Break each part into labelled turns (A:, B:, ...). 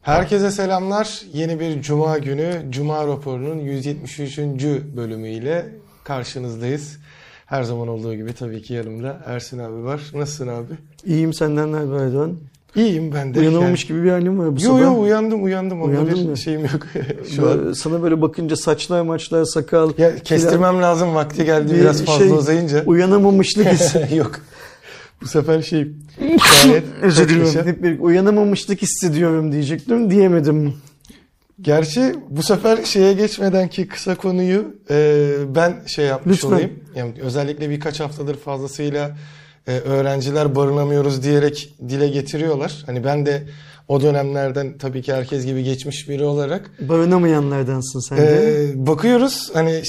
A: Herkese selamlar. Yeni bir Cuma günü Cuma raporunun 173. bölümüyle karşınızdayız. Her zaman olduğu gibi tabii ki yanımda Ersin abi var. Nasılsın abi?
B: İyiyim, senden ne haber Erdoğan?
A: İyiyim ben de.
B: Uyanamamış gibi bir halim var bu sabah.
A: Yo uyandım. Onda bir
B: mı?
A: şeyim yok şu an.
B: Sana böyle bakınca saçlar, sakal.
A: Ya kestirmem lazım, vakti geldi biraz fazla uzayınca.
B: Uyanamamışlık hissi.
A: Yok. Bu sefer gayet
B: özür dilerim. Uyanamamışlık hissediyorum diyecektim, diyemedim.
A: Gerçi bu sefer şeye geçmeden ki kısa konuyu ben yapmış
B: Lütfen.
A: olayım. Yani özellikle birkaç haftadır fazlasıyla öğrenciler barınamıyoruz diyerek dile getiriyorlar. Hani ben de o dönemlerden tabii ki herkes gibi geçmiş biri olarak.
B: Barınamayanlardansın sen de.
A: Bakıyoruz hani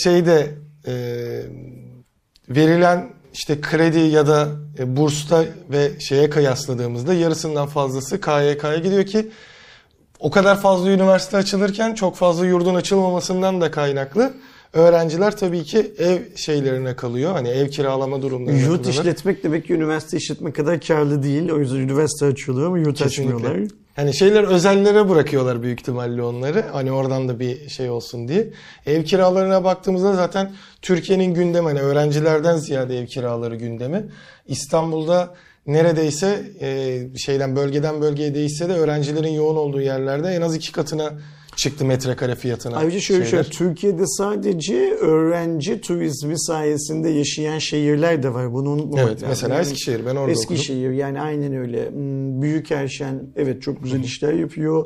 A: verilen işte kredi ya da bursta ve şeye kıyasladığımızda yarısından fazlası KYK'ya gidiyor ki o kadar fazla üniversite açılırken çok fazla yurdun açılmamasından da kaynaklı öğrenciler tabii ki ev şeylerine kalıyor. Hani ev kiralama durumlarına
B: Yurt işletmek demek ki üniversite işletmek kadar karlı değil. O yüzden üniversite açılıyor ama yurt açmıyorlar.
A: Hani özellere bırakıyorlar büyük ihtimalle onları. Hani oradan da bir şey olsun diye. Ev kiralarına baktığımızda zaten Türkiye'nin gündemi, hani öğrencilerden ziyade ev kiraları gündemi. İstanbul'da neredeyse bölgeden bölgeye değişse de öğrencilerin yoğun olduğu yerlerde en az 2 katına çıktı metrekare fiyatına.
B: Ayrıca şöyle Türkiye'de sadece öğrenci turizmi sayesinde yaşayan şehirler de var. Bunu unutmamak lazım.
A: Evet, mesela yani Eskişehir, ben orada okudum.
B: Eskişehir yani aynen öyle. Büyükerşen evet çok güzel işler yapıyor.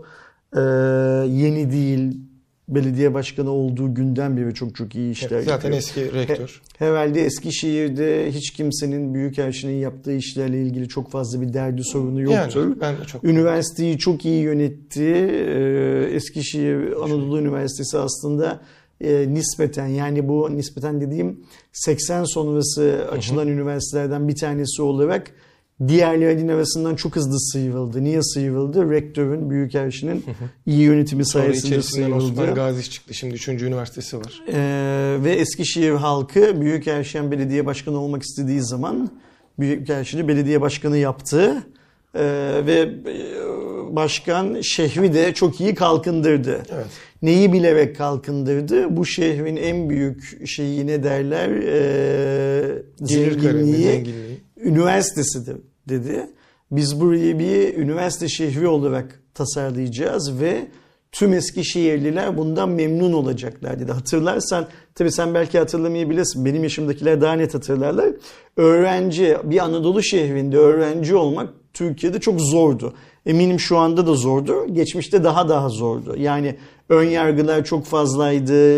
B: Yeni değil. Belediye başkanı olduğu günden beri çok iyi işler yapıyor.
A: Zaten eski rektör.
B: Herhalde Eskişehir'de hiç kimsenin Büyükerşen'in yaptığı işlerle ilgili çok fazla bir derdi sorunu yoktur.
A: Yani ben de çok
B: Üniversiteyi çok iyi yönetti. Eskişehir Anadolu Üniversitesi aslında nispeten, yani bu nispeten dediğim 80 sonrası açılan üniversitelerden bir tanesi olarak diğerlerinin arasından çok hızlı sıyrıldı. Niye sıyrıldı? Rektörün, Büyükerşen'in iyi yönetimi sayesinde sıyrıldı.
A: Osman Gazi çıktı. Şimdi 3. üniversitesi var.
B: Ve Eskişehir halkı Büyükerşen Belediye Başkanı olmak istediği zaman Büyükerşen'i belediye başkanı yaptı. Ve başkan şehri de çok iyi kalkındırdı. Evet. Neyi bilerek kalkındırdı? Bu şehrin en büyük şeyi ne derler? Zenginliği. Üniversitesidir dedi. Biz burayı bir üniversite şehri olarak tasarlayacağız ve tüm Eskişehirliler bundan memnun olacaklar dedi. Hatırlarsan, tabii sen belki hatırlamayabilirsin. Benim yaşımdakiler daha net hatırlarlar. Bir Anadolu şehrinde öğrenci olmak Türkiye'de çok zordu. Eminim şu anda da zordu. Geçmişte daha zordu. Yani ön yargılar çok fazlaydı.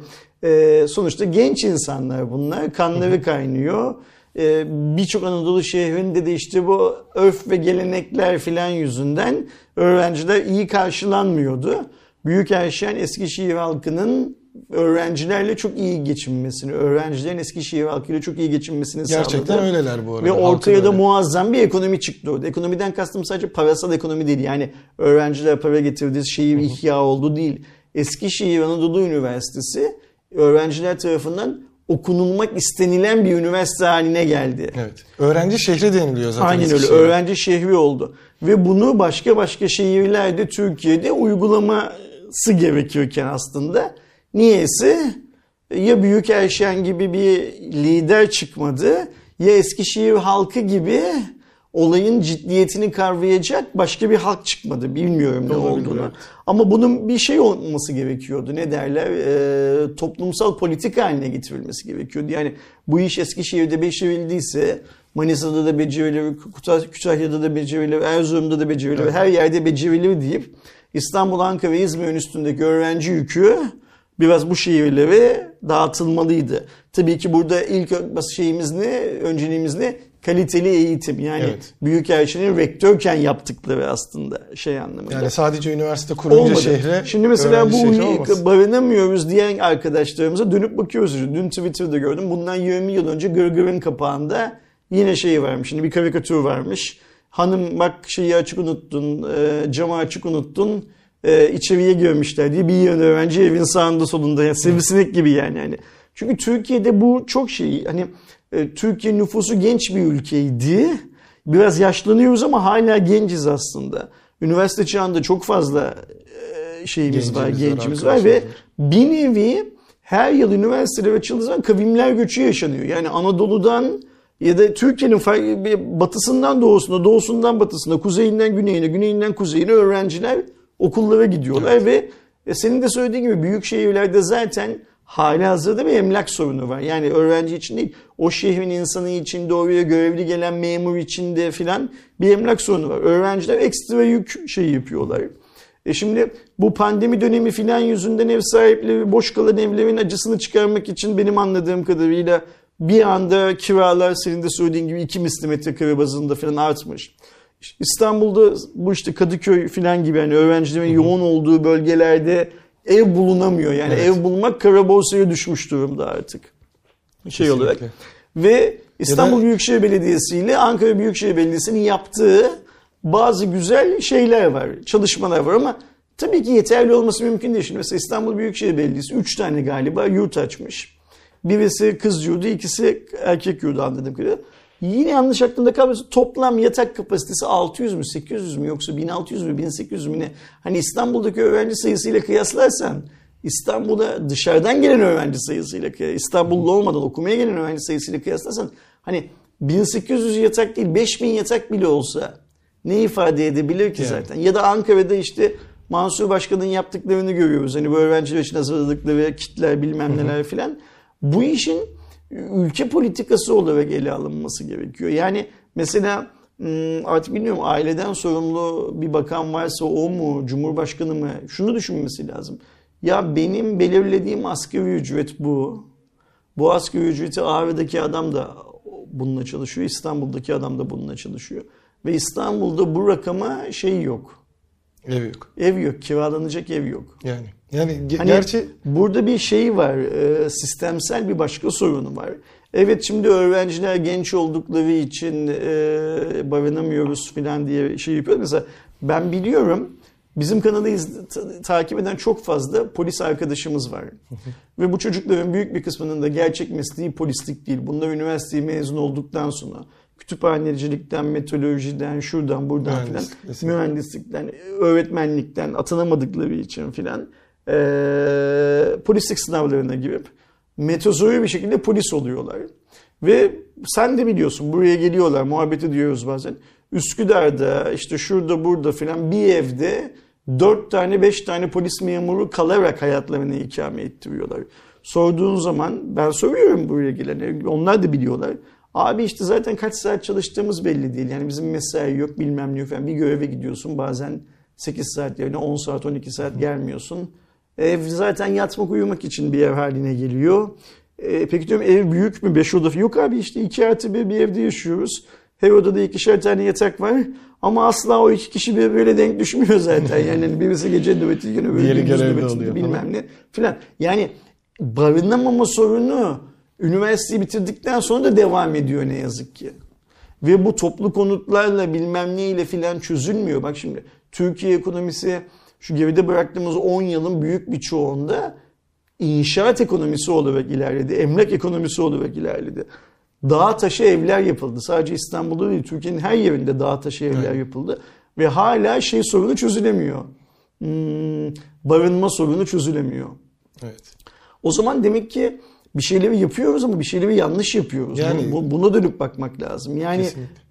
B: Sonuçta genç insanlar bunlar. Kanları kaynıyor. Birçok Anadolu şehrinde de bu örf ve gelenekler filan yüzünden öğrenciler iyi karşılanmıyordu. Büyükerşen Eskişehir halkının öğrencilerle çok iyi geçinmesini, öğrencilerin Eskişehir halkıyla çok iyi geçinmesini sağladı.
A: Gerçekten öyleler bu arada.
B: Ve ortaya da muazzam bir ekonomi çıktı orada. Ekonomiden kastım sadece parasal ekonomi değil. Yani öğrenciler para getirdi, şehir ihya oldu değil. Eskişehir Anadolu Üniversitesi öğrenciler tarafından okunulmak istenilen bir üniversite haline geldi.
A: Evet. Öğrenci şehri deniliyor zaten.
B: Aynen öyle. Öğrenci şehri oldu. Ve bunu başka şehirlerde Türkiye'de uygulaması gerekirken aslında niyeyse ya Büyükerşen gibi bir lider çıkmadı ya Eskişehir halkı gibi olayın ciddiyetini kavrayacak başka bir halk çıkmadı. Bilmiyorum ne olduğunu. Evet. Ama bunun bir şey olması gerekiyordu. Ne derler? Toplumsal politika haline getirilmesi gerekiyordu. Yani bu iş Eskişehir'de becerildiyse Manisa'da da becerilir, Kütahya'da da becerilir, Erzurum'da da becerilir, evet. Her yerde becerilir deyip İstanbul, Ankara ve İzmir'in üstündeki öğrenci yükü biraz bu şehirlere dağıtılmalıydı. Tabii ki burada ilk önceliğimiz ne? Kaliteli eğitim. Yani evet. Büyükerşen'in rektörken yaptıkları aslında anlamında.
A: Yani sadece üniversite kurunca
B: olmadı.
A: Şehre
B: şimdi mesela bu barınamıyoruz diyen arkadaşlarımıza dönüp bakıyoruz. Dün Twitter'da gördüm. Bundan 20 yıl önce Gırgır'ın kapağında yine varmış. Şimdi bir karikatür varmış. Hanım bak açık unuttun, camı açık unuttun. İçeriye girmişler diye bir yığın öğrenci evin sağında solunda. Yani sivrisinek gibi yani. Çünkü Türkiye'de bu çok Türkiye nüfusu genç bir ülkeydi. Biraz yaşlanıyoruz ama hala genciz aslında. Üniversite çağında çok fazla gencimiz var
A: arkadaşlar
B: ve
A: var.
B: bir nevi her yıl üniversiteler açıldığı zaman kavimler göçü yaşanıyor. Yani Anadolu'dan ya da Türkiye'nin batısından doğusuna, doğusundan batısına, kuzeyinden güneyine, güneyinden kuzeyine öğrenciler okullara gidiyorlar.
A: Evet.
B: Ve senin de söylediğin gibi büyük şehirlerde zaten halihazırda bir emlak sorunu var. Yani öğrenci için değil, o şehrin insanı için de oraya görevli gelen memur için de filan bir emlak sorunu var. Öğrenciler ekstra yük yapıyorlar. Şimdi bu pandemi dönemi filan yüzünden ev sahipleri boş kalan evlerin acısını çıkarmak için benim anladığım kadarıyla bir anda kiralar senin de söylediğin gibi 2 misli metrekare bazında filan artmış. İstanbul'da bu Kadıköy filan gibi yani öğrencilerin yoğun olduğu bölgelerde ev bulunamıyor. Yani ev bulmak kara borsaya düşmüş durumda artık. Olarak. Ve İstanbul Büyükşehir Belediyesi ile Ankara Büyükşehir Belediyesi'nin yaptığı bazı güzel şeyler var, çalışmalar var ama tabii ki yeterli olması mümkün değil. Şimdi mesela İstanbul Büyükşehir Belediyesi 3 tane galiba yurt açmış. Birisi kız yurdu, ikisi erkek yurdu anladığım kadarıyla. Yine yanlış aklımda kalmıyorsa toplam yatak kapasitesi 600 mü, 800 mü yoksa 1600 mü, 1800 mü ne? Hani İstanbul'daki öğrenci sayısıyla kıyaslarsan İstanbul'da dışarıdan gelen öğrenci sayısıyla, İstanbullu olmadan okumaya gelen öğrenci sayısıyla kıyaslarsan hani 1800 yatak değil 5000 yatak bile olsa ne ifade edebilir ki zaten? Ya da Ankara'da Mansur Başkan'ın yaptıklarını görüyoruz. Hani bu öğrenciler için hazırladıkları kitler bilmem neler filan. Bu işin ülke politikası olarak ele alınması gerekiyor. Yani mesela artık bilmiyorum aileden sorumlu bir bakan varsa o mu, Cumhurbaşkanı mı? Şunu düşünmesi lazım. Ya benim belirlediğim asgari ücret bu. Bu asgari ücreti Ağrı'daki adam da bununla çalışıyor. İstanbul'daki adam da bununla çalışıyor. Ve İstanbul'da bu rakama yok.
A: Ev yok.
B: Ev yok. Kiralanacak ev yok.
A: Yani
B: hani
A: gerçi
B: burada bir var. Sistemsel bir başka sorunu var. Evet şimdi öğrenciler genç oldukları için barınamıyoruz falan diye yapıyor. Mesela ben biliyorum bizim kanalı takip eden çok fazla polis arkadaşımız var. Ve bu çocukların büyük bir kısmının da gerçek mesleği polislik değil. Bunlar üniversiteyi mezun olduktan sonra kütüphanecilikten, meteorolojiden, şuradan buradan filan, mühendislikten, öğretmenlikten atanamadıkları için filan polislik sınavlarına girip metozori bir şekilde polis oluyorlar. Ve sen de biliyorsun buraya geliyorlar, muhabbet ediyoruz bazen. Üsküdar'da şurada burada filan bir evde 4 tane 5 tane polis memuru kalarak hayatlarını ikame ettiriyorlar. Sorduğun zaman ben soruyorum buraya gelene, onlar da biliyorlar. Abi zaten kaç saat çalıştığımız belli değil. Yani bizim mesai yok bilmem ne yok falan. Bir göreve gidiyorsun bazen 8 saat yerine 10 saat 12 saat gelmiyorsun. Ev zaten yatmak uyumak için bir ev haline geliyor. Peki diyorum ev büyük mü? 5 oda? Yok abi 2+1 bir evde yaşıyoruz. Her odada 2'şer tane yatak var. Ama asla o 2 kişi birbirine denk düşmüyor zaten. Yani birisi gece nöbetiyken öbürü gündüz nöbetinde bilmem ne filan. Yani barınamama sorunu üniversiteyi bitirdikten sonra da devam ediyor ne yazık ki. Ve bu toplu konutlarla bilmem neyle filan çözülmüyor. Bak şimdi Türkiye ekonomisi şu geride bıraktığımız 10 yılın büyük bir çoğunda inşaat ekonomisi olarak ilerledi. Emlak ekonomisi olarak ilerledi. Dağ taşı evler yapıldı. Sadece İstanbul'da değil Türkiye'nin her yerinde dağ taşı evler yapıldı. Ve hala sorunu çözülemiyor. Barınma sorunu çözülemiyor.
A: Evet.
B: O zaman demek ki bir şeyleri yapıyoruz ama bir şeyleri yanlış yapıyoruz.
A: Yani,
B: buna dönüp bakmak lazım. Yani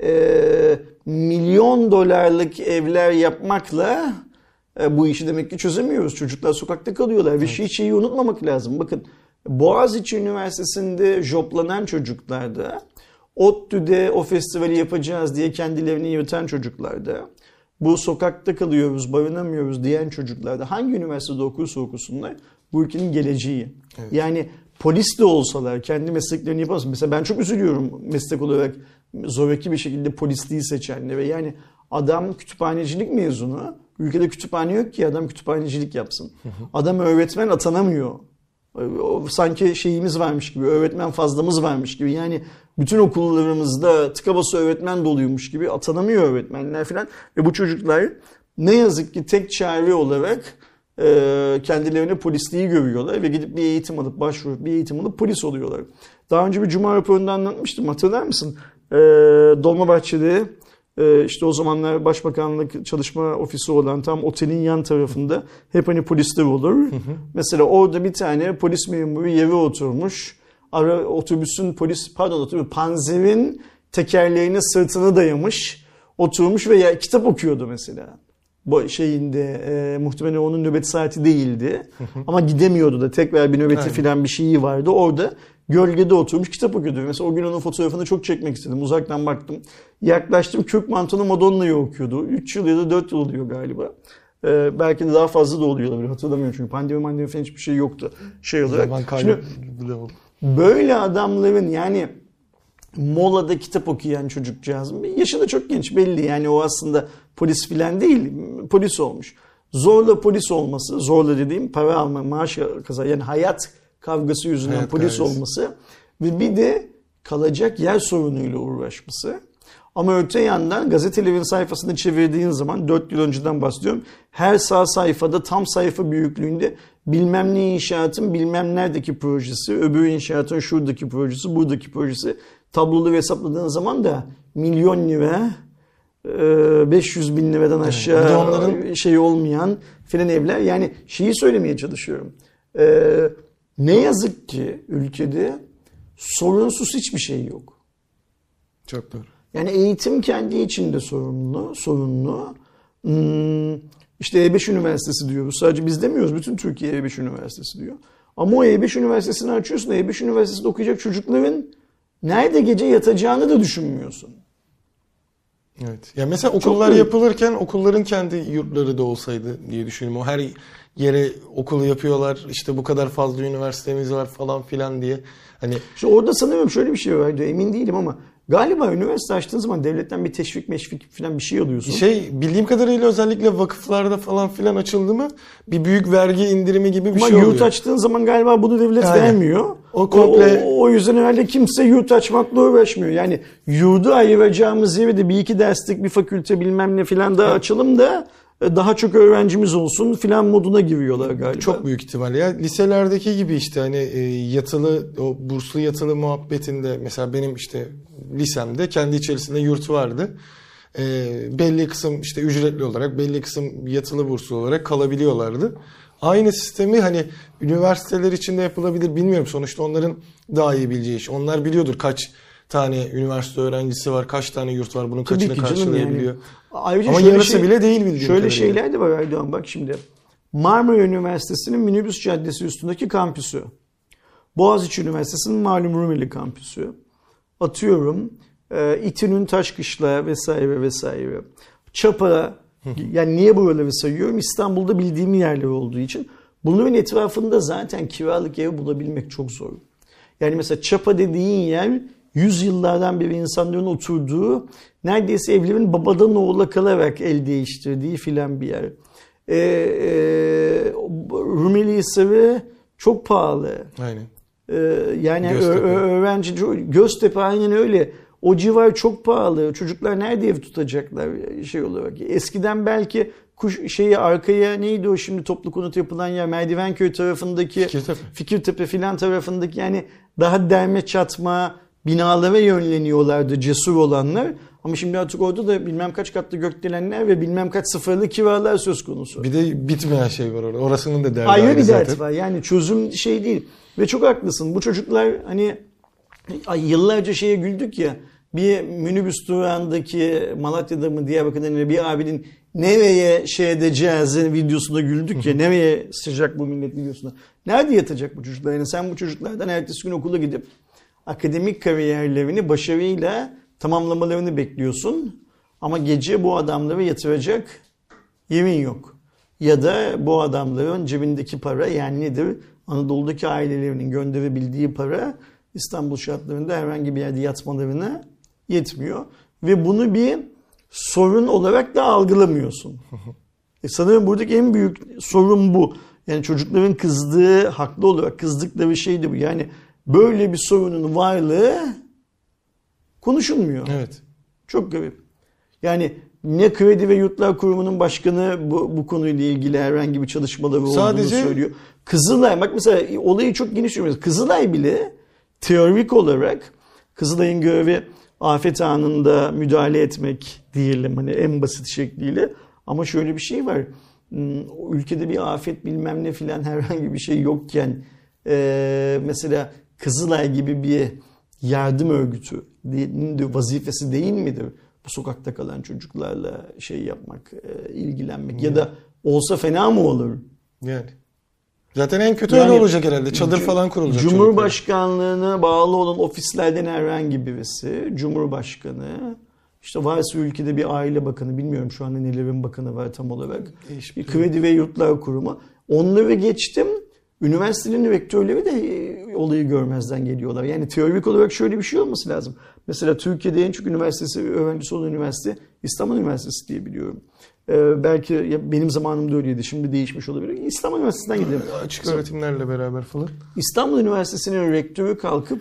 B: milyon dolarlık evler yapmakla bu işi demek ki çözemiyoruz. Çocuklar sokakta kalıyorlar ve şeyi unutmamak lazım. Bakın Boğaziçi Üniversitesi'nde joplanan çocuklarda, ODTÜ'de o festivali yapacağız diye kendilerini yırtan çocuklarda, bu sokakta kalıyoruz, barınamıyoruz diyen çocuklarda hangi üniversitede okursa okusunlar bu ülkenin geleceği. Evet. Yani polis de olsalar kendi mesleklerini yapamazsın. Mesela ben çok üzülüyorum meslek olarak zoraki bir şekilde polisliği seçenlere. Yani adam kütüphanecilik mezunu. Ülkede kütüphane yok ki adam kütüphanecilik yapsın. Adam öğretmen atanamıyor. Sanki şeyimiz varmış gibi, öğretmen fazlamız varmış gibi. Yani bütün okullarımızda tıka basa öğretmen doluymuş gibi atanamıyor öğretmenler falan. Ve bu çocuklar ne yazık ki tek çare olarak kendilerine polisliği görüyorlar ve gidip bir eğitim alıp başvurup bir eğitim alıp polis oluyorlar. Daha önce bir Cuma raporunda anlatmıştım, hatırlar mısın? Dolmabahçe'de işte o zamanlar Başbakanlık çalışma ofisi olan tam otelin yan tarafında hep hani polisler olur. Mesela orada bir tane polis memuru yere oturmuş. Otobüsün panzerin tekerleğine sırtını dayamış. Oturmuş ve kitap okuyordu mesela. Bu muhtemelen onun nöbet saati değildi. Ama gidemiyordu da tekrar bir nöbeti falan bir şeyi vardı. Orada gölgede oturmuş kitap okuyordu. Mesela o gün onun fotoğrafını çok çekmek istedim. Uzaktan baktım. Yaklaştım, Kürk Mantolu Madonna'yı okuyordu. 3 yıl ya da 4 yıl oluyor galiba. Belki de daha fazla da oluyor olabilir. Hatırlamıyorum çünkü pandemi falan hiçbir şey yoktu. Şimdi, böyle adamların yani molada kitap okuyan çocukcağız. Yaşı da çok genç belli. Yani o aslında polis filan değil. Polis olmuş. Zorla polis olması, zorla dediğim para alma, maaş kazan. Yani hayat kavgası yüzünden polis olması ve bir de kalacak yer sorunuyla uğraşması. Ama öte yandan gazetelerin sayfasını çevirdiğin zaman 4 yıl önceden bahsediyorum. Her sağ sayfada tam sayfa büyüklüğünde bilmem ne inşaatın bilmem neredeki projesi, öbür inşaatın şuradaki projesi, buradaki projesi tabloları hesapladığın zaman da milyon lira, 500 bin liradan aşağı onların olmayan filan evler. Yani şeyi söylemeye çalışıyorum. Ne yazık ki ülkede sorunsuz hiçbir şey yok.
A: Çok doğru.
B: Yani eğitim kendi içinde sorunlu. İşte E5 Üniversitesi diyoruz. Sadece biz demiyoruz. Bütün Türkiye E5 Üniversitesi diyor. Ama o E5 Üniversitesi'ni açıyorsun. E5 Üniversitesi'nde okuyacak çocukların nerede gece yatacağını da düşünmüyorsun.
A: Evet. Ya mesela okullar yapılırken okulların kendi yurtları da olsaydı diye düşünüyorum. O her yere okulu yapıyorlar. İşte bu kadar fazla üniversitemiz var falan filan diye. Hani
B: işte orada sanıyorum şöyle bir şey var. Emin değilim ama galiba üniversite açtığın zaman devletten bir teşvik falan bir şey alıyorsun.
A: Bildiğim kadarıyla özellikle vakıflarda falan filan açıldı mı bir büyük vergi indirimi gibi bir şey oluyor.
B: Ama yurt açtığın zaman galiba bunu devlet vermiyor. O yüzden herhalde kimse yurt açmakla uğraşmıyor. Yani yurdu ayıracağımız yere de bir iki derslik bir fakülte bilmem ne filan daha açalım da daha çok öğrencimiz olsun filan moduna giriyorlar galiba.
A: Çok büyük ihtimalle. Ya liselerdeki gibi işte hani yatılı o burslu yatılı muhabbetinde mesela benim işte lisemde kendi içerisinde yurt vardı. Belli kısım işte ücretli olarak belli kısım yatılı burslu olarak kalabiliyorlardı. Aynı sistemi hani üniversiteler içinde yapılabilir bilmiyorum. Sonuçta onların daha iyi bileceği iş. Onlar biliyordur kaç tane üniversite öğrencisi var, kaç tane yurt var, bunun kaçını karşılayabiliyor. Yani. Ama yarısı bile değil bildiğim
B: kadarıyla. Şöyle şeyler de var Aydoğan, bak şimdi. Marmara Üniversitesi'nin Minibüs Caddesi üstündeki kampüsü. Boğaziçi Üniversitesi'nin malum Rumeli kampüsü. Atıyorum İTÜ'nün Taşkışla vesaire vesaire. Çapa, yani niye buraları sayıyorum? İstanbul'da bildiğim yerler olduğu için. Bunların etrafında zaten kiralık ev bulabilmek çok zor. Yani mesela Çapa dediğin yer 100 yıllardan beri insanların oturduğu, neredeyse evlerin babadan oğula kalarak el değiştirdiği filan bir yer. Rumelihisar'ı çok pahalı.
A: Aynen.
B: Yani öğrenci Göztepe aynen öyle. O civar çok pahalı. Çocuklar nerede ev tutacaklar olarak? Eskiden belki arkaya neydi o şimdi toplu konut yapılan yer, Merdivenköy tarafındaki Fikirtepe filan tarafındaki, yani daha derme çatma binalara yönleniyorlardı cesur olanlar. Ama şimdi artık orada da bilmem kaç katlı gökdelenler ve bilmem kaç sıfırlı kiralar söz konusu.
A: Bir de bitmeyen şey var orada. Orasının da derdi
B: ayrı bir dert var. Yani çözüm değil. Ve çok haklısın. Bu çocuklar hani yıllarca şeye güldük ya. Bir minibüs durağındaki Malatya'da mı Diyarbakır'da bir abinin nereye edeceğiz videosunda güldük ya. Nereye sıcak bu millet videosunda. Nerede yatacak bu çocuklar? Yani sen bu çocuklardan ertesi gün okula gidip akademik kariyerlerini başarıyla tamamlamalarını bekliyorsun. Ama gece bu adamları yatıracak yerin yok. Ya da bu adamların cebindeki para, yani nedir? Anadolu'daki ailelerinin gönderebildiği para İstanbul şartlarında herhangi bir yerde yatmalarına yetmiyor. Ve bunu bir sorun olarak da algılamıyorsun. Sanırım buradaki en büyük sorun bu. Yani çocukların kızdığı, haklı olarak kızdıkları şey de bu. Yani böyle bir sorunun varlığı konuşulmuyor.
A: Evet.
B: Çok garip. Yani ne Kredi ve Yurtlar Kurumu'nun başkanı bu konuyla ilgili herhangi bir çalışmaları olduğunu söylüyor. Kızılay, bak mesela olayı çok geniş düşünüyoruz. Kızılay bile teorik olarak, Kızılay'ın görevi afet anında müdahale etmek diyelim hani en basit şekliyle. Ama şöyle bir şey var. Ülkede bir afet bilmem ne filan herhangi bir şey yokken mesela Kızılay gibi bir yardım örgütünün de vazifesi değil midir? Bu sokakta kalan çocuklarla şey yapmak, ilgilenmek ya da olsa fena mı olur?
A: Yani. Zaten en kötü öyle olacak herhalde. Çadır falan kurulacak.
B: Cumhurbaşkanlığına bağlı olan ofislerden herhangi birisi, Cumhurbaşkanı, işte varsa ülkede bir aile bakanı, bilmiyorum şu anda nelerin bakanı var tam olarak. Bir kredi ve yurtlar kurumu. Onları geçtim. Üniversitenin rektörleri de olayı görmezden geliyorlar. Yani teorik olarak şöyle bir şey olması lazım. Mesela Türkiye'de en çok üniversitesi, öğrencisi olan üniversite İstanbul Üniversitesi diye biliyorum. Belki benim zamanımda öyleydi. Şimdi değişmiş olabilir. İstanbul Üniversitesi'nden gidelim.
A: Açık öğretimlerle beraber falan.
B: İstanbul Üniversitesi'nin rektörü kalkıp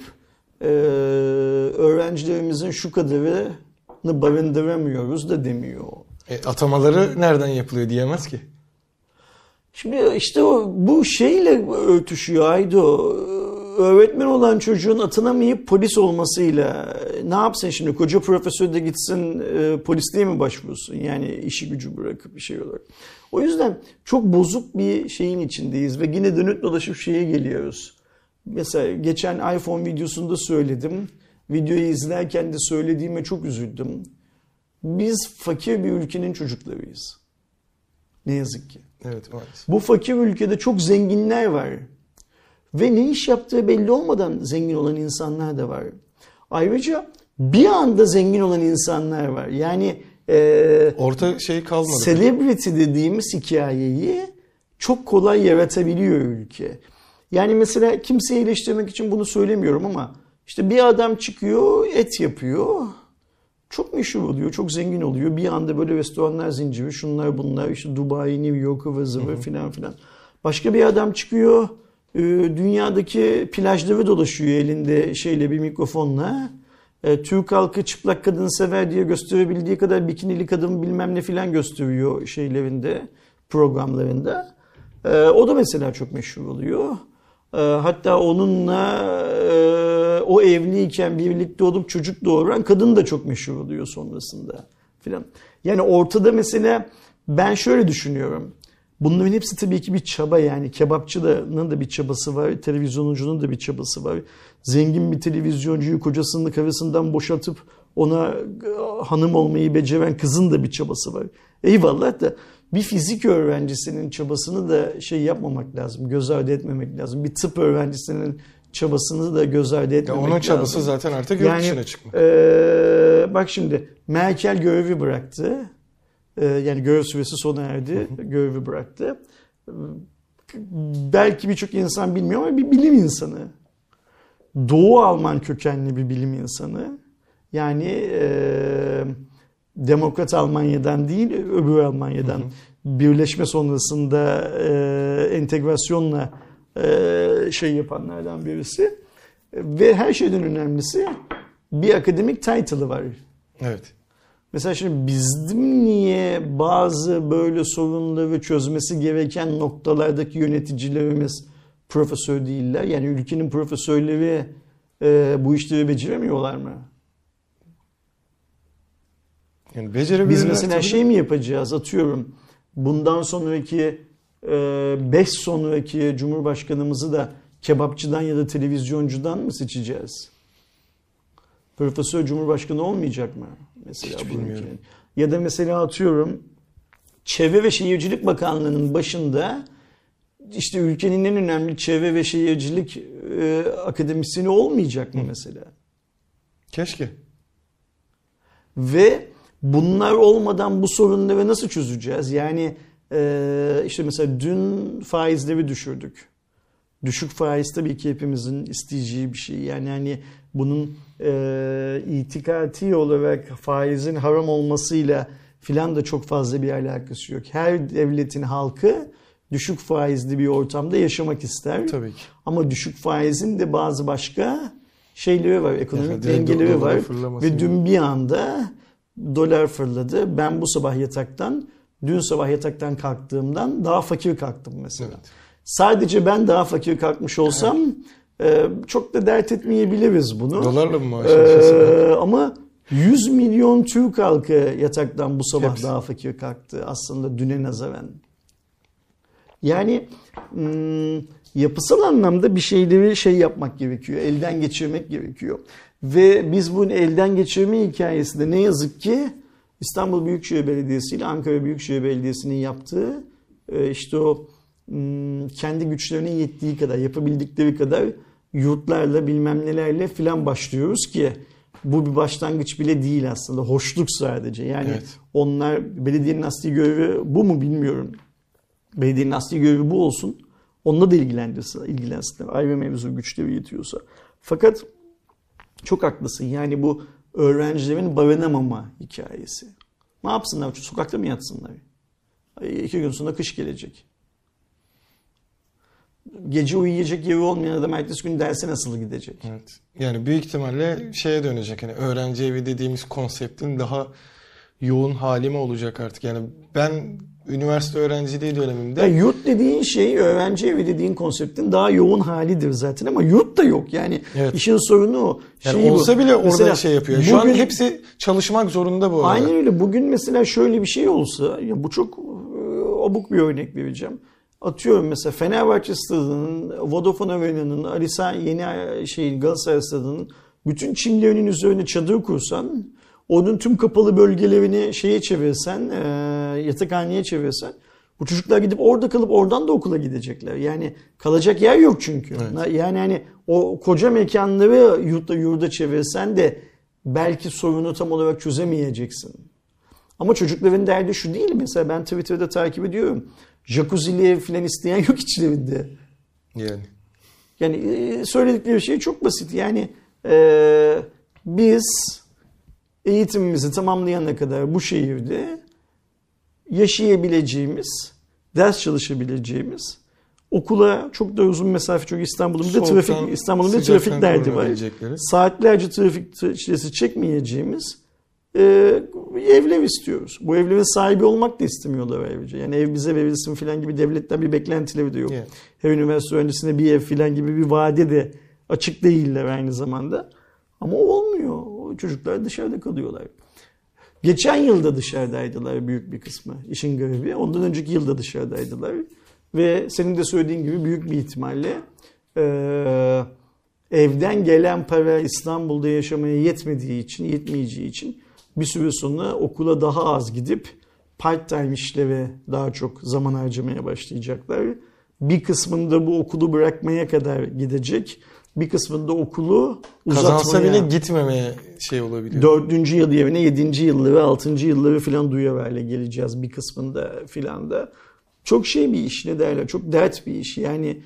B: öğrencilerimizin şu kadarını barındıramıyoruz da demiyor.
A: Atamaları nereden yapılıyor diyemez ki.
B: Şimdi işte bu şeyle örtüşüyor Aydo. Öğretmen olan çocuğun atanamayıp polis olmasıyla ne yapsın şimdi? Koca profesör de gitsin polisliğe mi başvursun? Yani işi gücü bırakıp bir şey olarak. O yüzden çok bozuk bir şeyin içindeyiz ve yine dönüp dolaşıp şeye geliyoruz. Mesela geçen iPhone videosunda söyledim. Videoyu izlerken de söylediğime çok üzüldüm. Biz fakir bir ülkenin çocuklarıyız. Ne yazık ki.
A: Evet, maalesef.
B: Bu fakir ülkede çok zenginler var. Ve ne iş yaptığı belli olmadan zengin olan insanlar da var. Ayrıca bir anda zengin olan insanlar var. Yani
A: orta şey kalmadı.
B: Celebrity dediğimiz hikayeyi çok kolay yaratabiliyor ülke. Yani mesela kimseyi eleştirmek için bunu söylemiyorum ama işte bir adam çıkıyor, et yapıyor. Çok meşhur oluyor, çok zengin oluyor. Bir anda böyle restoranlar zinciri, şunlar bunlar, işte Dubai, New York, ıvır zıvır filan filan. Başka bir adam çıkıyor, dünyadaki plajları dolaşıyor elinde şeyle bir mikrofonla. Türk halkı çıplak kadın sever diye gösterebildiği kadar bikinili kadın bilmem ne filan gösteriyor şeylerinde, programlarında. O da mesela çok meşhur oluyor. Hatta onunla o evliyken birlikte olup çocuk doğuran kadın da çok meşhur oluyor sonrasında filan. Yani ortada mesela ben şöyle düşünüyorum. Bunların hepsi tabii ki bir çaba yani. Kebapçının da bir çabası var, televizyoncunun da bir çabası var. Zengin bir televizyoncuyu kocasını karısından boşaltıp ona hanım olmayı beceren kızın da bir çabası var. Eyvallah da bir fizik öğrencisinin çabasını da şey yapmamak lazım, göz ardı etmemek lazım. Bir tıp öğrencisinin çabasını da göz ardı etmemek lazım.
A: Onun çabası zaten artık yurt dışına çıkmak.
B: Bak şimdi Merkel görevi bıraktı. Yani görev süresi sona erdi. Görevi bıraktı. Belki birçok insan bilmiyor ama bir bilim insanı. Doğu Alman kökenli bir bilim insanı. Yani Demokrat Almanya'dan değil, öbür Almanya'dan birleşme sonrasında entegrasyonla şey yapanlardan birisi. Ve her şeyden önemlisi bir akademik title'ı var.
A: Evet.
B: Mesela şimdi bizim niye bazı böyle sorunları çözmesi gereken noktalardaki yöneticilerimiz profesör değiller? Yani ülkenin profesörleri bu işleri beceremiyorlar mı?
A: Yani
B: biz mesela şey mi yapacağız? Atıyorum bundan sonraki 5 sonraki Cumhurbaşkanımızı da kebapçıdan ya da televizyoncudan mı seçeceğiz? Profesör Cumhurbaşkanı olmayacak mı? Mesela
A: hiç bilmiyorum.
B: Ya da mesela atıyorum Çevre ve Şehircilik Bakanlığı'nın başında işte ülkenin en önemli çevre ve şehircilik akademisyeni olmayacak mı mesela?
A: Keşke.
B: Ve bunlar olmadan bu sorunları nasıl çözeceğiz? Yani işte mesela dün faizleri düşürdük. Düşük faiz tabii ki hepimizin isteyeceği bir şey. Yani hani bunun itikadi olarak faizin haram olmasıyla filan da çok fazla bir alakası yok. Her devletin halkı düşük faizli bir ortamda yaşamak ister.
A: Tabii ki.
B: Ama düşük faizin de bazı başka şeyleri var, ekonomik dengeleri var. Ve dün bir anda dolar fırladı. Ben bu sabah dün sabah yataktan kalktığımdan daha fakir kalktım mesela. Evet. Sadece ben daha fakir kalkmış olsam çok da dert etmeyebiliriz bunu.
A: Dolarla mı maaş alıyorsun?
B: Ama 100 milyon Türk halkı yataktan bu sabah
A: Hepsi.
B: daha fakir kalktı aslında düne nazaran. Yani yapısal anlamda bir şeyleri yapmak gerekiyor. Elden geçirmek gerekiyor. Ve biz bu elden geçirme hikayesinde ne yazık ki İstanbul Büyükşehir Belediyesi ile Ankara Büyükşehir Belediyesi'nin yaptığı işte o kendi güçlerinin yettiği kadar, yapabildikleri kadar yurtlarla bilmem nelerle filan başlıyoruz ki bu bir başlangıç bile değil aslında. Hoşluk sadece. Yani
A: Evet.
B: onlar belediyenin asli görevi bu mu bilmiyorum. Belediyenin asli görevi bu olsun. Onunla da ilgilensinler. Ayrı mevzu güçleri yetiyorsa. Fakat çok haklısın. Yani bu öğrencilerin barınamama hikayesi. Ne yapsınlar? Sokakta mı yatsınlar? 2 gün sonra kış gelecek. Gece uyuyacak yeri olmayan adam ertesi gün derse nasıl gidecek?
A: Evet. Yani büyük ihtimalle şeye dönecek. Hani öğrenci evi dediğimiz konseptin daha yoğun hali mi olacak artık? Yani ben üniversite öğrenciliği dönemimde...
B: Ya yurt dediğin şey, öğrenci evi dediğin konseptin daha yoğun halidir zaten ama yurt da yok. Yani
A: evet.
B: işin sorunu o.
A: Yani olsa bile orada
B: mesela
A: şey yapıyor. Şu an hepsi çalışmak zorunda bu arada.
B: Aynen öyle. Bugün mesela şöyle bir şey olsa, ya bu çok abuk bir örnek vereceğim. Atıyorum mesela Fenerbahçe Stadı'nın, Vodafone Arena'nın, Alisa yeni Galatasaray Stadı'nın bütün çimlerinin üzerine çadır kursan, onun tüm kapalı bölgelerini çevirsen, yatakhaneye çevirsen, bu çocuklar gidip orada kalıp oradan da okula gidecekler. Yani kalacak yer yok çünkü. Evet. Yani hani o koca mekanları yurda çevirsen de belki sorunu tam olarak çözemeyeceksin. Ama çocukların derdi şu değil. Mesela ben Twitter'da takip ediyorum. Jacuzzi'li falan isteyen yok içlerinde. Yani söyledikleri şey çok basit. Yani biz eğitimimizi tamamlayana kadar bu şehirde yaşayabileceğimiz, ders çalışabileceğimiz, okula çok da uzun mesafe, çünkü İstanbul'un bir trafik derdi var. Saatlerce trafik çilesi çekmeyeceğimiz evler istiyoruz. Bu evlerin sahibi olmak da istemiyorlar ayrıca. Yani ev bize verilsin falan gibi devletten bir beklentileri de yok. Yeah. Her üniversite öğrencisine bir ev falan gibi bir vade de açık değiller aynı zamanda. Ama olmuyor. O çocuklar dışarıda kalıyorlar. Geçen yılda dışarıdaydılar büyük bir kısmı işin garibi. Ondan önceki yılda dışarıdaydılar. Ve senin de söylediğin gibi büyük bir ihtimalle evden gelen para İstanbul'da yaşamaya yetmeyeceği için bir süre sonra okula daha az gidip part-time işlere daha çok zaman harcamaya başlayacaklar. Bir kısmında bu okulu bırakmaya kadar gidecek. Bir kısmında okulu uzatmaya...
A: Kazansa bile gitmemeye olabiliyor.
B: 4. yıl yerine 7. yılları, 6. yılları falan duyar hale geleceğiz bir kısmında filan da. Çok bir iş, ne derler, çok dert bir iş. Yani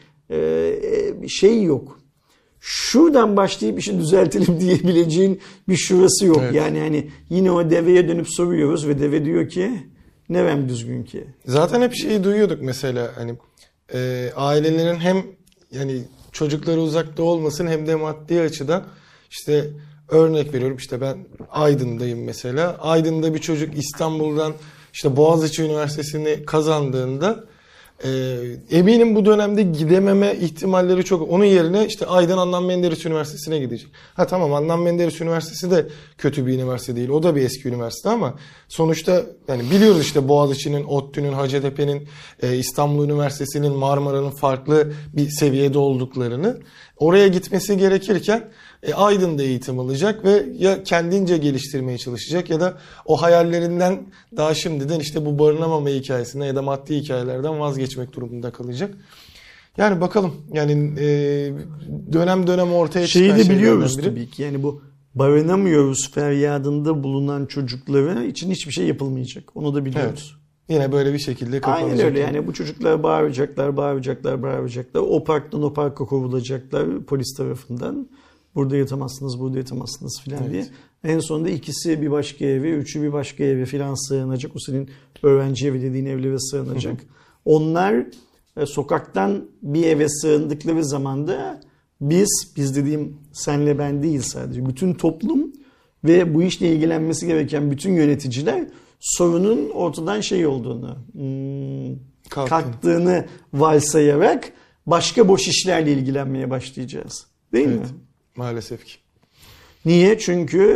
B: yok. Şuradan başlayıp işi düzeltelim diyebileceğin bir şurası yok. Evet. Yani hani yine o deveye dönüp soruyoruz ve deve diyor ki nevem düzgün ki.
A: Zaten hep duyuyorduk mesela hani ailelerin hem yani çocukları uzakta olmasın hem de maddi açıdan örnek veriyorum ben Aydın'dayım mesela. Aydın'da bir çocuk İstanbul'dan Boğaziçi Üniversitesi'ni kazandığında eminim bu dönemde gidememe ihtimalleri çok. Onun yerine Aydın Adnan Menderes Üniversitesi'ne gidecek. Tamam, Adnan Menderes Üniversitesi de kötü bir üniversite değil. O da bir eski üniversite ama sonuçta yani biliyoruz Boğaziçi'nin, ODTÜ'nün, Hacettepe'nin, İstanbul Üniversitesi'nin, Marmara'nın farklı bir seviyede olduklarını. Oraya gitmesi gerekirken Aydın'da eğitim alacak ve ya kendince geliştirmeye çalışacak ya da o hayallerinden daha şimdiden bu barınamama hikayesinden ya da maddi hikayelerden vazgeçmek durumunda kalacak. Yani bakalım yani dönem dönem ortaya çıkan
B: şeyi de biliyoruz tabii ki, yani bu barınamıyoruz feryadında bulunan çocuklara için hiçbir şey yapılmayacak. Onu da biliyoruz. Evet.
A: Yine böyle bir şekilde kapanacak.
B: Aynen öyle, yani bu çocuklar bağıracaklar. O parktan o parka kovulacaklar polis tarafından. Burada yatamazsınız filan evet. diye. En sonunda ikisi bir başka eve, üçü bir başka eve filan sığınacak. O senin öğrenci evi dediğin evlere sığınacak. Onlar sokaktan bir eve sığındıkları zaman da biz dediğim senle ben değil sadece, bütün toplum ve bu işle ilgilenmesi gereken bütün yöneticiler sorunun ortadan olduğunu, kalktığını varsayarak başka boş işlerle ilgilenmeye başlayacağız. Değil mi?
A: Maalesef ki.
B: Niye? Çünkü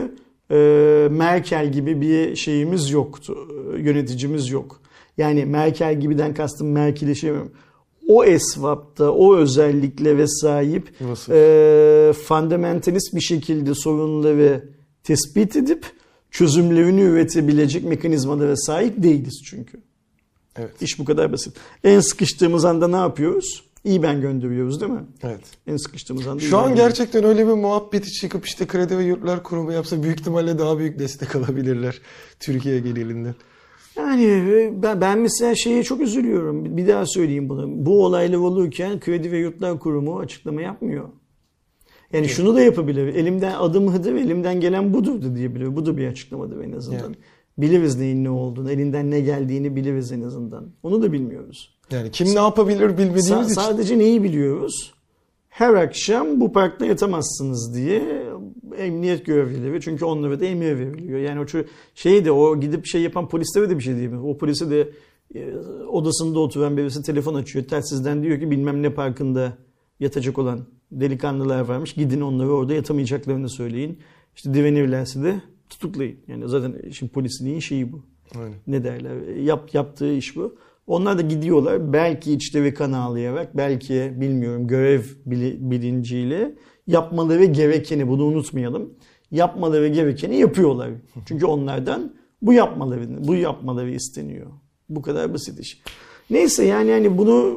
B: Merkel gibi bir şeyimiz yoktu. Yöneticimiz yok. Yani Merkel gibiden kastım Merkel'i şey mi? O esvapta, o özelliklere sahip fundamentalist bir şekilde sorunları tespit edip çözümlerini üretebilecek mekanizmalara sahip değiliz çünkü.
A: Evet.
B: İş bu kadar basit. En sıkıştığımız anda ne yapıyoruz? İBAN gönderiyoruz değil mi?
A: Evet.
B: En sıkıştığımız anda.
A: Şu an gerçekten öyle bir muhabbeti çıkıp işte Kredi ve Yurtlar Kurumu yapsa büyük ihtimalle daha büyük destek alabilirler Türkiye genelinde.
B: Yani ben mesela şeye çok üzülüyorum. Bir daha söyleyeyim bunu. Bu olaylar olurken Kredi ve Yurtlar Kurumu açıklama yapmıyor. Yani şunu da yapabilir. Elimden adım hıdır, elimden gelen budur da diyebilir. Bu da bir açıklamadır en azından. Yani. Biliriz neyin ne olduğunu, elinden ne geldiğini biliriz en azından. Onu da bilmiyoruz.
A: Yani kim ne yapabilir bilmediğimiz için.
B: Sadece neyi biliyoruz? Her akşam bu parkta yatamazsınız diye emniyet görevlileri, çünkü onlara da emir veriliyor. Yani o şeyi de o gidip şey yapan polislere de bir şey diyeyim. O polise de odasında oturan birisi telefon açıyor. Telsizden diyor ki bilmem ne parkında yatacak olan delikanlılar varmış. Gidin onlara orada yatamayacaklarını söyleyin. İşte direnirlerse de tutuklayın. Yani zaten şimdi polisliğin şeyi bu.
A: Aynen.
B: Ne derler? Yaptığı iş bu. Onlar da gidiyorlar. Belki içleri kan ağlayarak, belki bilmiyorum görev bilinciyle yapmaları gerekeni, bunu unutmayalım. Yapmaları gerekeni yapıyorlar. Çünkü onlardan bu yapmaları isteniyor. Bu kadar basit iş. Neyse yani bunu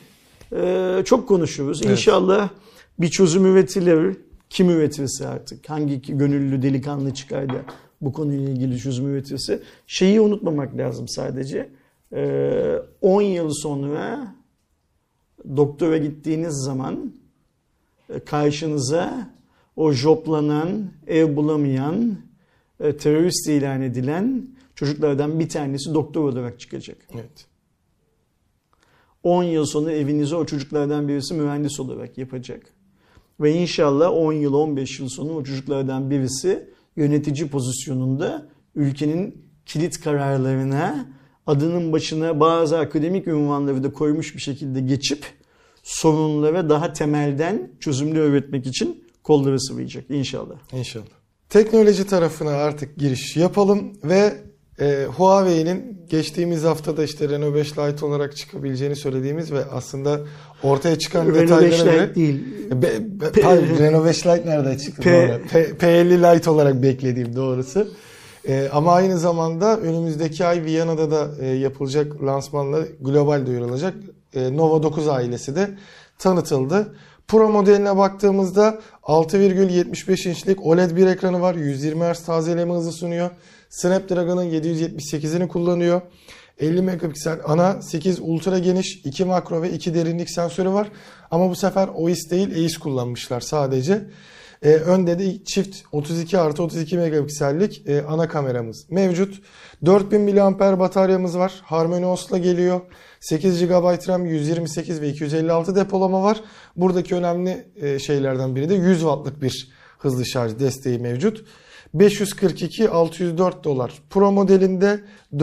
B: çok konuşuyoruz. Evet. İnşallah bir çözüm üretilir. Kim üretirse artık, hangi gönüllü delikanlı çıkar da bu konuyla ilgili çözüm üretirse. Şeyi unutmamak lazım sadece. 10 yıl sonra doktora gittiğiniz zaman karşınıza o joplanan, ev bulamayan, terörist ilan edilen çocuklardan bir tanesi doktor olarak çıkacak.
A: Evet.
B: 10 yıl sonra evinize o çocuklardan birisi mühendis olarak yapacak. Ve inşallah 10 yıl, 15 yıl sonra o çocuklardan birisi yönetici pozisyonunda ülkenin kilit kararlarına, adının başına bazı akademik ünvanları da koymuş bir şekilde geçip sorunlara daha temelden çözümler üretmek için kolları sıvayacak inşallah.
A: İnşallah. Teknoloji tarafına artık giriş yapalım ve Huawei'nin geçtiğimiz haftada işte Reno 5 Lite olarak çıkabileceğini söylediğimiz ve aslında ortaya çıkan detaylara göre... Reno 5 Lite değil. Reno 5 Lite nerede çıktı? P50 Lite olarak beklediğim doğrusu. Ama aynı zamanda önümüzdeki ay Viyana'da da yapılacak lansmanla global duyurulacak Nova 9 ailesi de tanıtıldı. Pro modeline baktığımızda 6,75 inçlik OLED bir ekranı var. 120 Hz tazeleme hızı sunuyor. Snapdragon'ın 778'ini kullanıyor. 50 megapiksel ana, 8 ultra geniş, 2 makro ve 2 derinlik sensörü var. Ama bu sefer OIS değil EIS kullanmışlar sadece. Önde de çift 32+32 megapiksellik ana kameramız mevcut. 4000 mAh bataryamız var. HarmonyOS'la geliyor. 8 GB RAM, 128 ve 256 depolama var. Buradaki önemli şeylerden biri de 100 Watt'lık bir hızlı şarj desteği mevcut. 542-604 dolar. Pro modelinde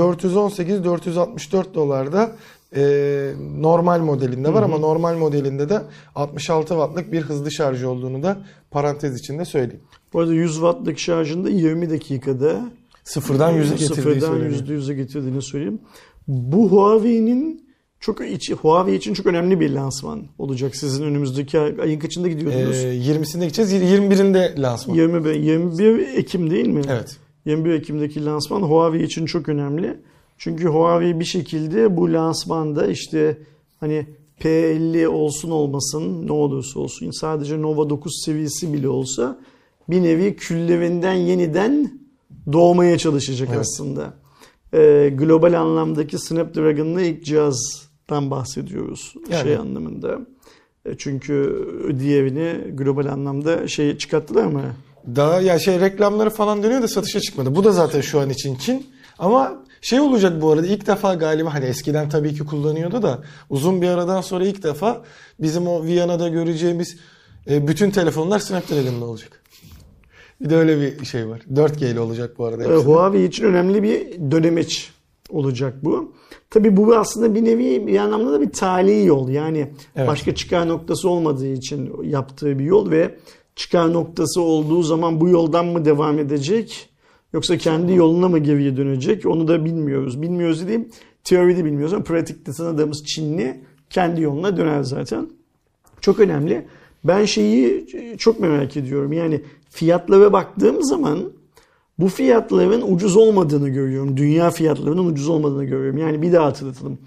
A: 418-464 dolarda normal modelinde var ama normal modelinde de 66 Watt'lık bir hızlı şarj olduğunu da parantez içinde söyleyeyim.
B: Bu arada 100 Watt'lık şarjında 20 dakikada
A: sıfırdan
B: %100'e getirdiğini söyleyeyim. Bu Huawei'nin Huawei için çok önemli bir lansman olacak. Sizin önümüzdeki ayın kaçında gidiyordunuz?
A: 20'sinde gideceğiz. 21'inde lansman.
B: 21 Ekim değil mi?
A: Evet.
B: 21 Ekim'deki lansman Huawei için çok önemli. Çünkü Huawei bir şekilde bu lansmanda işte hani P50 olsun olmasın ne olursa olsun sadece Nova 9 seviyesi bile olsa bir nevi küllerinden yeniden doğmaya çalışacak aslında. Global anlamdaki Snapdragon'lı ilk cihazdan bahsediyoruz anlamında. Çünkü diğerini global anlamda çıkarttılar mı?
A: Daha reklamları falan dönüyor da satışa çıkmadı. Bu da zaten şu an için Çin. Ama olacak bu arada ilk defa galiba hani eskiden tabii ki kullanıyordu da uzun bir aradan sonra ilk defa bizim o Viyana'da göreceğimiz bütün telefonlar Snapdragon'lı olacak. Bir de öyle bir şey var. 4G ile olacak bu arada.
B: Huawei için önemli bir dönemeç olacak bu. Tabii bu aslında bir nevi bir anlamda da bir tali yol. Yani başka çıkar noktası olmadığı için yaptığı bir yol ve çıkar noktası olduğu zaman bu yoldan mı devam edecek? Yoksa kendi yoluna mı geriye dönecek? Onu da bilmiyoruz. Bilmiyoruz dediğim teoride bilmiyoruz ama pratikte tanıdığımız Çinli kendi yoluna döner zaten. Çok önemli. Ben şeyi çok merak ediyorum. Yani fiyatlara baktığım zaman bu fiyatların ucuz olmadığını görüyorum. Dünya fiyatlarının ucuz olmadığını görüyorum. Yani bir daha hatırlatalım.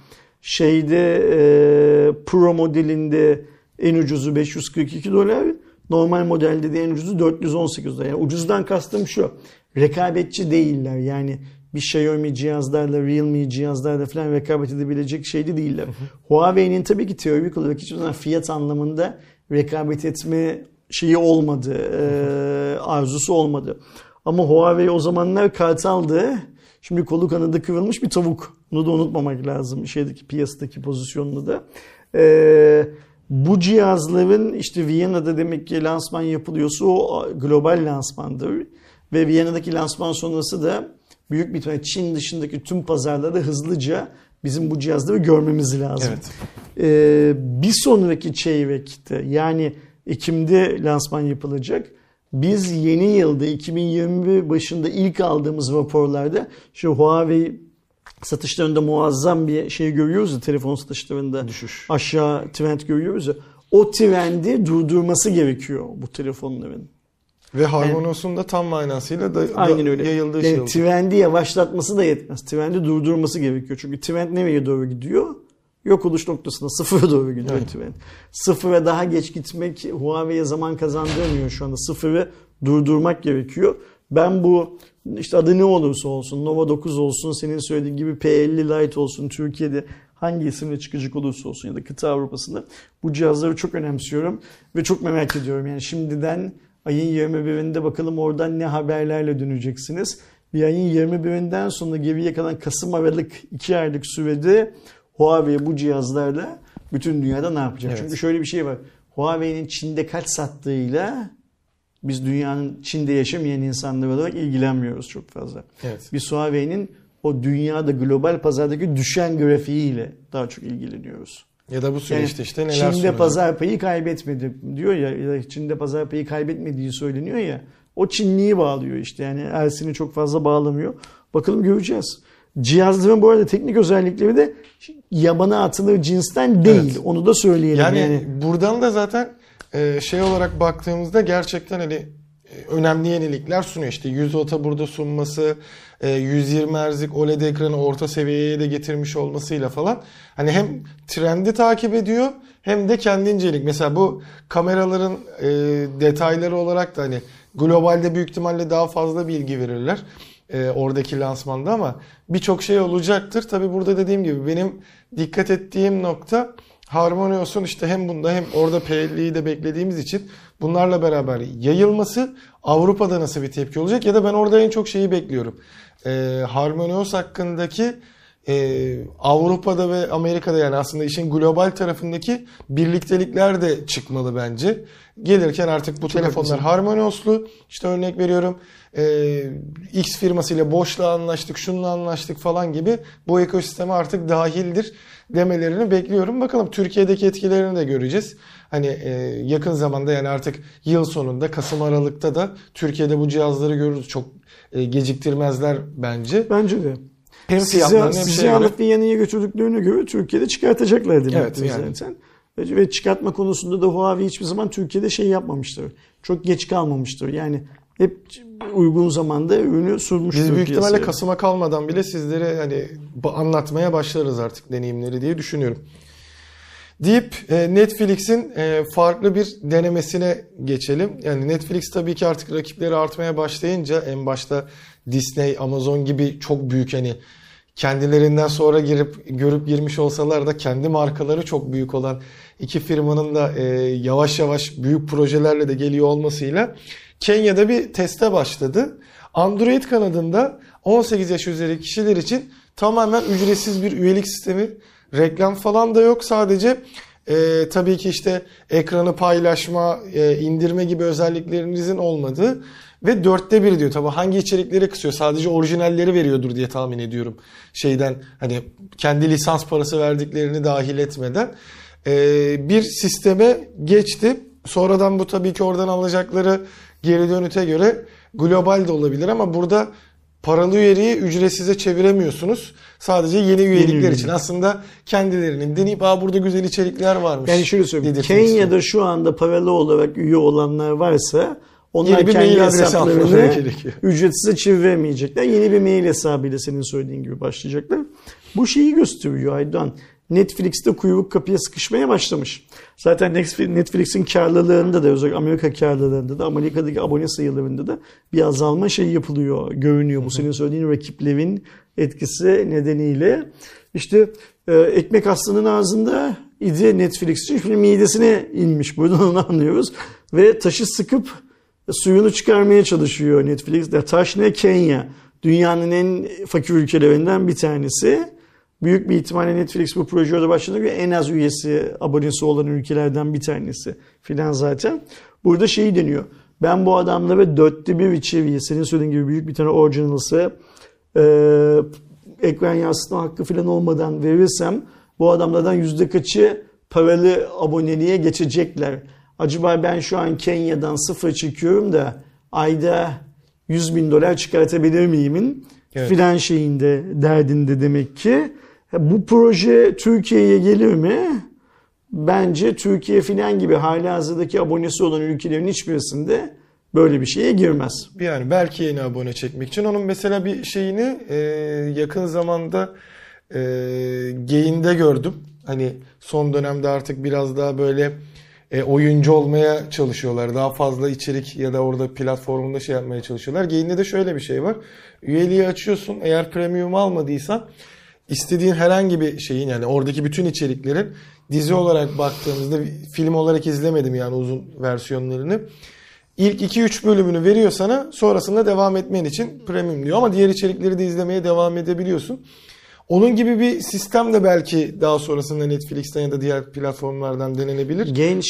B: Pro modelinde en ucuzu $542. Normal modelde de en ucuzu $418. Yani ucuzdan kastım şu. Rekabetçi değiller. Yani bir Xiaomi cihazlarla, Realme cihazlarla falan rekabet edebilecek şeyde değiller. Huawei'nin tabii ki teorik olarak hiçbir zaman fiyat anlamında rekabet etme şeyi olmadı. Arzusu olmadı. Ama Huawei o zamanlar kartaldı. Şimdi kolu kanadı kıvrılmış bir tavuk. Bunu da unutmamak lazım. Piyasadaki pozisyonunu da. Bu cihazların işte Viyana'da demek ki lansman yapılıyorsa o global lansmandır. Ve Viyana'daki lansman sonrası da büyük bir ihtimalle Çin dışındaki tüm pazarlarda hızlıca bizim bu cihazları görmemiz lazım.
A: Evet.
B: Bir sonraki çeyrekte yani Ekim'de lansman yapılacak. Biz yeni yılda 2021 başında ilk aldığımız raporlarda şu Huawei satışlarında muazzam bir şey görüyoruz ya, telefon satışlarında
A: düşüş,
B: aşağı trend görüyoruz ya, o trendi durdurması gerekiyor bu telefonların.
A: Ve HarmonyOS'un da tam manasıyla
B: aynen öyle.
A: Yayıldığı
B: yani trendi yavaşlatması da yetmez. Trendi durdurması gerekiyor. Çünkü trend nereye doğru gidiyor? Yok oluş noktasına, sıfıra doğru gidiyor trend. Sıfıra daha geç gitmek Huawei'ye zaman kazandırmıyor şu anda. Sıfırı durdurmak gerekiyor. Ben bu işte adı ne olursa olsun, Nova 9 olsun, senin söylediğin gibi P50 Lite olsun, Türkiye'de hangi isimle çıkacak olursa olsun ya da kıta Avrupa'sında bu cihazları çok önemsiyorum ve çok merak ediyorum. Yani şimdiden ayın 21'inde bakalım oradan ne haberlerle döneceksiniz. Bir ayın 21'inden sonra geriye kalan Kasım-Aralık 2 aylık sürede Huawei bu cihazlarla bütün dünyada ne yapacak? Evet. Çünkü şöyle bir şey var. Huawei'nin Çin'de kaç sattığıyla biz dünyanın Çin'de yaşamayan insanlar olarak ilgilenmiyoruz çok fazla.
A: Evet.
B: Biz Huawei'nin o dünyada global pazardaki düşen grafiğiyle daha çok ilgileniyoruz.
A: Ya da bu süreçte yani işte neler
B: Çin'de
A: sunacak?
B: pazar payı kaybetmedi diyor ya da Çin'de pazar payı kaybetmediği söyleniyor ya. O Çinliyi bağlıyor işte. Yani Ersin'i çok fazla bağlamıyor. Bakalım göreceğiz. Cihazların bu arada teknik özellikleri de yabana atılır cinsten değil. Evet. Onu da söyleyelim.
A: Yani buradan da zaten şey olarak baktığımızda gerçekten hani önemli yenilikler sunuyor. İşte 100 Watt'a burada sunması, 120 Hz'lik OLED ekranı orta seviyeye de getirmiş olmasıyla falan. Hani hem trendi takip ediyor hem de kendi incelik. Mesela bu kameraların detayları olarak da hani globalde büyük ihtimalle daha fazla bilgi verirler. Oradaki lansmanda ama birçok şey olacaktır. Tabii burada dediğim gibi benim dikkat ettiğim nokta HarmonyOS'un işte hem bunda hem orada P50'yi de beklediğimiz için bunlarla beraber yayılması Avrupa'da nasıl bir tepki olacak ya da ben orada en çok şeyi bekliyorum. HarmonyOS hakkındaki Avrupa'da ve Amerika'da yani aslında işin global tarafındaki birliktelikler de çıkmalı bence. Gelirken artık bu çok telefonlar HarmonyOS'lu. İşte örnek veriyorum X firmasıyla Bosch'la anlaştık, şununla anlaştık falan gibi bu ekosisteme artık dahildir demelerini bekliyorum. Bakalım Türkiye'deki etkilerini de göreceğiz. Hani yakın zamanda yani artık yıl sonunda Kasım Aralık'ta da Türkiye'de bu cihazları görürüz. Çok geciktirmezler bence.
B: Bence de.
A: Hem fiyatlarını hem
B: sizi alıp Viyana'ya götürdüklerine göre Türkiye'de çıkartacaklar demek
A: evet, yani.
B: zaten. Ve çıkartma konusunda da Huawei hiçbir zaman Türkiye'de şey yapmamıştır. Çok geç kalmamıştır. Yani hep uygun zamanda ürünü sunmuştur.
A: Biz büyük ihtimalle Kasım'a kalmadan bile sizlere hani anlatmaya başlarız artık deneyimleri diye düşünüyorum. Deyip Netflix'in farklı bir denemesine geçelim. Yani Netflix tabii ki artık rakipleri artmaya başlayınca en başta Disney, Amazon gibi çok büyük hani kendilerinden sonra görüp girmiş olsalar da kendi markaları çok büyük olan iki firmanın da yavaş yavaş büyük projelerle de geliyor olmasıyla Kenya'da bir teste başladı. Android kanadında 18 yaş üzeri kişiler için tamamen ücretsiz bir üyelik sistemi. Reklam falan da yok. Sadece tabii ki işte ekranı paylaşma, indirme gibi özelliklerinizin olmadığı ve 1/4 diyor. Tabii hangi içerikleri kısıyor? Sadece orijinalleri veriyordur diye tahmin ediyorum. Şeyden hani kendi lisans parası verdiklerini dahil etmeden bir sisteme geçti. sonradan bu tabii ki oradan alacakları geri dönüte göre global de olabilir ama burada paralı üyeliği ücretsize çeviremiyorsunuz. Sadece yeni üyelikler için. Aslında kendilerinin deneyip burada güzel içerikler varmış.
B: Yani şöyle söyleyeyim. Kenya'da şu anda paralı olarak üye olanlar varsa onlar kendi hesaplarını ücretsize çeviremeyecekler. Yeni bir mail hesabıyla senin söylediğin gibi başlayacaklar. Bu şeyi gösteriyor Aydan. Netflix'te kuyruk kapıya sıkışmaya başlamış. Zaten Netflix'in karlılığında da, özellikle Amerika karlılığında da, Amerika'daki abone sayılarında da bir azalma yapılıyor, görünüyor. Bu senin söylediğin rakiplerin etkisi nedeniyle. İşte ekmek aslanın ağzında idi Netflix için. Şimdi midesine inmiş. Buradan onu anlıyoruz. Ve taşı sıkıp suyunu çıkarmaya çalışıyor Netflix. Taş ne? Kenya. Dünyanın en fakir ülkelerinden bir tanesi. Büyük bir ihtimalle Netflix bu projeye başladı ve en az üyesi, abonesi olan ülkelerden bir tanesi filan zaten. Burada şeyi deniyor. Ben bu adamlara 1/4 içeriği, senin söylediğin gibi büyük bir tane orijinal'sı, ekran yansıtma hakkı filan olmadan verirsem bu adamlardan %kaçı paralı aboneliğe geçecekler. Acaba ben şu an Kenya'dan 0 çekiyorum da ayda $100.000 çıkartabilir miyimin? Evet. Filan şeyinde, derdinde demek ki. Bu proje Türkiye'ye gelir mi? Bence Türkiye filan gibi halihazırdaki abonesi olan ülkelerin hiçbirisinde böyle bir şeye girmez.
A: Yani belki yeni abone çekmek için. Onun mesela bir şeyini yakın zamanda Gain'de gördüm. Hani son dönemde artık biraz daha böyle oyuncu olmaya çalışıyorlar. Daha fazla içerik ya da orada platformunda şey yapmaya çalışıyorlar. Gain'de de şöyle bir şey var. Üyeliği açıyorsun. Eğer premium almadıysan istediğin herhangi bir şeyin, yani oradaki bütün içeriklerin dizi olarak baktığımızda, film olarak izlemedim yani uzun versiyonlarını. İlk 2-3 bölümünü veriyor sana, sonrasında devam etmen için premium diyor ama diğer içerikleri de izlemeye devam edebiliyorsun. Onun gibi bir sistem de belki daha sonrasında Netflix'ten ya da diğer platformlardan denenebilir.
B: Gain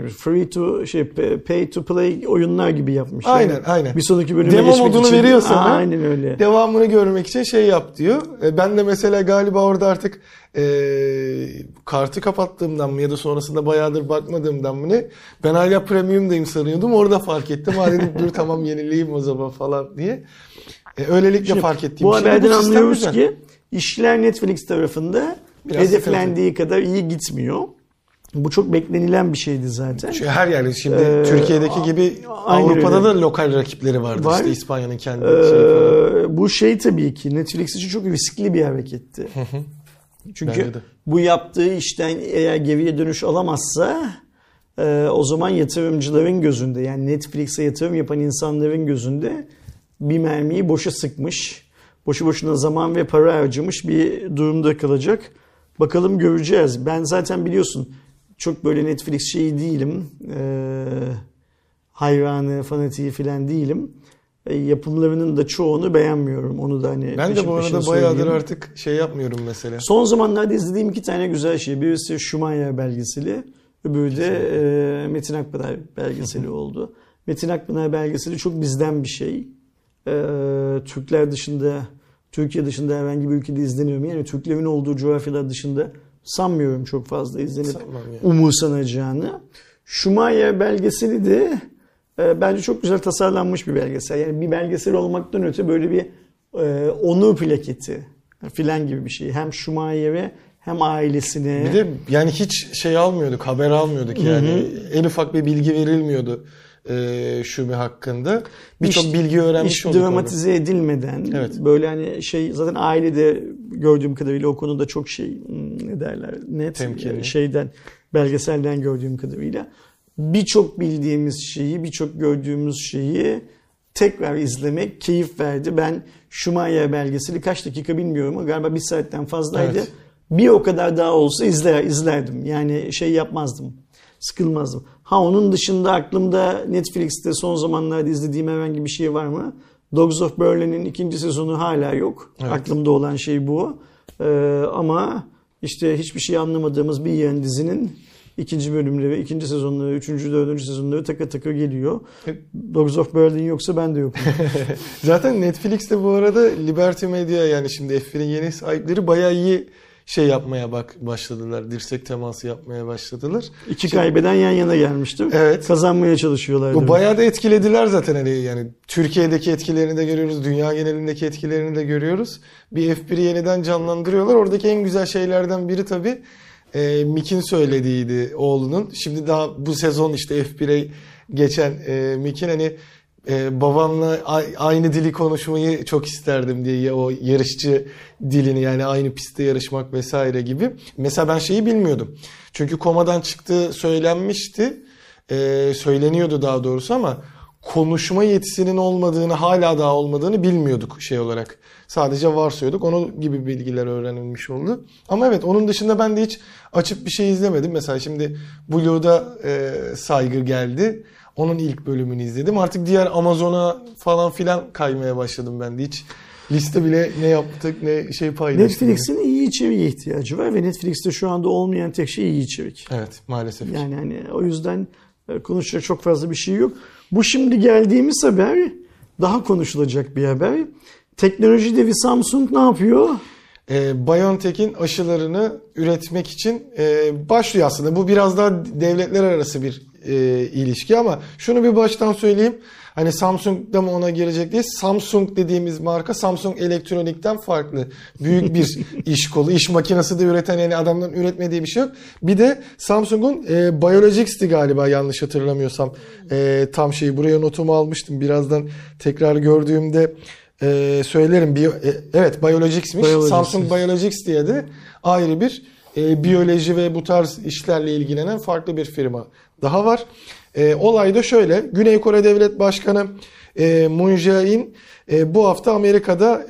B: pay to play oyunlar gibi yapmışlar.
A: Aynen.
B: Bir sonraki bölüme
A: demo
B: geçmek
A: modunu
B: için.
A: veriyor sana.
B: Aynen öyle.
A: Devamını görmek için şey yap diyor. Ben de mesela galiba orada artık kartı kapattığımdan mı ya da sonrasında bayağıdır bakmadığımdan mı ne, ben hala premium'dayım sanıyordum. Orada fark ettim. Dedim dur tamam yenileyim o zaman falan diye. Öylelikle şimdi, fark ettiğim
B: bu haberden anlıyoruz ki İşler Netflix tarafında biraz hedeflendiği kadar iyi gitmiyor. Bu çok beklenilen bir şeydi zaten.
A: Çünkü her yerde şimdi Türkiye'deki gibi Avrupa'da öyle da lokal rakipleri vardı. İşte İspanya'nın kendi
B: bu tabii ki Netflix için çok riskli bir hareketti. Çünkü bu yaptığı işten eğer geriye dönüş alamazsa o zaman yatırımcıların gözünde, yani Netflix'e yatırım yapan insanların gözünde bir mermiyi boşa sıkmış. Boşu boşuna zaman ve para harcamış bir durumda kalacak. Bakalım, göreceğiz. Ben zaten biliyorsun çok böyle Netflix şeyi değilim. Hayranı, fanatiği falan değilim. Yapımlarının da çoğunu beğenmiyorum. Onu da hani
A: ben de bu arada bayağıdır artık şey yapmıyorum mesela.
B: Son zamanlarda izlediğim 2 tane güzel şey. Birisi Schumacher belgeseli. Öbürü de Metin Akpınar belgeseli oldu. Metin Akpınar belgeseli çok bizden bir şey. Türkler dışında, Türkiye dışında herhangi bir ülkede izleniyor mu? Yani Türklerin olduğu coğrafyalar dışında sanmıyorum çok fazla izlenip umursanacağını. Schumacher belgeseli de bence çok güzel tasarlanmış bir belgesel. Yani bir belgesel olmaktan öte böyle bir onur plaketi filan gibi bir şey. Hem Schumacher'e hem ailesine.
A: Bir de yani hiç şey almıyorduk, haber almıyorduk yani. En ufak bir bilgi verilmiyordu Şumi hakkında. Birçok bilgi öğrenmiş olduk.
B: Hiç dramatize edilmeden böyle hani şey, zaten ailede gördüğüm kadarıyla o konuda çok ne derler, net temkinli. Şeyden, belgeselden gördüğüm kadarıyla birçok bildiğimiz şeyi, birçok gördüğümüz şeyi tekrar izlemek keyif verdi. Ben Schumacher belgeseli kaç dakika bilmiyorum ama galiba 1 saatten fazlaydı. Evet. Bir o kadar daha olsa izlerdim. Yani şey yapmazdım. Sıkılmazdım. Onun dışında aklımda Netflix'te son zamanlarda izlediğim herhangi bir şey var mı? Dogs of Berlin'in 2. sezonu hala yok. Evet. Aklımda olan şey bu. Ama işte hiçbir şey anlamadığımız bir yeni dizinin 2. bölümleri, 2. sezonları, 3. 4. sezonları takır takır geliyor. Dogs of Berlin yoksa ben de yokum.
A: Zaten Netflix'te bu arada Liberty Media, yani şimdi F1'in yeni sahipleri bayağı iyi şey yapmaya başladılar. Dirsek teması yapmaya başladılar.
B: İki kaybeden yan yana gelmiştim.
A: Evet.
B: Kazanmaya çalışıyorlar.
A: Bu bayağı da etkilediler zaten, hani yani Türkiye'deki etkilerini de görüyoruz, dünya genelindeki etkilerini de görüyoruz. Bir F1'i yeniden canlandırıyorlar. Oradaki en güzel şeylerden biri tabii Mick'in söylediğiydi, oğlunun. Şimdi daha bu sezon işte F1'e geçen Mick'in hani babamla aynı dili konuşmayı çok isterdim diye, o yarışçı dilini, yani aynı pistte yarışmak vesaire gibi. Mesela ben şeyi bilmiyordum. Çünkü komadan çıktığı söylenmişti. Söyleniyordu daha doğrusu, ama konuşma yetisinin olmadığını, hala daha olmadığını bilmiyorduk şey olarak. Sadece varsayıyorduk. Onun gibi bilgiler öğrenilmiş oldu. Ama evet, onun dışında ben de hiç açıp bir şey izlemedim. Mesela şimdi Blue'da Saygı geldi. Onun ilk bölümünü izledim. Artık diğer Amazon'a falan filan kaymaya başladım ben de. Hiç liste bile ne yaptık ne şey paylaştık.
B: Netflix'in iyi içeriğe ihtiyacı var ve Netflix'te şu anda olmayan tek şey iyi içerik.
A: Evet, maalesef.
B: Yani hani o yüzden konuşacak çok fazla bir şey yok. Bu şimdi geldiğimiz haber daha konuşulacak bir haber. Teknoloji devi Samsung ne yapıyor?
A: BioNTech'in aşılarını üretmek için başlıyor aslında. Bu biraz daha devletler arası bir ilişki, ama şunu bir baştan söyleyeyim. Hani Samsung da mı ona girecek diye. Samsung dediğimiz marka Samsung Elektronik'ten farklı. Büyük bir iş kolu. İş makinesi de üreten, yani adamların üretmediği bir şey yok. Bir de Samsung'un Biologics'ti galiba, yanlış hatırlamıyorsam. Tam şeyi buraya notumu almıştım. Birazdan tekrar gördüğümde söylerim. Evet, Biologics'miş. Samsung Biologics diye de ayrı bir biyoloji ve bu tarz işlerle ilgilenen farklı bir firma daha var. Olay da şöyle. Güney Kore Devlet Başkanı Moon Jae-in bu hafta Amerika'da,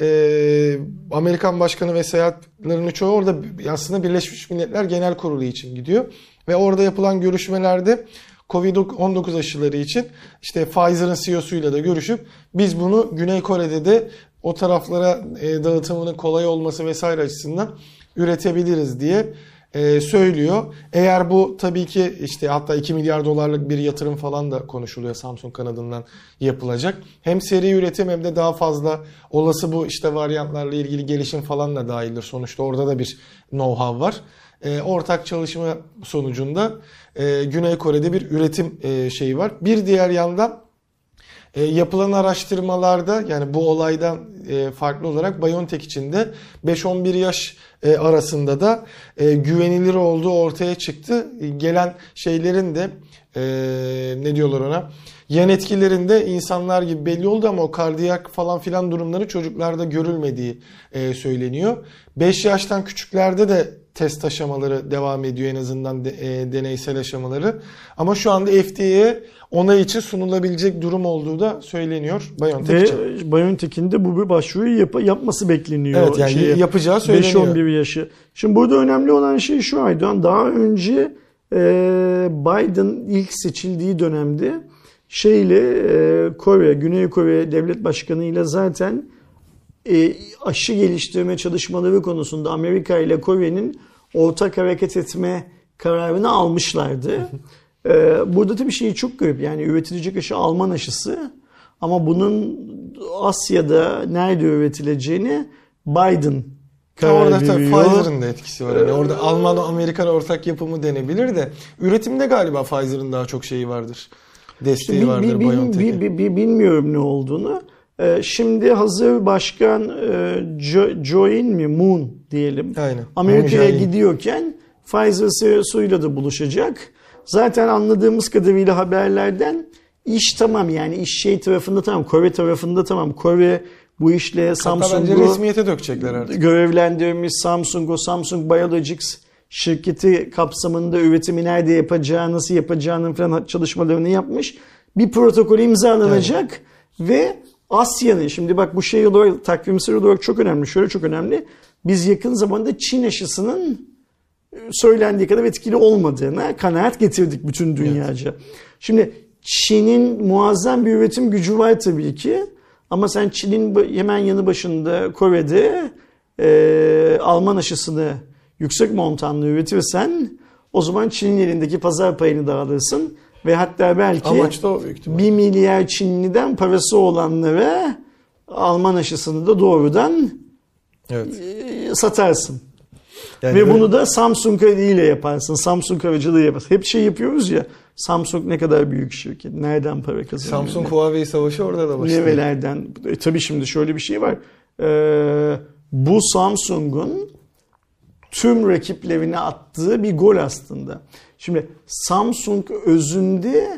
A: Amerikan Başkanı ve seyahatlerinin çoğu orada aslında Birleşmiş Milletler Genel Kurulu için gidiyor. Ve orada yapılan görüşmelerde Covid-19 aşıları için işte Pfizer'ın CEO'suyla da görüşüp biz bunu Güney Kore'de de o taraflara dağıtımının kolay olması vesaire açısından üretebiliriz diye söylüyor. Eğer bu tabii ki işte hatta 2 milyar dolarlık bir yatırım falan da konuşuluyor Samsung kanadından yapılacak. Hem seri üretim hem de daha fazla olası bu işte varyantlarla ilgili gelişim falan da dahildir. Sonuçta orada da bir know-how var. Ortak çalışma sonucunda Güney Kore'de bir üretim şeyi var. Bir diğer yandan yapılan araştırmalarda, yani bu olaydan farklı olarak BioNTech için de 5-11 yaş arasında da güvenilir olduğu ortaya çıktı. Gelen şeylerin de ne diyorlar ona, yan etkilerin de insanlar gibi belli oldu, ama o kardiyak falan filan durumları çocuklarda görülmediği söyleniyor. 5 yaştan küçüklerde de test aşamaları devam ediyor, en azından deneysel aşamaları. Ama şu anda FDA'ye onay için sunulabilecek durum olduğu da söyleniyor BioNTech için.
B: Ve BioNTech'in de bu bir başvuruyu yapması bekleniyor.
A: Evet, yani yapacağı söyleniyor.
B: 5-11 yaşı. Şimdi burada önemli olan şey şu Aydoğan. Daha önce Biden ilk seçildiği dönemde Güney Kore Devlet Başkanı ile zaten aşı geliştirme çalışmaları konusunda Amerika ile Kore'nin ortak hareket etme kararını almışlardı. Burada tabii şey çok garip, yani üretilecek aşı Alman aşısı, ama bunun Asya'da nerede üretileceğini Biden karar
A: orada
B: veriyor.
A: tabii Pfizer'ın da etkisi var. Yani orada Alman-Amerikan ortak yapımı denebilir de üretimde galiba Pfizer'ın daha çok şeyi vardır. Desteği vardır BioNTech'in.
B: Bilmiyorum ne olduğunu. Şimdi hazır başkan Moon diyelim.
A: Aynen.
B: Amerika'ya gidiyorken Pfizer CEO'suyla da buluşacak. Zaten anladığımız kadarıyla haberlerden iş tamam, yani iş tarafında tamam, Kore tarafında tamam. Kore bu işle Samsung'u
A: resmiyete dökecekler artık.
B: Görevlendirmiş. Samsung Biologics şirketi kapsamında üretimi nerede yapacağı, nasıl yapacağının falan çalışmalarını yapmış. Bir protokol imzalanacak ve Asya'nın, şimdi bak bu şey olarak, takvimsel olarak çok önemli. Şöyle çok önemli. Biz yakın zamanda Çin aşısının söylendiği kadar etkili olmadığına kanaat getirdik bütün dünyaca. Evet. Şimdi Çin'in muazzam bir üretim gücü var tabii ki. Ama sen Çin'in hemen yanı başında Kore'de Alman aşısını yüksek montanlı üretirsen, o zaman Çin'in elindeki pazar payını da alırsın. Ve hatta belki 1 milyar Çinliden parası olanlara Alman aşısını da doğrudan satarsın.
A: Yani
B: ve bunu da Samsung adıyla yaparsın. Samsung aracılığı yaparsın. Hep şey yapıyoruz ya. Samsung ne kadar büyük şirket. Nereden para kazanıyor?
A: Samsung Huawei savaşı orada da başlıyor.
B: Nerelerden? Tabii şimdi şöyle bir şey var. Bu Samsung'un tüm rakiplerine attığı bir gol aslında. Şimdi Samsung özünde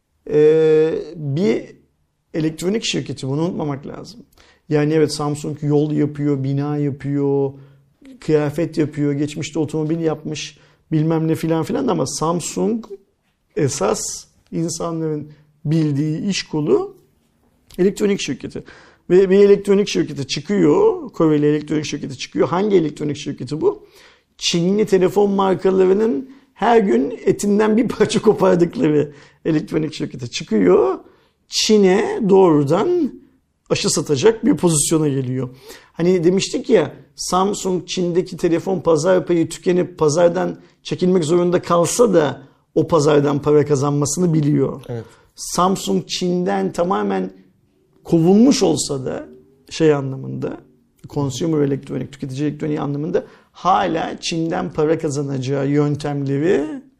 B: bir elektronik şirketi, bunu unutmamak lazım. Yani evet, Samsung yol yapıyor, bina yapıyor, kıyafet yapıyor, geçmişte otomobil yapmış, bilmem ne filan filan, ama Samsung esas insanların bildiği iş kolu elektronik şirketi. Ve bir elektronik şirketi çıkıyor, Koreli elektronik şirketi çıkıyor. Hangi elektronik şirketi bu? Çinli telefon markalarının her gün etinden bir parça kopardıkları elektronik şirketi çıkıyor. Çin'e doğrudan aşı satacak bir pozisyona geliyor. Hani demiştik ya, Samsung Çin'deki telefon pazar payı tükenip pazardan çekilmek zorunda kalsa da o pazardan para kazanmasını biliyor.
A: Evet.
B: Samsung Çin'den tamamen kovulmuş olsa da şey anlamında, consumer elektronik, tüketici elektroniği anlamında hala Çin'den para kazanacağı yöntemleri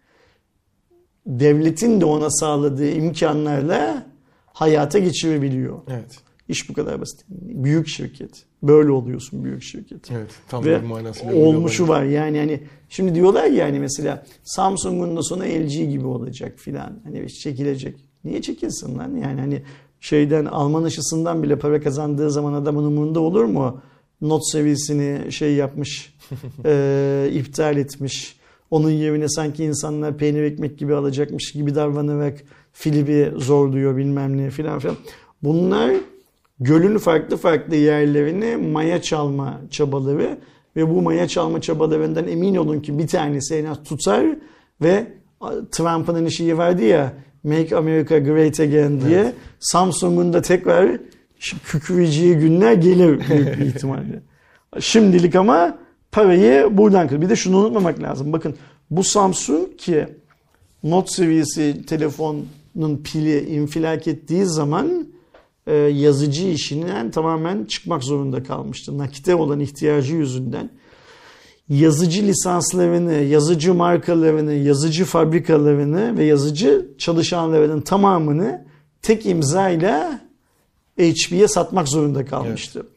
B: devletin de ona sağladığı imkanlarla hayata geçirebiliyor.
A: Evet.
B: İş bu kadar basit. Büyük şirket. Böyle oluyorsun büyük şirket.
A: Evet. Tam
B: ve
A: bir manasıyla
B: olmuşu var. Yani hani şimdi diyorlar ya, hani mesela Samsung'un da sonu LG gibi olacak filan. Hani çekilecek. Niye çekilsin lan? Yani hani şeyden, Alman aşısından bile para kazandığı zaman adamın umurunda olur mu? Note seviyesini şey yapmış, iptal etmiş. Onun yerine sanki insanlar peynir ekmek gibi alacakmış gibi davranarak Philip'i zorluyor, bilmem ne filan filan. Bunlar gölün farklı farklı yerlerini maya çalma çabaları ve bu maya çalma çabalarından emin olun ki bir tanesi en az tutar ve Trump'ın şeyi vardı ya, Make America Great Again diye, evet. Samsung'un da tekrar kükreyeceği günler gelir büyük bir ihtimalle. Şimdilik ama parayı buradan kır. Bir de şunu unutmamak lazım. Bakın bu Samsung ki Note seviyesi telefonun pili infilak ettiği zaman yazıcı işinden tamamen çıkmak zorunda kalmıştı. Nakite olan ihtiyacı yüzünden. Yazıcı lisanslarını, yazıcı markalarını, yazıcı fabrikalarını ve yazıcı çalışanlarının tamamını tek imzayla HP'ye satmak zorunda kalmıştı.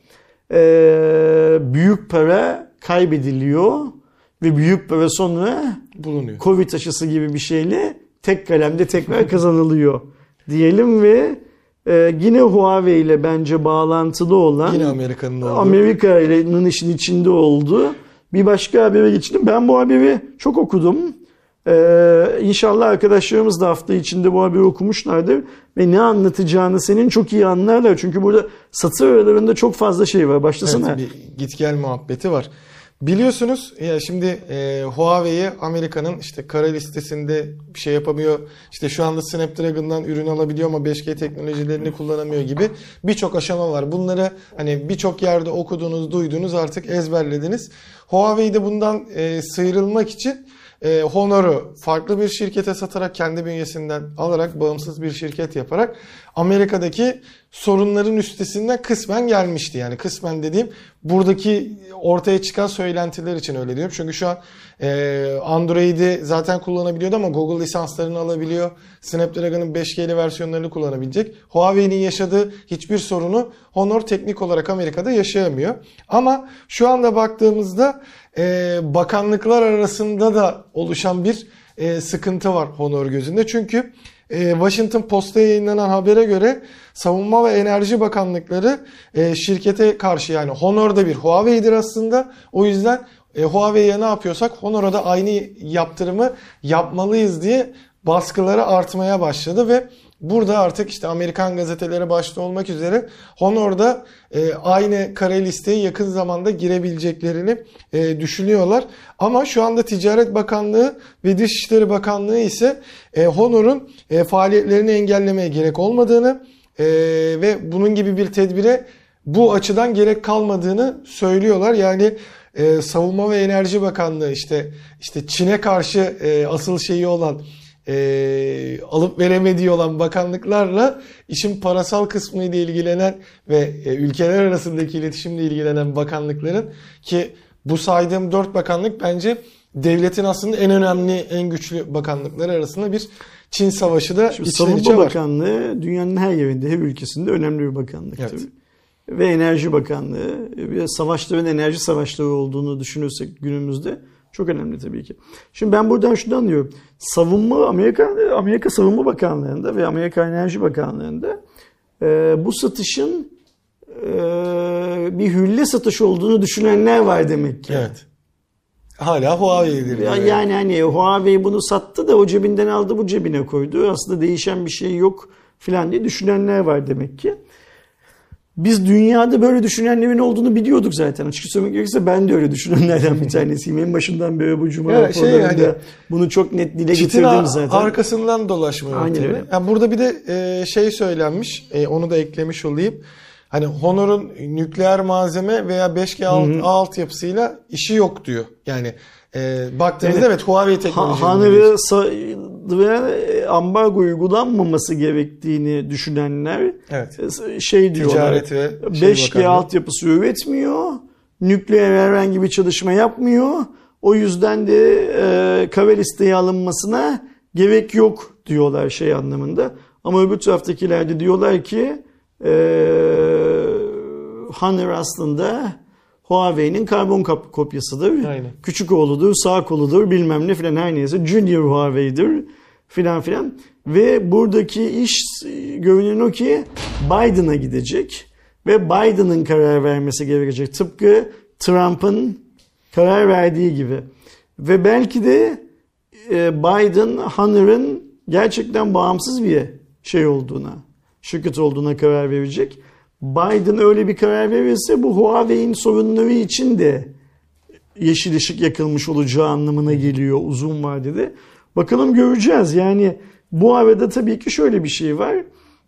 B: Evet. Büyük para kaybediliyor ve büyük para sonra
A: bulunuyor.
B: Covid aşısı gibi bir şeyle tek kalemde tekrar kazanılıyor diyelim ve yine Huawei ile bence bağlantılı olan,
A: yine Amerika'nın
B: işin içinde olduğu bir başka habere geçtim. Ben bu haberi çok okudum. İnşallah arkadaşlarımız da hafta içinde bu haberi okumuşlardır ve ne anlatacağını senin çok iyi anlarlar. Çünkü burada satır aralarında çok fazla şey var. Başlasana.
A: Evet, bir git gel muhabbeti var. Biliyorsunuz ya şimdi Huawei'ye Amerika'nın işte kara listesinde bir şey yapamıyor. İşte şu anda Snapdragon'dan ürün alabiliyor ama 5G teknolojilerini kullanamıyor gibi birçok aşama var. Bunları hani birçok yerde okudunuz, duydunuz, artık ezberlediniz. Huawei de bundan sıyrılmak için Honor'u farklı bir şirkete satarak, kendi bünyesinden alarak, bağımsız bir şirket yaparak Amerika'daki sorunların üstesinden kısmen gelmişti. Yani kısmen dediğim, buradaki ortaya çıkan söylentiler için öyle diyorum. Çünkü şu an Android'i zaten kullanabiliyordu ama Google lisanslarını alabiliyor. Snapdragon'ın 5G'li versiyonlarını kullanabilecek. Huawei'nin yaşadığı hiçbir sorunu Honor teknik olarak Amerika'da yaşayamıyor. Ama şu anda baktığımızda bakanlıklar arasında da oluşan bir sıkıntı var Honor gözünde. Çünkü Washington Post'ta yayınlanan habere göre Savunma ve Enerji Bakanlıkları şirkete karşı, yani Honor da bir Huawei'dir aslında. O yüzden Huawei'ye ne yapıyorsak Honor'a da aynı yaptırımı yapmalıyız diye baskıları artmaya başladı ve burada artık işte Amerikan gazeteleri başta olmak üzere Honor'da aynı kara listeye yakın zamanda girebileceklerini düşünüyorlar. Ama şu anda Ticaret Bakanlığı ve Dışişleri Bakanlığı ise Honor'un faaliyetlerini engellemeye gerek olmadığını ve bunun gibi bir tedbire bu açıdan gerek kalmadığını söylüyorlar. Yani Savunma ve Enerji Bakanlığı işte Çin'e karşı asıl şeyi olan, alıp veremediği olan bakanlıklarla işin parasal kısmıyla ilgilenen ve ülkeler arasındaki iletişimle ilgilenen bakanlıkların, ki bu saydığım 4 bakanlık bence devletin aslında en önemli, en güçlü bakanlıkları arasında bir Çin savaşı da içten içe
B: Savunma
A: var.
B: Bakanlığı dünyanın her yerinde, her ülkesinde önemli bir bakanlık
A: Evet.
B: tabii. Ve Enerji Bakanlığı, ve savaşların enerji savaşları olduğunu düşünürsek günümüzde çok önemli tabii ki. Şimdi ben buradan şunu anlıyorum. Amerika Savunma Bakanlığı'nda ve Amerika Enerji Bakanlığı'nda bu satışın bir hülle satış olduğunu düşünenler var demek ki.
A: Evet. Hala Huawei'dir.
B: Yani hani Huawei bunu sattı da o cebinden aldı, bu cebine koydu. Aslında değişen bir şey yok filan diye düşünenler var demek ki. Biz dünyada böyle düşünenlerin olduğunu biliyorduk zaten. Açıkça söylemek gerekirse ben de öyle düşünenlerden bir tanesiyim. En başından beri bu cuma raporlarında bunu çok net dile getirdim zaten.
A: Arkasından dolaşma yöntemi. Yani burada bir de şey söylenmiş, onu da eklemiş olayım. Hani Honor'un nükleer malzeme veya 5G altyapısıyla işi yok diyor. Yani baktığınızda evet Huawei teknolojisi.
B: Honor'a ambargo uygulanmaması gerektiğini düşünenler şey diyorlar.
A: Ticaret ve
B: 5G altyapısı üretmiyor. Nükleer herhangi bir çalışma yapmıyor. O yüzden de kara listeye alınmasına gerek yok diyorlar şey anlamında. Ama öbür taraftakiler de diyorlar ki Honor aslında Huawei'nin karbon kopyasıdır.
A: Aynen.
B: Küçük oğludur, sağ koludur, bilmem ne filan her neyse. Junior Huawei'dir filan filan. Ve buradaki iş görünen o ki Biden'a gidecek. Ve Biden'ın karar vermesi gerekecek. Tıpkı Trump'ın karar verdiği gibi. Ve belki de Biden, Honor'ın gerçekten bağımsız bir şey olduğuna, şirket olduğuna karar verecek. Biden öyle bir karar verirse bu Huawei'in sorunları için de yeşil ışık yakılmış olacağı anlamına geliyor uzun vadede. Bakalım göreceğiz. Yani bu arada tabii ki şöyle bir şey var.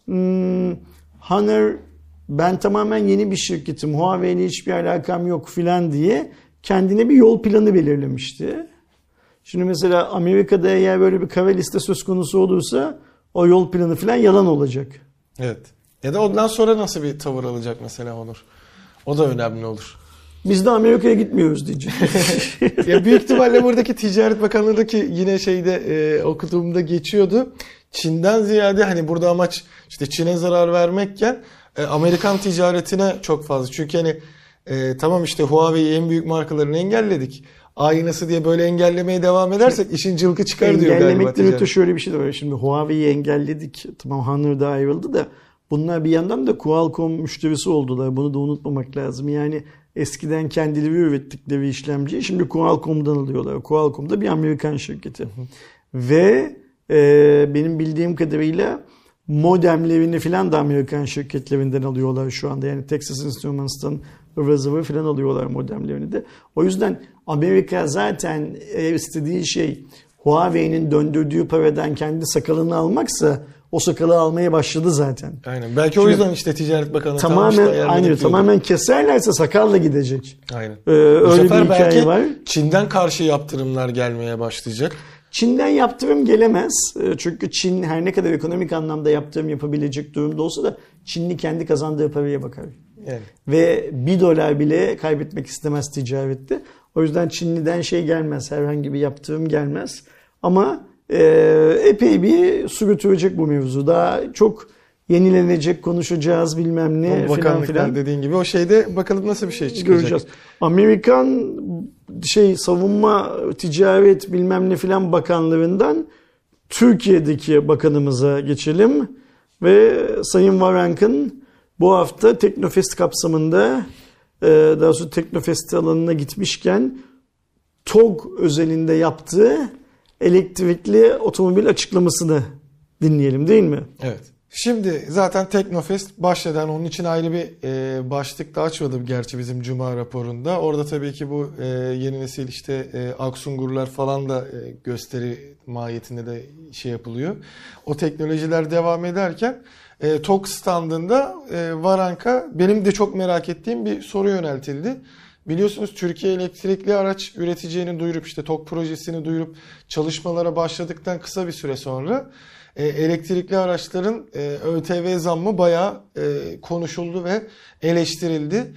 B: Honor ben tamamen yeni bir şirketim, Huawei ile hiçbir alakam yok filan diye kendine bir yol planı belirlemişti. Şimdi mesela Amerika'da eğer böyle bir kara liste söz konusu olursa o yol planı filan yalan olacak.
A: Evet. Ya da ondan sonra nasıl bir tavır alacak mesela Honor? O da önemli olur.
B: Biz de Amerika'ya gitmiyoruz diyeceğim.
A: Ya büyük ihtimalle buradaki Ticaret Bakanlığı'ndaki yine şeyde okuduğumda geçiyordu. Çin'den ziyade hani burada amaç işte Çin'e zarar vermekken Amerikan ticaretine çok fazla. Çünkü hani tamam işte Huawei en büyük markalarını engelledik. Aynısı diye böyle engellemeye devam edersek işin cılkı çıkar diyor galiba.
B: Engellemekten öte şöyle bir şey de var. Şimdi Huawei'yi engelledik. Tamam Honor da ayrıldı da bunlar bir yandan da Qualcomm müşterisi oldular. Bunu da unutmamak lazım. Yani eskiden kendileri ürettikleri işlemciyi şimdi Qualcomm'dan alıyorlar. Qualcomm da bir Amerikan şirketi. Ve benim bildiğim kadarıyla modemlerini filan da Amerikan şirketlerinden alıyorlar şu anda. Yani Texas Instruments'tan ıvır zıvır filan alıyorlar modemlerini de. O yüzden Amerika zaten istediği şey Huawei'nin döndürdüğü paradan kendi sakalını almaksa o sakalı almaya başladı zaten.
A: Aynen. Belki o yüzden işte Ticaret Bakanı
B: tamamen keserlerse sakalla gidecek.
A: Aynen.
B: Öyle bir hikaye var.
A: Çin'den karşı yaptırımlar gelmeye başlayacak.
B: Çin'den yaptırım gelemez. Çünkü Çin her ne kadar ekonomik anlamda yaptırım yapabilecek durumda olsa da Çinli kendi kazandığı paraya bakar.
A: Yani.
B: Ve $1 bile kaybetmek istemez ticarette. O yüzden Çinli'den şey gelmez. Herhangi bir yaptırım gelmez. Ama epey bir su götürecek bu mevzu. Daha çok yenilenecek, konuşacağız bilmem ne
A: filan. Dediğin gibi o şeyde bakalım nasıl bir şey çıkacak.
B: Göreceğiz. Amerikan savunma, ticaret bilmem ne filan bakanlarından Türkiye'deki bakanımıza geçelim. Ve Sayın Varank'ın bu hafta Teknofest kapsamında daha sonra Teknofest alanına gitmişken TOG özelinde yaptığı elektrikli otomobil açıklamasını dinleyelim değil mi?
A: Evet. Şimdi zaten Teknofest başladan onun için ayrı bir başlık da açmadım gerçi bizim Cuma raporunda. Orada tabii ki bu yeni nesil işte Aksungurlar falan da gösteri mahiyetinde de şey yapılıyor. O teknolojiler devam ederken TOG standında Varank'a benim de çok merak ettiğim bir soru yöneltildi. Biliyorsunuz Türkiye elektrikli araç üreteceğini duyurup işte TOG projesini duyurup çalışmalara başladıktan kısa bir süre sonra elektrikli araçların ÖTV zammı bayağı konuşuldu ve eleştirildi.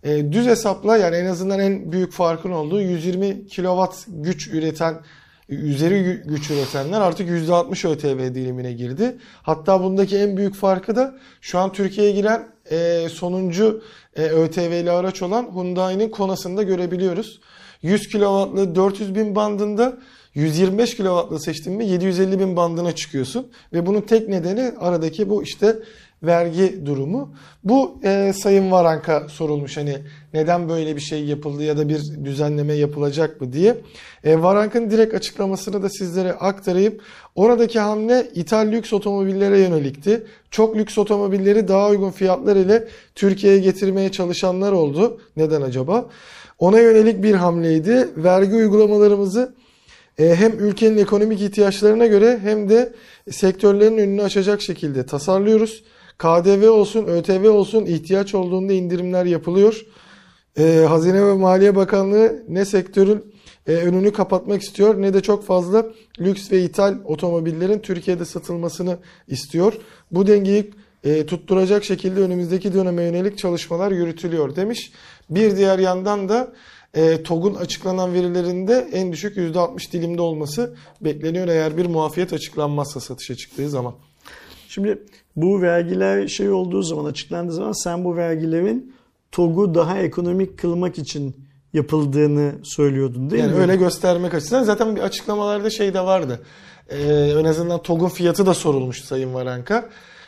A: Düz hesapla yani en azından en büyük farkın olduğu 120 kilowatt güç üreten üzeri güç üretenler artık %60 ÖTV dilimine girdi. Hatta bundaki en büyük farkı da şu an Türkiye'ye giren sonuncu ÖTV'li araç olan Hyundai'nin Kona'sında görebiliyoruz. 100 kW'lı 400 bin bandında, 125 kW'lı seçtin mi 750 bin bandına çıkıyorsun. Ve bunun tek nedeni aradaki bu işte vergi durumu. Bu Sayın Varank'a sorulmuş hani neden böyle bir şey yapıldı ya da bir düzenleme yapılacak mı diye. Varank'ın direkt açıklamasını da sizlere aktarayım. Oradaki hamle ithal lüks otomobillere yönelikti. Çok lüks otomobilleri daha uygun fiyatlar ile Türkiye'ye getirmeye çalışanlar oldu. Neden acaba? Ona yönelik bir hamleydi. Vergi uygulamalarımızı hem ülkenin ekonomik ihtiyaçlarına göre hem de sektörlerin önünü açacak şekilde tasarlıyoruz. KDV olsun, ÖTV olsun ihtiyaç olduğunda indirimler yapılıyor. Hazine ve Maliye Bakanlığı ne sektörün önünü kapatmak istiyor ne de çok fazla lüks ve ithal otomobillerin Türkiye'de satılmasını istiyor. Bu dengeyi tutturacak şekilde önümüzdeki döneme yönelik çalışmalar yürütülüyor demiş. Bir diğer yandan da TOG'un açıklanan verilerinde en düşük %60 dilimde olması bekleniyor eğer bir muafiyet açıklanmazsa satışa çıktığı zaman.
B: Şimdi bu vergiler olduğu zaman, açıklandığı zaman sen bu vergilerin TOG'u daha ekonomik kılmak için yapıldığını söylüyordun değil mi?
A: Yani öyle göstermek açısından zaten bir açıklamalarda de vardı. En azından TOG'un fiyatı da sorulmuş Sayın Varank'a.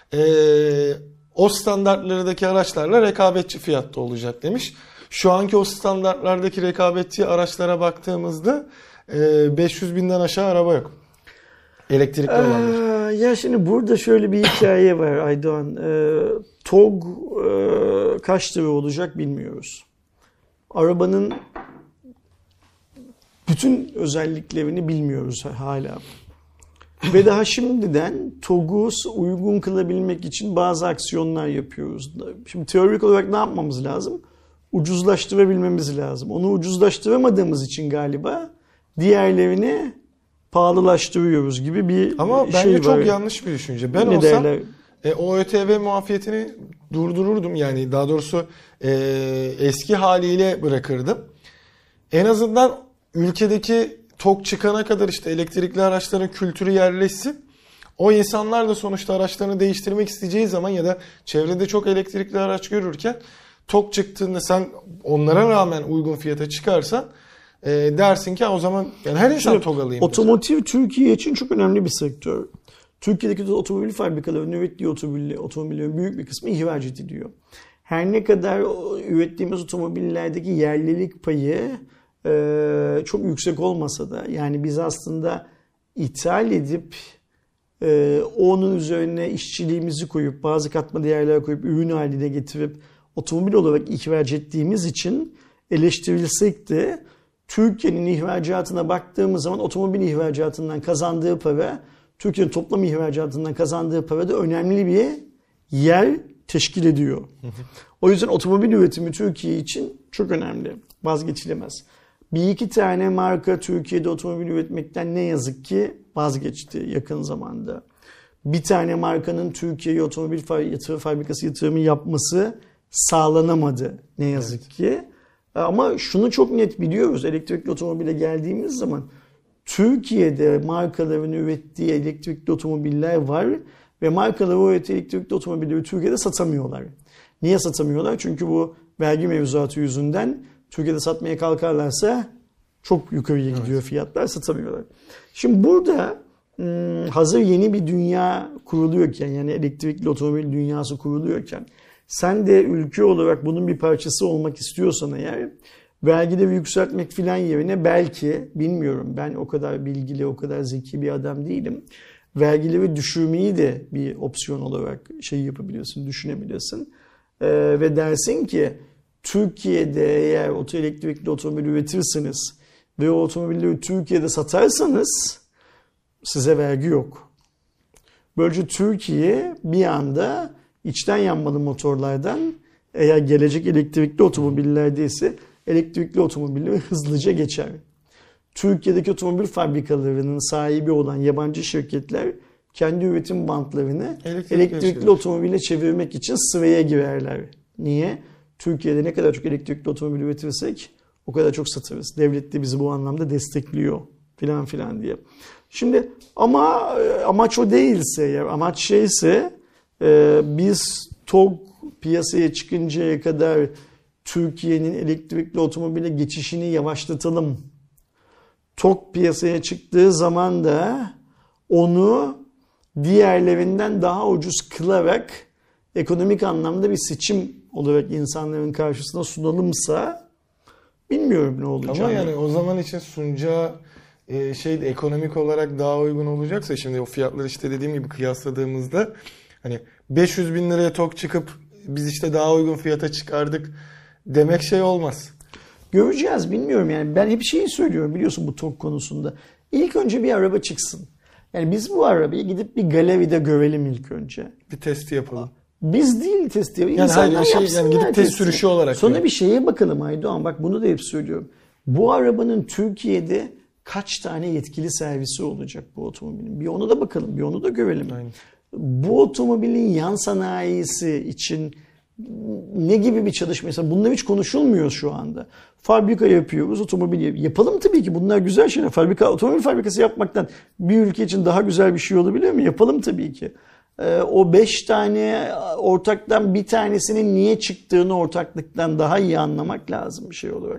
A: O standartlardaki araçlarla rekabetçi fiyatta olacak demiş. Şu anki o standartlardaki rekabetçi araçlara baktığımızda 500 binden aşağı araba yok. Elektrikli olanlar.
B: Ya şimdi burada şöyle bir hikaye var Aydoğan. TOG kaç lira olacak bilmiyoruz. Arabanın bütün özelliklerini bilmiyoruz hala. Ve daha şimdiden TOG'u uygun kılabilmek için bazı aksiyonlar yapıyoruz. Şimdi teorik olarak ne yapmamız lazım? Ucuzlaştırabilmemiz lazım. Onu ucuzlaştıramadığımız için galiba diğerlerini pahalılaştırıyoruz gibi bir
A: Ama
B: şey var.
A: bence çok yanlış bir düşünce. Ben
B: Ne
A: olsam
B: derler?
A: O ÖTV muafiyetini durdururdum. Yani daha doğrusu eski haliyle bırakırdım. En azından ülkedeki TOG çıkana kadar işte elektrikli araçların kültürü yerleşsin. O insanlar da sonuçta araçlarını değiştirmek isteyeceği zaman ya da çevrede çok elektrikli araç görürken TOG çıktığında sen onlara rağmen uygun fiyata çıkarsan dersin ki o zaman yani her insan TOG alayım.
B: Otomotiv Türkiye için çok önemli bir sektör. Türkiye'deki otomobil fabrikalarının ürettiği otomobillerin büyük bir kısmı ihraç ediliyor. Her ne kadar ürettiğimiz otomobillerdeki yerlilik payı çok yüksek olmasa da yani biz aslında ithal edip onun üzerine işçiliğimizi koyup bazı katma değerler koyup ürün haline getirip otomobil olarak ihraç ettiğimiz için eleştirilsek de Türkiye'nin ihracatına baktığımız zaman otomobil ihracatından kazandığı para Türkiye'nin toplam ihracatından kazandığı para da önemli bir yer teşkil ediyor. O yüzden otomobil üretimi Türkiye için çok önemli. Vazgeçilemez. Bir iki tane marka Türkiye'de otomobil üretmekten ne yazık ki vazgeçti yakın zamanda. Bir tane markanın Türkiye'ye otomobil fabrikası yatırımı yapması sağlanamadı ne yazık ki. Ama şunu çok net biliyoruz. Elektrikli otomobile geldiğimiz zaman Türkiye'de markaların ürettiği elektrikli otomobiller var ve markaları o elektrikli otomobilleri Türkiye'de satamıyorlar. Niye satamıyorlar? Çünkü bu vergi mevzuatı yüzünden Türkiye'de satmaya kalkarlarsa çok yukarıya gidiyor fiyatlar, satamıyorlar. Şimdi burada hazır yeni bir dünya kuruluyorken yani elektrikli otomobil dünyası kuruluyorken sen de ülke olarak bunun bir parçası olmak istiyorsan eğer vergileri yükseltmek filan yerine belki bilmiyorum ben o kadar bilgili o kadar zeki bir adam değilim. Vergileri düşürmeyi de bir opsiyon olarak yapabilirsin, düşünebilirsin. Ve dersin ki Türkiye'de eğer elektrikli otomobil üretirseniz ve o otomobilleri Türkiye'de satarsanız size vergi yok. Böylece Türkiye bir anda içten yanmalı motorlardan eğer gelecek elektrikli otomobillerdeyse elektrikli otomobilleri hızlıca geçer. Türkiye'deki otomobil fabrikalarının sahibi olan yabancı şirketler kendi üretim bantlarını elektrikli otomobile çevirmek için sıraya girerler. Niye? Türkiye'de ne kadar çok elektrikli otomobil üretirsek o kadar çok satarız. Devlet de bizi bu anlamda destekliyor filan filan diye. Şimdi ama amaç o değilse, yani amaç şeyse biz TOG piyasaya çıkıncaya kadar Türkiye'nin elektrikli otomobile geçişini yavaşlatalım. TOG piyasaya çıktığı zaman da onu diğerlerinden daha ucuz kılarak ekonomik anlamda bir seçim olarak insanların karşısına sunalımsa bilmiyorum ne olacağını.
A: Ama yani o zaman için sunacağı ekonomik olarak daha uygun olacaksa, şimdi o fiyatları işte dediğim gibi kıyasladığımızda hani 500 bin liraya TOG çıkıp biz işte daha uygun fiyata çıkardık demek olmaz.
B: Göreceğiz, bilmiyorum yani. Ben hep şeyi söylüyorum biliyorsun bu TOG konusunda. İlk önce bir araba çıksın. Yani biz bu arabayı gidip bir galeride görelim ilk önce.
A: Bir testi yapalım.
B: Biz değil testi yapalım.
A: Yani yani gidip test sürüşü olarak.
B: Sonra bir şeye bakalım Aydoğan. Bak bunu da hep söylüyorum. Bu arabanın Türkiye'de kaç tane yetkili servisi olacak bu otomobilin? Bir onu da bakalım, bir onu da görelim.
A: Aynen.
B: Bu otomobilin yan sanayisi için ne gibi bir çalışma? Mesela bunlar hiç konuşulmuyor şu anda. Fabrika yapıyoruz, otomobil yapalım tabii ki. Bunlar güzel şeyler. Otomobil fabrikası yapmaktan bir ülke için daha güzel bir şey olabilir mi? Yapalım tabii ki. O 5 tane ortaktan bir tanesinin niye çıktığını ortaklıktan daha iyi anlamak lazım bir şey olarak.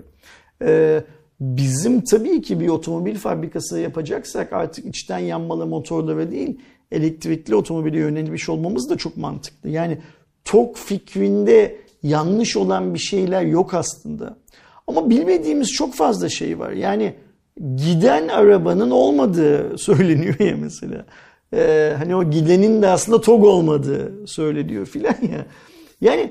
B: Bizim tabii ki bir otomobil fabrikası yapacaksak artık içten yanmalı motorlara değil, elektrikli otomobile yönelmiş olmamız da çok mantıklı. Yani TOG fikrinde yanlış olan bir şeyler yok aslında. Ama bilmediğimiz çok fazla şey var. Yani giden arabanın olmadığı söyleniyor ya mesela. Hani o gidenin de aslında TOG olmadığı söyleniyor filan ya. Yani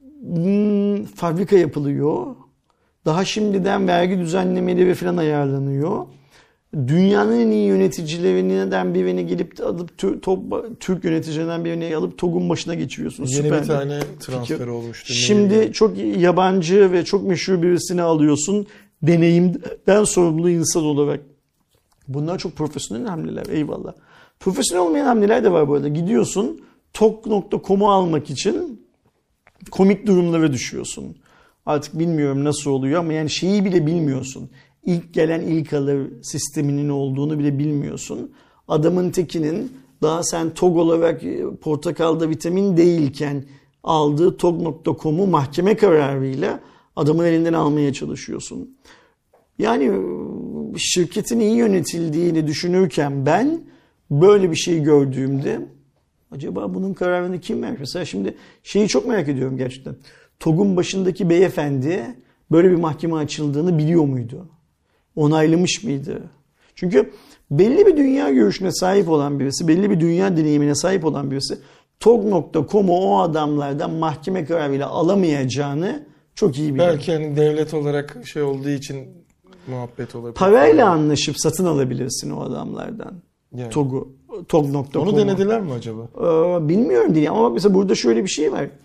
B: fabrika yapılıyor. Daha şimdiden vergi düzenlemeleri falan ayarlanıyor. Dünyanın en iyi yöneticilerinden birini gelip alıp Türk yöneticilerinden birini alıp TOG'un başına geçiriyorsun.
A: Yeni
B: Süper
A: bir tane transfer olmuştu.
B: Şimdi çok yabancı ve çok meşhur birisini alıyorsun. Deneyimden sorumlu insan olarak. Bunlar çok profesyonel hamleler. Eyvallah. Profesyonel olmayan hamleler de var bu arada. Gidiyorsun TOG.com'u almak için komik durumlara düşüyorsun. Artık bilmiyorum nasıl oluyor ama yani şeyi bile bilmiyorsun. İlk gelen ilk alır sisteminin olduğunu bile bilmiyorsun. Adamın tekinin daha sen TOG olarak portakalda vitamin değilken aldığı TOG.com'u mahkeme kararıyla adamın elinden almaya çalışıyorsun. Yani şirketin iyi yönetildiğini düşünürken ben böyle bir şey gördüğümde acaba bunun kararını kim vermiş? Mesela şimdi şeyi çok merak ediyorum gerçekten. TOG'un başındaki beyefendi böyle bir mahkeme açıldığını biliyor muydu? Onaylamış mıydı? Çünkü belli bir dünya görüşüne sahip olan birisi, belli bir dünya deneyimine sahip olan birisi TOG.com'u o adamlardan mahkeme kararıyla alamayacağını çok iyi biliyor.
A: Belki hani devlet olarak olduğu için muhabbet olabilir.
B: Parayla anlaşıp satın alabilirsin o adamlardan.
A: Yani.
B: TOG.com'u.
A: Onu denediler mi acaba?
B: Bilmiyorum değil ama bak mesela burada şöyle bir şey var.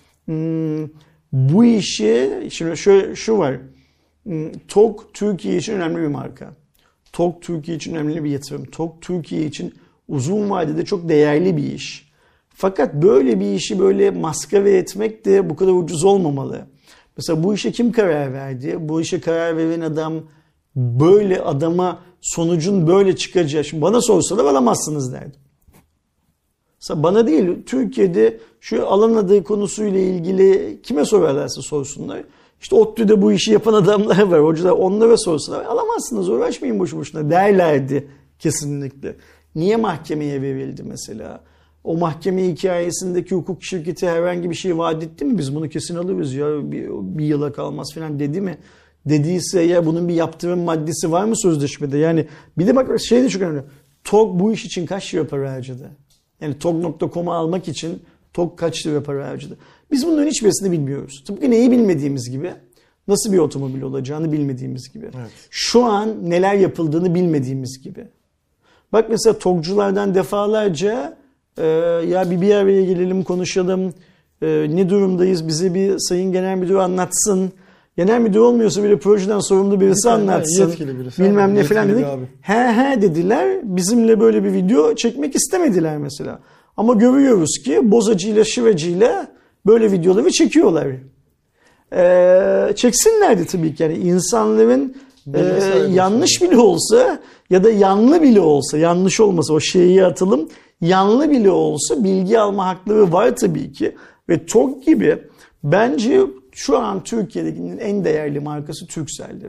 B: Bu işi şimdi şu var. TOG Türkiye için önemli bir marka. TOG Türkiye için önemli bir yatırım. TOG Türkiye için uzun vadede çok değerli bir iş. Fakat böyle bir işi böyle maskara etmek de bu kadar ucuz olmamalı. Mesela bu işe kim karar verdi? Bu işe karar veren adam böyle adama sonucun böyle çıkacağı. Şimdi bana sorsalar alamazsınız derdim. Mesela bana değil, Türkiye'de şu alan adı konusuyla ilgili kime sorarlarsa sorsunlar. İşte ODTÜ'de bu işi yapan adamlar var, hocalar, onlara sorsalar alamazsınız, uğraşmayın boşu boşuna derlerdi kesinlikle. Niye mahkemeye verildi mesela? O mahkeme hikayesindeki hukuk şirketi herhangi bir şey vaat etti mi? Biz bunu kesin alırız ya bir yıla kalmaz falan dedi mi? Dediyse ya bunun bir yaptırım maddesi var mı sözleşmede? Yani bir de bak şey de çok önemli. TOG bu iş için kaç lira para harcadı? Yani TOG.com'u almak için TOG kaç lira para harcadı? Biz bunların hiçbirisini bilmiyoruz. Tıpkı neyi bilmediğimiz gibi, nasıl bir otomobil olacağını bilmediğimiz gibi. Evet. Şu an neler yapıldığını bilmediğimiz gibi. Bak mesela TOG'culardan defalarca ya bir araya gelelim konuşalım, ne durumdayız, bize bir sayın genel müdür anlatsın. Genel müdür olmuyorsa bile projeden sorumlu birisi anlatsın.
A: Yetkili birisi.
B: Bilmem ne falan dedik. He dediler. Bizimle böyle bir video çekmek istemediler mesela. Ama görüyoruz ki bozacıyla şivacıyla böyle videoları çekiyorlar. çeksinlerdi tabii ki. Yani insanların
A: Bilgi sahibi
B: yanlış bile olsa ya da yanlı bile olsa, yanlış olmasa o şeyi atalım, yanlı bile olsa bilgi alma hakları var tabii ki. Ve TOG gibi bence şu an Türkiye'dekinin en değerli markası Turkcell'dir.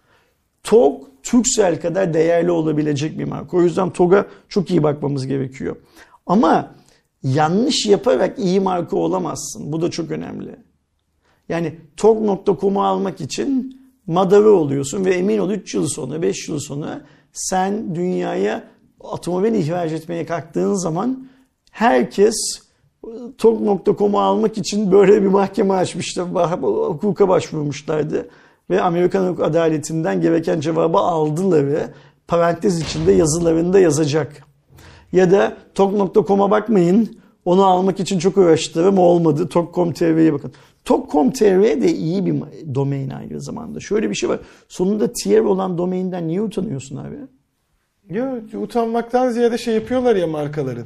B: TOG, Turkcell kadar değerli olabilecek bir marka. O yüzden TOG'a çok iyi bakmamız gerekiyor. Ama yanlış yaparak iyi marka olamazsın. Bu da çok önemli. Yani TOG.com'u almak için madara oluyorsun ve emin ol 3 yıl sonra, 5 yıl sonra sen dünyaya otomobil ihraç etmeye kalktığın zaman herkes TOG.com'u almak için böyle bir mahkeme açmıştı. Hukuka başvurmuşlardı. Ve Amerikan hukuk adaletinden gereken cevabı aldılar ve parantez içinde yazılarında yazacak. Ya da TOG.com'a bakmayın. Onu almak için çok uğraştım ama olmadı. TOG.com.tr'ye bakın. TOG.com.tr de iyi bir domain aynı zamanda. Şöyle bir şey var. Sonunda tier olan domainden niye utanıyorsun abi?
A: Ya utanmaktan ziyade şey yapıyorlar ya markaların.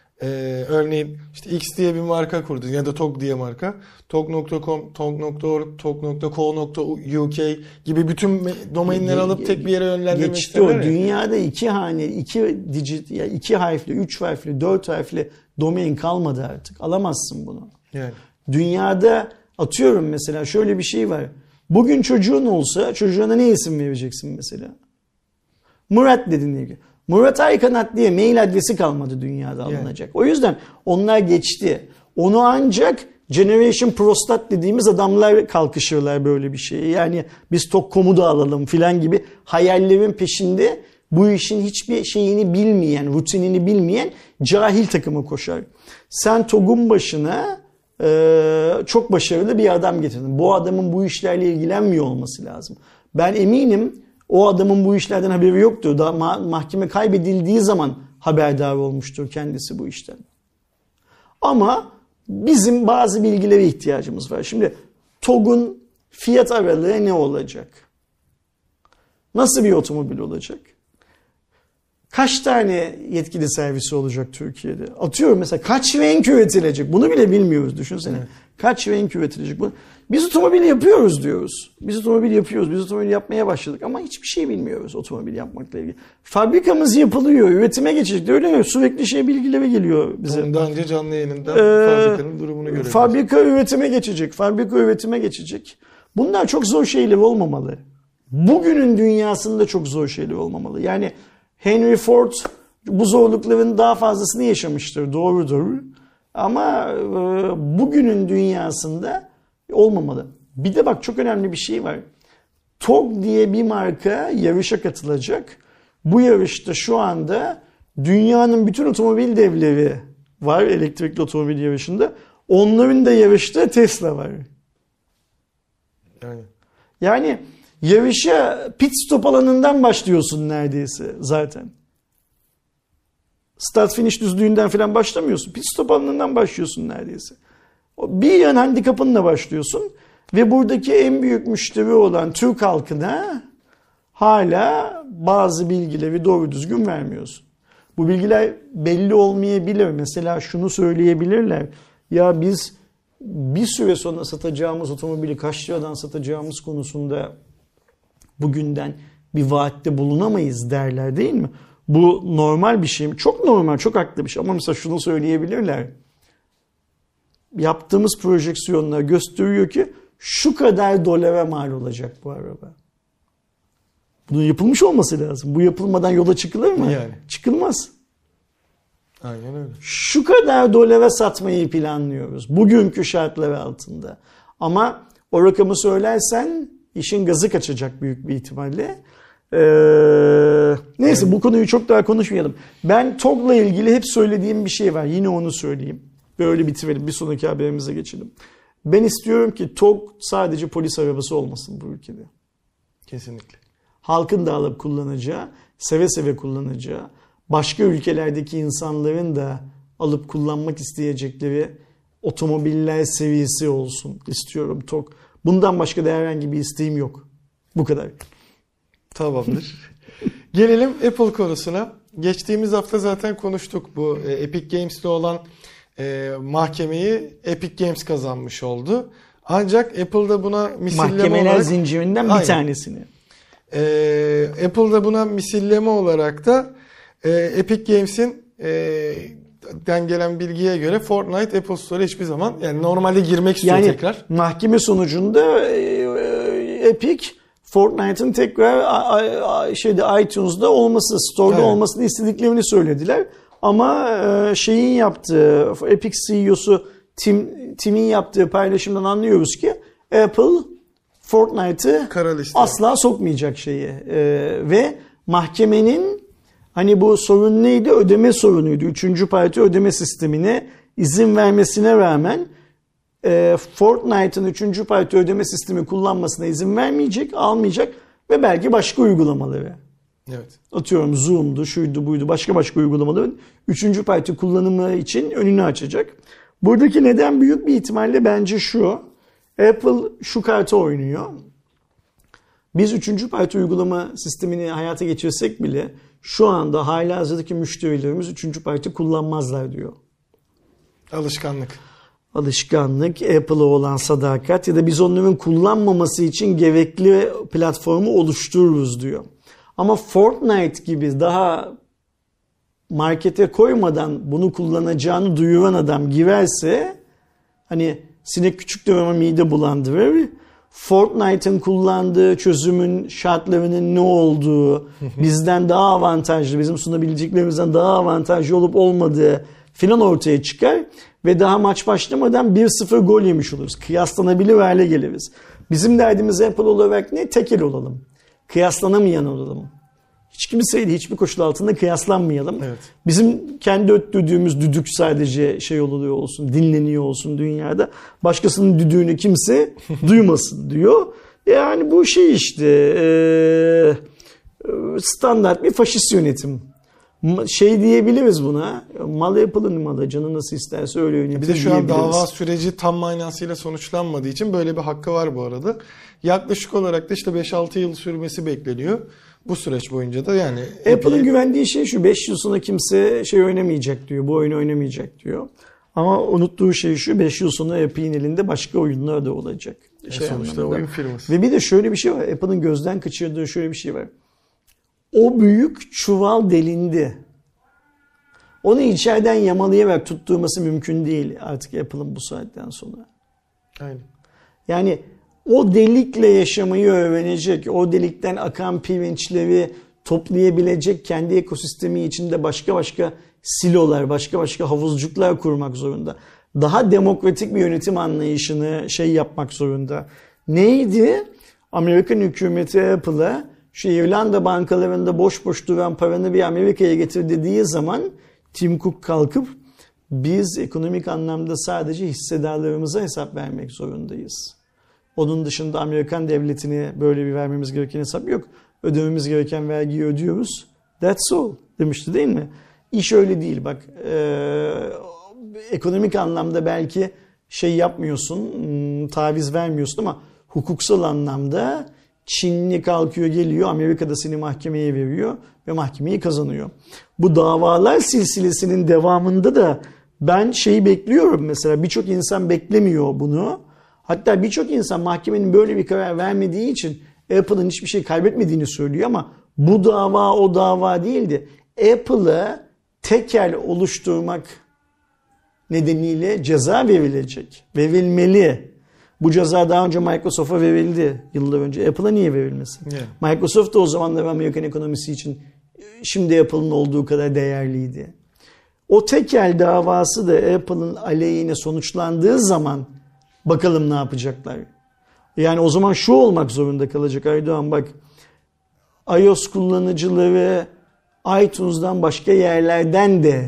A: Örneğin işte X diye bir marka kurdun ya da TOG diye marka. TOG.com, TOG.org, TOG.co.uk gibi bütün domainleri alıp tek bir yere yönlendirmek istiyorlar.
B: Geçti o. Dünyada 2 hane, 2 digit, ya 2 harfli, 3 harfli, 4 harfli domain kalmadı artık. Alamazsın bunu.
A: Yani.
B: Dünyada atıyorum mesela şöyle bir şey var. Bugün çocuğun olsa çocuğuna ne isim vereceksin mesela? Murat dedin diye. Murat Aykanat diye mail adresi kalmadı dünyada alınacak. O yüzden onlar geçti. Onu ancak Generation Prostat dediğimiz adamlar kalkışırlar böyle bir şeye. Yani biz TOG.com'u da alalım filan gibi hayallerin peşinde bu işin hiçbir şeyini bilmeyen, rutinini bilmeyen cahil takımı koşar. Sen TOG'un başına çok başarılı bir adam getirdin. Bu adamın bu işlerle ilgilenmiyor olması lazım. Ben eminim o adamın bu işlerden haberi yoktur. Daha mahkeme kaybedildiği zaman haberdar olmuştur kendisi bu işten. Ama bizim bazı bilgilere ihtiyacımız var. Şimdi TOG'un fiyat aralığı ne olacak? Nasıl bir otomobil olacak? Kaç tane yetkili servisi olacak Türkiye'de? Atıyorum mesela kaç renk üretilecek? Bunu bile bilmiyoruz düşünsene. Evet. Kaç renk üretilecek? Biz otomobil yapıyoruz diyoruz. Biz otomobil yapıyoruz. Biz otomobil yapmaya başladık ama hiçbir şey bilmiyoruz otomobil yapmakla ilgili. Fabrikamız yapılıyor. Üretime geçecek. Öyle mi? Sürekli bilgileri geliyor bize.
A: Ondan önce canlı yayınında fabrikanın durumunu görebiliriz.
B: Fabrika üretime geçecek. Fabrika üretime geçecek. Bunlar çok zor şeyler olmamalı. Bugünün dünyasında çok zor şeyler olmamalı. Yani Henry Ford bu zorlukların daha fazlasını yaşamıştır. Doğrudur. Ama bugünün dünyasında olmamalı. Bir de bak çok önemli bir şey var. TOG diye bir marka yarışa katılacak. Bu yarışta şu anda dünyanın bütün otomobil devleri var elektrikli otomobil yarışında. Onların da yarışta Tesla var. Yani yarışa pit stop alanından başlıyorsun neredeyse zaten. Start finish düzlüğünden falan başlamıyorsun. Pit stop alanından başlıyorsun neredeyse. Bir yan handikapınla başlıyorsun ve buradaki en büyük müşteri olan Türk halkına hala bazı bilgileri doğru düzgün vermiyorsun. Bu bilgiler belli olmayabilir. Mesela şunu söyleyebilirler. Ya biz bir süre sonra satacağımız otomobili kaç liradan satacağımız konusunda bugünden bir vaatte bulunamayız derler değil mi? Bu normal bir şey mi? Çok normal, çok haklı bir şey. Ama mesela şunu söyleyebilirler. Yaptığımız projeksiyonlar gösteriyor ki şu kadar dolara mal olacak bu araba. Bunun yapılmış olması lazım. Bu yapılmadan yola çıkılır mı?
A: Yani.
B: Çıkılmaz.
A: Aynen öyle.
B: Şu kadar dolara satmayı planlıyoruz. Bugünkü şartlar altında. Ama o rakamı söylersen işin gazı kaçacak büyük bir ihtimalle. Neyse bu konuyu çok daha konuşmayalım. Ben TOG'la ilgili hep söylediğim bir şey var. Yine onu söyleyeyim. Böyle bitirelim. Bir sonraki haberimize geçelim. Ben istiyorum ki TOG sadece polis arabası olmasın bu ülkede.
A: Kesinlikle.
B: Halkın da alıp kullanacağı, seve seve kullanacağı, başka ülkelerdeki insanların da alıp kullanmak isteyecekleri otomobiller seviyesi olsun istiyorum TOG. Bundan başka da herhangi bir isteğim yok. Bu kadar.
A: Tamamdır. Gelelim Apple konusuna. Geçtiğimiz hafta zaten konuştuk bu Epic Games'le olan mahkemeyi Epic Games kazanmış oldu. Ancak Apple'da buna misilleme
B: Mahkemeler
A: olarak...
B: zincirinden bir
A: Aynen.
B: tanesini.
A: Apple'da buna misilleme olarak da Epic Games'in den gelen bilgiye göre Fortnite Apple Store'a hiçbir zaman, yani normalde girmek istiyor
B: Yani
A: tekrar.
B: mahkeme sonucunda Epic Fortnite'ın tekrar iTunes'da olması, Store'da
A: Evet.
B: olmasını istediklerini söylediler. Ama şeyin yaptığı, Epic CEO'su Tim'in yaptığı paylaşımdan anlıyoruz ki Apple Fortnite'ı
A: Kara listeye.
B: asla sokmayacak şeyi. Ve mahkemenin hani bu sorun neydi? Ödeme sorunuydu. Üçüncü parti ödeme sistemine izin vermesine rağmen Fortnite'ın üçüncü parti ödeme sistemi kullanmasına izin vermeyecek, almayacak ve belki başka uygulamaları.
A: Evet.
B: Atıyorum Zoom'du, şuydu buydu, başka uygulamaların üçüncü parti kullanımı için önünü açacak. Buradaki neden büyük bir ihtimalle bence şu. Apple şu kartı oynuyor. Biz üçüncü parti uygulama sistemini hayata geçirsek bile şu anda halihazırdaki müşterilerimiz üçüncü parti kullanmazlar diyor.
A: Alışkanlık.
B: Alışkanlık, Apple'a olan sadakat ya da biz onların kullanmaması için gerekli platformu oluştururuz diyor. Ama Fortnite gibi daha markete koymadan bunu kullanacağını duyuran adam girerse, hani sinek küçüktür ama mide bulandırır. Fortnite'ın kullandığı çözümün şartlarının ne olduğu, bizden daha avantajlı, bizim sunabileceklerimizden daha avantajlı olup olmadığı filan ortaya çıkar ve daha maç başlamadan 1-0 gol yemiş oluruz. Kıyaslanabilir hale geliriz. Bizim derdimiz Apple olarak ne? Tekel olalım. Kıyaslanamayan olalım. Hiç kimseyle hiçbir koşul altında kıyaslanmayalım.
A: Evet.
B: Bizim kendi öttürdüğümüz düdük sadece şey oluyor olsun, dinleniyor olsun dünyada. Başkasının düdüğünü kimse duymasın diyor. Yani bu şey işte standart bir faşist yönetim. Şey diyebiliriz buna. Mal Apple'ın malı, canı nasıl isterse öyle yönetim.
A: Bir de şu an
B: diyebiliriz.
A: dava süreci tam manasıyla sonuçlanmadığı için böyle bir hakkı var bu arada. Yaklaşık olarak da işte 5-6 yıl sürmesi bekleniyor. Bu süreç boyunca da yani...
B: Apple'ın güvendiği şey şu: 5 yıl sonra kimse şey oynamayacak diyor. Bu oyunu oynamayacak diyor. Ama unuttuğu şey şu: 5 yıl sonra Apple'in elinde başka oyunlar da olacak.
A: Sonuçta
B: anlamında.
A: oyun firması.
B: Ve bir de şöyle bir şey var. Apple'ın gözden kaçırdığı şöyle bir şey var. O büyük çuval delindi. Onu içeriden yamalayarak tutturması mümkün değil artık Apple'ın bu saatten sonra.
A: Aynen.
B: Yani o delikle yaşamayı öğrenecek, o delikten akan pirinçleri toplayabilecek, kendi ekosistemi içinde başka silolar, başka havuzcuklar kurmak zorunda. Daha demokratik bir yönetim anlayışını yapmak zorunda. Neydi? Amerikan hükümeti Apple'a şu İrlanda bankalarında boş duran paranı bir Amerika'ya getir dediği zaman Tim Cook kalkıp biz ekonomik anlamda sadece hissedarlarımıza hesap vermek zorundayız. Onun dışında Amerikan devletine böyle bir vermemiz gereken hesap yok. Ödememiz gereken vergiyi ödüyoruz. That's all demişti değil mi? İş öyle değil. Bak ekonomik anlamda belki yapmıyorsun, taviz vermiyorsun ama hukuksal anlamda Çinli kalkıyor geliyor, Amerika'da seni mahkemeye veriyor ve mahkemeyi kazanıyor. Bu davalar silsilesinin devamında da ben bekliyorum mesela, birçok insan beklemiyor bunu. Hatta birçok insan mahkemenin böyle bir karar vermediği için Apple'ın hiçbir şey kaybetmediğini söylüyor ama bu dava o dava değildi. Apple'ı tekel oluşturmak nedeniyle ceza verilecek. Verilmeli. Bu ceza daha önce Microsoft'a verildi yıllar önce. Apple'a niye verilmesin? Yeah. Microsoft da o zamanlar Amerikan ekonomisi için şimdi Apple'ın olduğu kadar değerliydi. O tekel davası da Apple'ın aleyhine sonuçlandığı zaman bakalım ne yapacaklar. Yani o zaman şu olmak zorunda kalacak: Aydoğan bak, iOS kullanıcıları iTunes'dan başka yerlerden de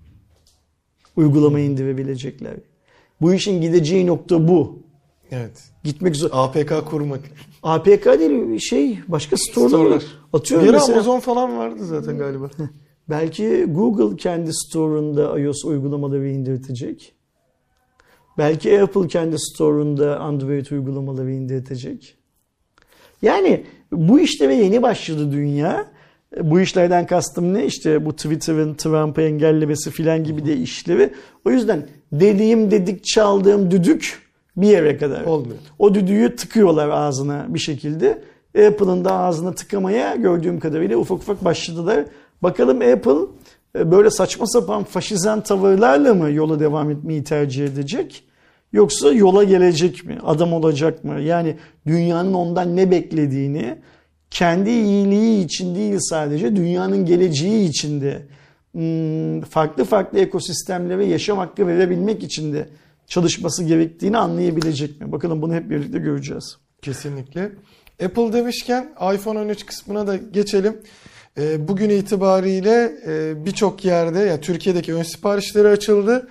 B: uygulama indirebilecekler. Bu işin gideceği nokta bu.
A: Evet.
B: Gitmek zor.
A: APK kurmak.
B: APK değil, başka store'lar. Atıyorum
A: bir
B: mesela.
A: Amazon falan vardı zaten galiba.
B: Belki Google kendi store'unda iOS uygulamaları indirtecek. Belki Apple kendi store'unda Android uygulamaları indirtecek. Yani bu işlere yeni başladı dünya. Bu işlerden kastım ne? İşte bu Twitter'ın Trump'ı engellemesi filan gibi de işleri. O yüzden dediğim dedik, çaldığım düdük Bir yere kadar.
A: Olmuyor.
B: O düdüğü tıkıyorlar ağzına bir şekilde. Apple'ın da ağzına tıkamaya gördüğüm kadarıyla ufak ufak başladılar. Bakalım Apple böyle saçma sapan faşizan tavırlarla mı yola devam etmeyi tercih edecek? Yoksa yola gelecek mi? Adam olacak mı? Yani dünyanın ondan ne beklediğini kendi iyiliği için değil sadece dünyanın geleceği için de farklı farklı ekosistemlere yaşam hakkı verebilmek için de çalışması gerektiğini anlayabilecek mi? Bakalım bunu hep birlikte göreceğiz.
A: Kesinlikle. Apple demişken iPhone 13 kısmına da geçelim. Bugün itibariyle birçok yerde, yani Türkiye'deki ön siparişleri açıldı.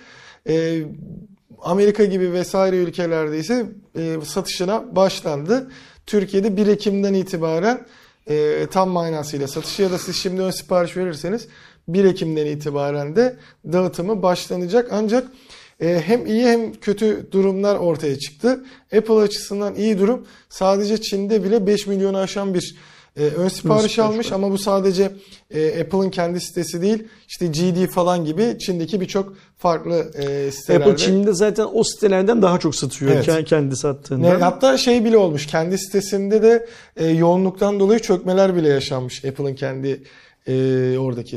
A: Amerika gibi vesaire ülkelerde ise satışına başlandı. Türkiye'de 1 Ekim'den itibaren tam manasıyla satışı ya da siz şimdi ön sipariş verirseniz 1 Ekim'den itibaren de dağıtımı başlanacak. Ancak hem iyi hem kötü durumlar ortaya çıktı. Apple açısından iyi durum, sadece Çin'de bile 5 milyonu aşan bir ön sipariş almış ama bu sadece Apple'ın kendi sitesi değil, işte GD falan gibi Çin'deki birçok farklı sitelerde.
B: Apple Çin'de zaten o sitelerden daha çok satıyor, evet, kendi sattığından.
A: Hatta şey bile olmuş, kendi sitesinde de yoğunluktan dolayı çökmeler bile yaşanmış. Apple'ın kendi oradaki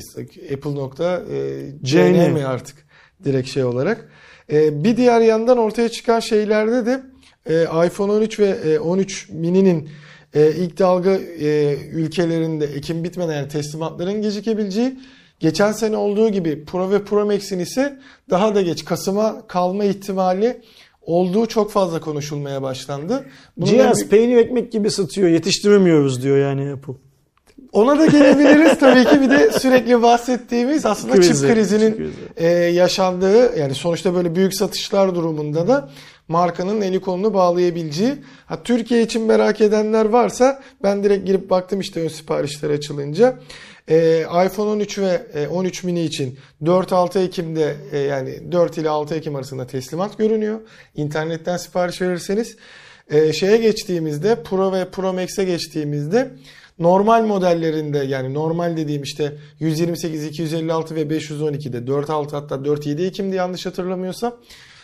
A: Apple.cn mi artık direkt şey olarak. Bir diğer yandan ortaya çıkan şeylerde de iPhone 13 ve 13 mini'nin ilk dalga ülkelerinde Ekim bitmeden yani teslimatların gecikebileceği, geçen sene olduğu gibi Pro ve Pro Max'in ise daha da geç Kasım'a kalma ihtimali olduğu çok fazla konuşulmaya başlandı.
B: Cihaz peynir ekmek gibi satıyor, yetiştiremiyoruz diyor yani Apple.
A: Ona da gelebiliriz tabii ki. Bir de sürekli bahsettiğimiz aslında çip krizinin yaşandığı, yani sonuçta böyle büyük satışlar durumunda da markanın eli kolunu bağlayabileceği. Türkiye için merak edenler varsa ben direkt girip baktım işte ön siparişler açılınca. iPhone 13 ve 13 mini için 4-6 Ekim'de yani 4 ile 6 Ekim arasında teslimat görünüyor. İnternetten sipariş verirseniz. Şeye geçtiğimizde, Pro ve Pro Max'e geçtiğimizde normal modellerinde, yani normal dediğim işte 128, 256 ve 512'de 4-6 hatta 4-7 Ekim'de yanlış hatırlamıyorsam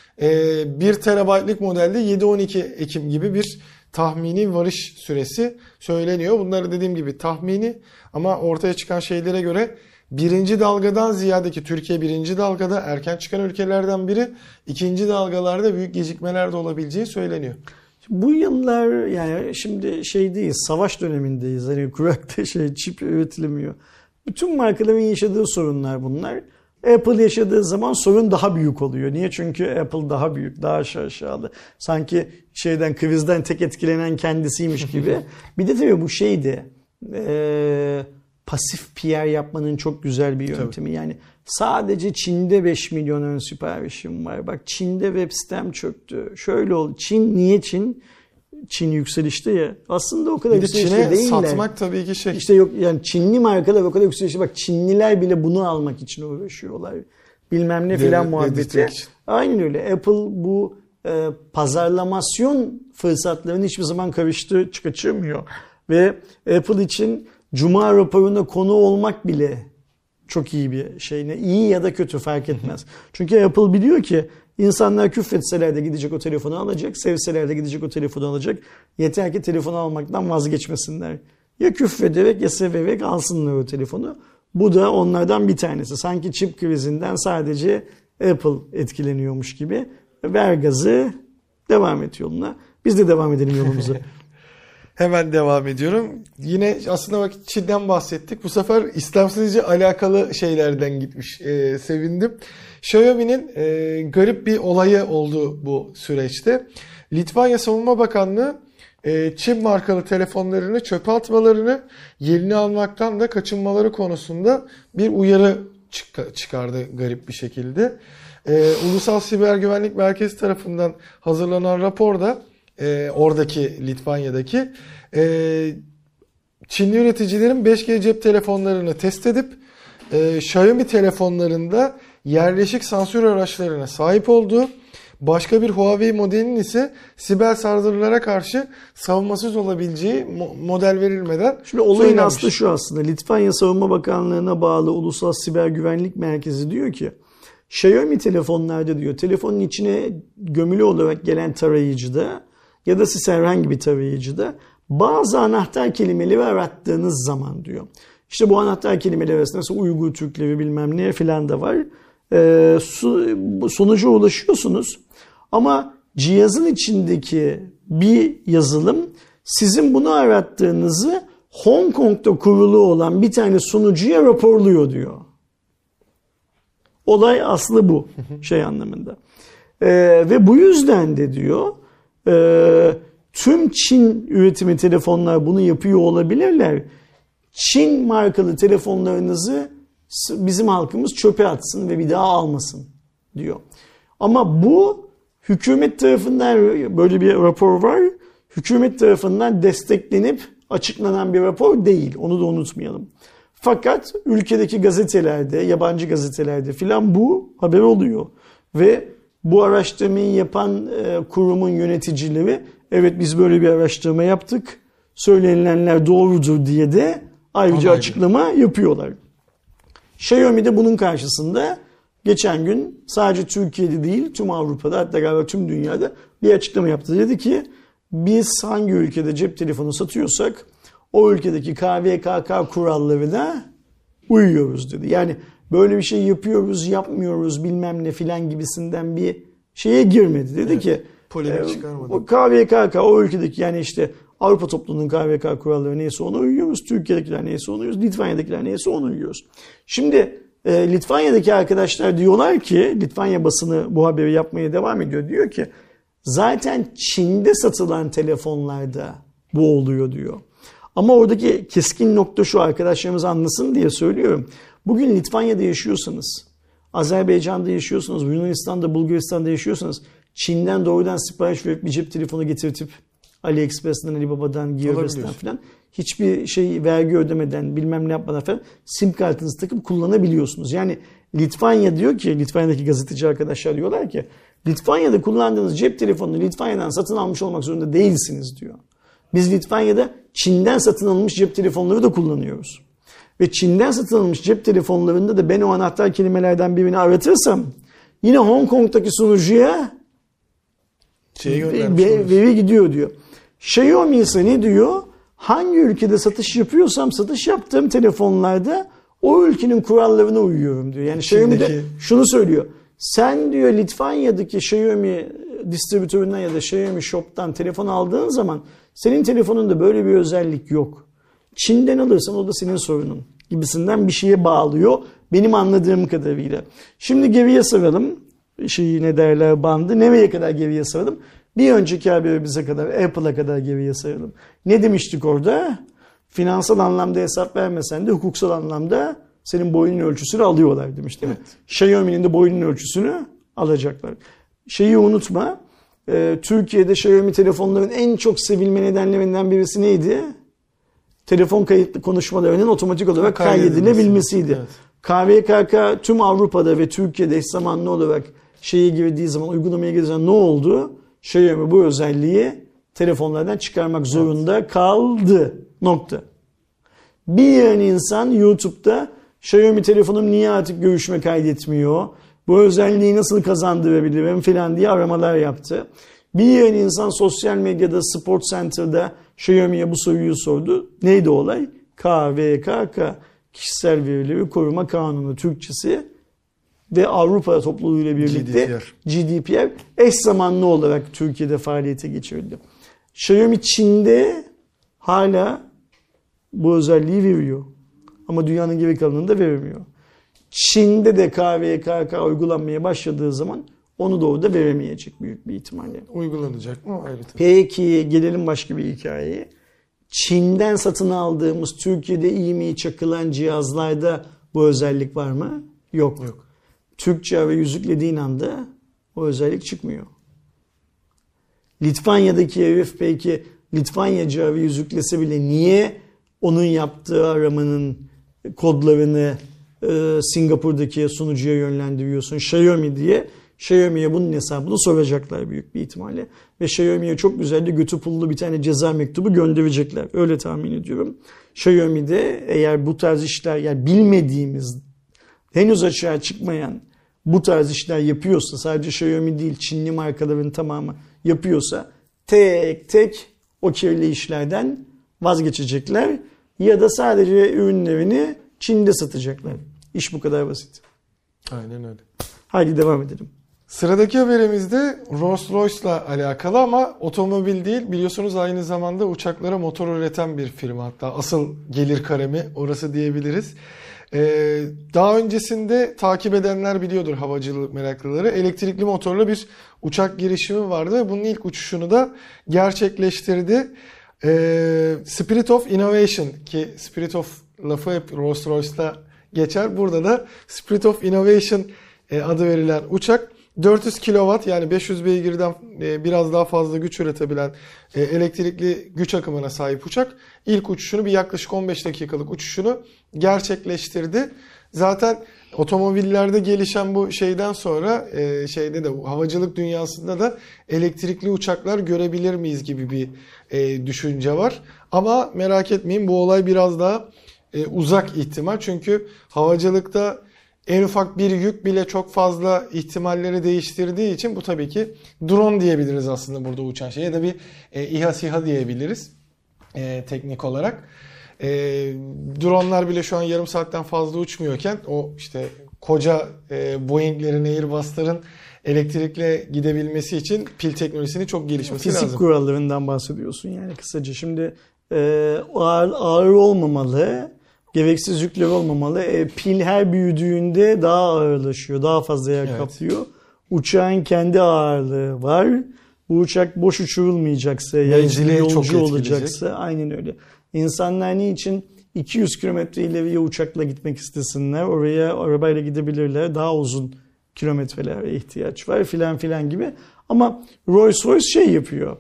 A: 1 terabaytlık modelde 7-12 Ekim gibi bir tahmini varış süresi söyleniyor. Bunları dediğim gibi tahmini ama ortaya çıkan şeylere göre birinci dalgadan ziyade, ki Türkiye birinci dalgada erken çıkan ülkelerden biri, ikinci dalgalarda büyük gecikmeler de olabileceği söyleniyor.
B: Bu yıllar yani şimdi şey değil, savaş dönemindeyiz. Hani kurakta çip üretilemiyor. Bütün markaların yaşadığı sorunlar bunlar. Apple yaşadığı zaman sorun daha büyük oluyor. Niye? Çünkü Apple daha büyük, daha aşağılı. Sanki krizden tek etkilenen kendisiymiş gibi. Bir de tabii bu pasif PR yapmanın çok güzel bir yöntemi. Tabii. Yani sadece Çin'de 5 milyon ön siparişim var. Bak Çin'de web sitem çöktü. Şöyle oldu. Çin niye Çin? Çin yükselişte ya. Aslında o kadar yükselişte değiller.
A: Çin'e satmak tabii ki şey.
B: İşte yok yani Çinli markalar o kadar yükselişte. Bak Çinliler bile bunu almak için uğraşıyorlar. Bilmem ne filan muhabbeti. Aynen öyle. Apple bu pazarlamasyon fırsatlarını hiçbir zaman kaçırmıyor. Ve Apple için Cuma raporuna konu olmak bile çok iyi bir şey. İyi ya da kötü fark etmez. Çünkü Apple biliyor ki insanlar küfretseler de gidecek o telefonu alacak, sevseler de gidecek o telefonu alacak. Yeter ki telefonu almaktan vazgeçmesinler. Ya küfrederek ya severek alsınlar o telefonu. Bu da onlardan bir tanesi. Sanki çip krizinden sadece Apple etkileniyormuş gibi. Ver gazı, devam et yoluna. Biz de devam edelim yolumuza.
A: Hemen devam ediyorum. Yine aslında bak Çin'den bahsettik. Bu sefer İslamsızca alakalı şeylerden gitmiş. Sevindim. Xiaomi'nin garip bir olayı oldu bu süreçte. Litvanya Savunma Bakanlığı Çin markalı telefonlarını çöpe atmalarını, yerini almaktan da kaçınmaları konusunda bir uyarı çıkardı garip bir şekilde. Ulusal Siber Güvenlik Merkezi tarafından hazırlanan raporda oradaki Litvanya'daki Çinli üreticilerin 5G cep telefonlarını test edip Xiaomi telefonlarında yerleşik sansür araçlarına sahip olduğu, başka bir Huawei modelinin ise siber saldırılara karşı savunmasız olabileceği model verilmeden
B: şimdi olayın aslı şu aslında. Litvanya Savunma Bakanlığı'na bağlı Ulusal Siber Güvenlik Merkezi diyor ki Xiaomi telefonlarda diyor telefonun içine gömülü olarak gelen tarayıcıda ya da siz herhangi bir tarayıcıda bazı anahtar kelimeleri arattığınız zaman diyor. İşte bu anahtar kelimeler arasında mesela Uygur Türkleri bilmem ne filan da var. Sonuca ulaşıyorsunuz ama cihazın içindeki bir yazılım sizin bunu arattığınızı Hong Kong'da kurulu olan bir tane sunucuya raporluyor diyor. Olay aslı bu şey anlamında. Ve bu yüzden de diyor tüm Çin üretimi telefonlar bunu yapıyor olabilirler. Çin markalı telefonlarınızı bizim halkımız çöpe atsın ve bir daha almasın diyor. Ama bu hükümet tarafından böyle bir rapor var. Hükümet tarafından desteklenip açıklanan bir rapor değil. Onu da unutmayalım. Fakat ülkedeki gazetelerde, yabancı gazetelerde filan bu haber oluyor. Ve bu araştırmayı yapan kurumun yöneticileri evet biz böyle bir araştırma yaptık. Söylenilenler doğrudur diye de ayrıca açıklama yapıyorlar. Xiaomi de bunun karşısında geçen gün sadece Türkiye'de değil tüm Avrupa'da hatta galiba tüm dünyada bir açıklama yaptı. Dedi ki biz hangi ülkede cep telefonu satıyorsak o ülkedeki KVKK kurallarına uyuyoruz dedi. Yani böyle bir şey yapıyoruz, yapmıyoruz bilmem ne filan gibisinden bir şeye girmedi. Dedi ki
A: polemik çıkarmadı.
B: O KVKK o ülkedeki yani işte Avrupa topluluğunun KVKK kuralları neyse ona uyuyoruz. Türkiye'dekiler neyse ona uyuyoruz. Litvanya'dakiler neyse ona uyuyoruz. Şimdi Litvanya'daki arkadaşlar diyorlar ki Litvanya basını bu haberi yapmaya devam ediyor. Diyor ki zaten Çin'de satılan telefonlarda bu oluyor diyor. Ama oradaki keskin nokta şu arkadaşlarımız anlasın diye söylüyorum. Bugün Litvanya'da yaşıyorsanız, Azerbaycan'da yaşıyorsanız, Yunanistan'da, Bulgaristan'da yaşıyorsanız Çin'den doğrudan sipariş verip bir cep telefonu getirtip AliExpress'ten, Alibaba'dan, Gearbest'ten falan hiçbir şey vergi ödemeden bilmem ne yapmadan falan sim kartınızı takıp kullanabiliyorsunuz. Yani Litvanya diyor ki, Litvanya'daki gazeteci arkadaşlar diyorlar ki Litvanya'da kullandığınız cep telefonunu Litvanya'dan satın almış olmak zorunda değilsiniz diyor. Biz Litvanya'da Çin'den satın alınmış cep telefonları da kullanıyoruz. Ve Çin'den satın alınmış cep telefonlarında da ben o anahtar kelimelerden birini aratırsam yine Hong Kong'daki sunucuya veri gidiyor diyor. Xiaomi ise ne diyor? Hangi ülkede satış yapıyorsam satış yaptığım telefonlarda o ülkenin kurallarına uyuyorum diyor. Yani Xiaomi de şunu söylüyor. Sen diyor Litvanya'daki Xiaomi distribütöründen ya da Xiaomi Shop'tan telefon aldığın zaman senin telefonunda böyle bir özellik yok. Çin'den alırsan o da senin sorunun gibisinden bir şeye bağlıyor benim anladığım kadarıyla. Şimdi geriye saralım. Ne derler bandı. Nereye kadar geriye saralım? Bir önceki haberimize kadar, Apple'a kadar geriye saralım. Ne demiştik orada? Finansal anlamda hesap vermesen de hukuksal anlamda senin boyunun ölçüsünü alıyorlar demiş değil mi? Evet. Xiaomi'nin de boyunun ölçüsünü alacaklar. Şeyi unutma. Türkiye'de Xiaomi telefonların en çok sevilme nedenlerinden birisi neydi? Telefon kayıtlı konuşmalarının otomatik olarak kaydedilebilmesiydi. Evet. KVKK tüm Avrupa'da ve Türkiye'de eş zamanlı olarak girdiği zaman, uygulamaya girdiği zaman ne oldu? Xiaomi bu özelliği telefonlardan çıkarmak zorunda kaldı. Nokta. Bir yığın insan YouTube'da Xiaomi telefonum niye artık görüşme kaydetmiyor? Bu özelliği nasıl kazandırabilirim falan diye aramalar yaptı. Bir yığın insan sosyal medyada, Sport Center'da Xiaomi'ye bu soruyu sordu. Neydi olay? KVKK, Kişisel Verileri Koruma Kanunu Türkçesi ve Avrupa topluluğuyla birlikte GDPR eş zamanlı olarak Türkiye'de faaliyete geçirildi. Xiaomi Çin'de hala bu özelliği veriyor. Ama dünyanın geri kalanında veremiyor. Çin'de de KVKK uygulanmaya başladığı zaman onu da orada veremeyecek büyük bir ihtimalle.
A: Uygulanacak mı? Evet.
B: Peki gelelim başka bir hikayeye. Çin'den satın aldığımız Türkiye'de IMEI çakılan cihazlarda bu özellik var mı? Yok. Türkçe arayüz yüklediğin anda o özellik çıkmıyor. Litvanya'daki herif belki Litvanyaca arayüz yüklese bile niye onun yaptığı aramanın kodlarını Singapur'daki sunucuya yönlendiriyorsun Xiaomi diye. Xiaomi'ye bunun hesabını soracaklar büyük bir ihtimalle. Ve Xiaomi'ye çok güzel de götü pullu bir tane ceza mektubu gönderecekler. Öyle tahmin ediyorum. Xiaomi'de eğer bu tarz işler yani bilmediğimiz henüz açığa çıkmayan bu tarz işler yapıyorsa, sadece Xiaomi değil Çinli markaların tamamı yapıyorsa tek tek o kirli işlerden vazgeçecekler ya da sadece ürünlerini Çin'de satacaklar. İş bu kadar basit.
A: Aynen öyle.
B: Haydi devam edelim.
A: Sıradaki haberimizde Rolls-Royce'la alakalı ama otomobil değil. Biliyorsunuz aynı zamanda uçaklara motor üreten bir firma. Hatta asıl gelir kalemi orası diyebiliriz. Daha öncesinde takip edenler biliyordur, havacılık meraklıları. Elektrikli motorlu bir uçak girişimi vardı. Bunun ilk uçuşunu da gerçekleştirdi. Spirit of Innovation, ki Spirit of lafı hep Rolls-Royce'la geçer. Burada da Spirit of Innovation adı verilen uçak 400 kW, yani 500 beygirden biraz daha fazla güç üretebilen elektrikli güç akımına sahip uçak ilk uçuşunu, bir yaklaşık 15 dakikalık uçuşunu gerçekleştirdi. Zaten otomobillerde gelişen bu şeyden sonra şeyde de, havacılık dünyasında da elektrikli uçaklar görebilir miyiz gibi bir düşünce var. Ama merak etmeyin, bu olay biraz daha uzak ihtimal. Çünkü havacılıkta en ufak bir yük bile çok fazla ihtimalleri değiştirdiği için bu tabii ki drone diyebiliriz aslında burada uçan şey, ya da bir İHA SİHA diyebiliriz teknik olarak. Dronlar bile şu an yarım saatten fazla uçmuyorken o işte koca Boeing'lerin, Airbus'ların elektrikle gidebilmesi için pil teknolojisinin çok gelişmesi lazım.
B: Fizik kurallarından bahsediyorsun yani kısaca. Şimdi ağır olmamalı, gereksiz yükler olmamalı. Pil her büyüdüğünde daha ağırlaşıyor, daha fazla yer kaplıyor. Uçağın kendi ağırlığı var. Bu uçak boş uçurulmayacaksa, yani yolcu olacaksa, aynen öyle. İnsanlar niçin 200 kilometre ileriye uçakla gitmek istesinler? Oraya arabayla gidebilirler. Daha uzun kilometrelere ihtiyaç var filan filan gibi. Ama Rolls-Royce şey yapıyor.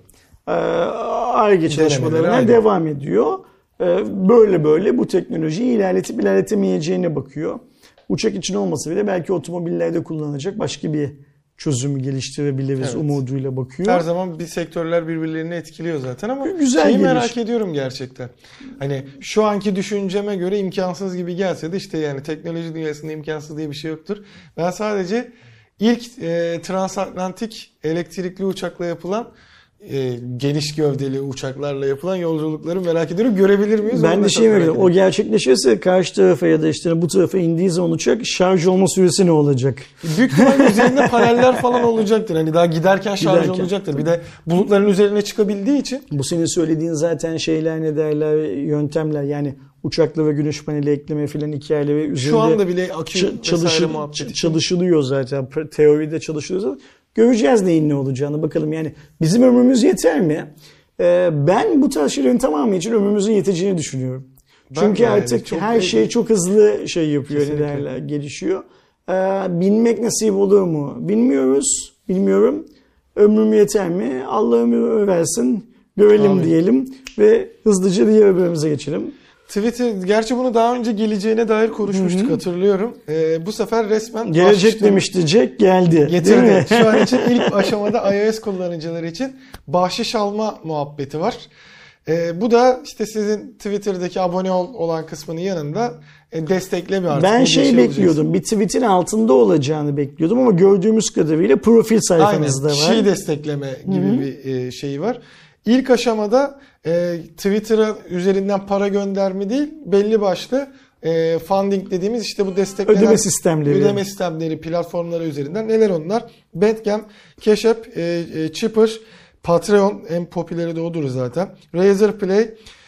B: Ar-Ge çalışmalarına devam ediyor. Böyle böyle bu teknolojiyi ilerletip ilerletemeyeceğine bakıyor. Uçak için olmasa bile belki otomobillerde kullanacak başka bir çözümü geliştirebiliriz umuduyla bakıyor.
A: Her zaman bir sektörler birbirlerini etkiliyor zaten ama
B: güzel
A: merak ediyorum gerçekten. Hani şu anki düşünceme göre imkansız gibi gelse de işte yani teknoloji dünyasında imkansız diye bir şey yoktur. Ben sadece ilk transatlantik elektrikli uçakla yapılan geniş gövdeli uçaklarla yapılan yolculukları merak ediyorum. Görebilir miyiz?
B: Ben de şey merak ediyorum. O gerçekleşirse karşı tarafa ya da işte bu tarafa indiği zaman uçak şarj olma süresi ne olacak?
A: Büyük ihtimalle üzerinde paneller falan olacaktır. Hani daha giderken şarj olacaktır. Bir de bulutların üzerine çıkabildiği için.
B: Bu senin söylediğin zaten şeyler, ne derler, yöntemler. Yani uçakla ve güneş paneli ekleme filan hikayeleri üzerinde
A: şu anda bile akü
B: çalışılıyor zaten. Teoride çalışılıyor zaten. Göreceğiz neyin ne olacağını, bakalım. Yani bizim ömrümüz yeter mi? Ben bu tarz şeylerin tamamı için ömrümüzün yeteceğini düşünüyorum. Çünkü artık her şey çok hızlı şey yapıyor, ne derler, gelişiyor. Binmek nasip olur mu? Bilmiyoruz. Bilmiyorum. Ömrüm yeter mi? Allah ömrü versin. Görelim diyelim ve hızlıca diğer haberimize geçelim.
A: Twitter, gerçi bunu daha önce geleceğine dair konuşmuştuk, hatırlıyorum. Bu sefer resmen
B: gelecek demişti Jack, geldi.
A: Getirdi. Şu an için ilk aşamada iOS kullanıcıları için bahşiş alma muhabbeti var. Bu da işte sizin Twitter'daki abone olan kısmının yanında destekle bir artık.
B: Ben şey bekliyordum. Bir tweet'in altında olacağını bekliyordum ama gördüğümüz kadarıyla profil sayfanızda var.
A: Kişiyi destekleme gibi bir şey var. İlk aşamada Twitter'a üzerinden para gönderme değil, belli başlı funding dediğimiz işte bu desteklenen ödeme sistemleri platformları üzerinden. Neler onlar? Bandcamp, Cash App, Chipper, Patreon, en popüleri de odur zaten. Razorplay,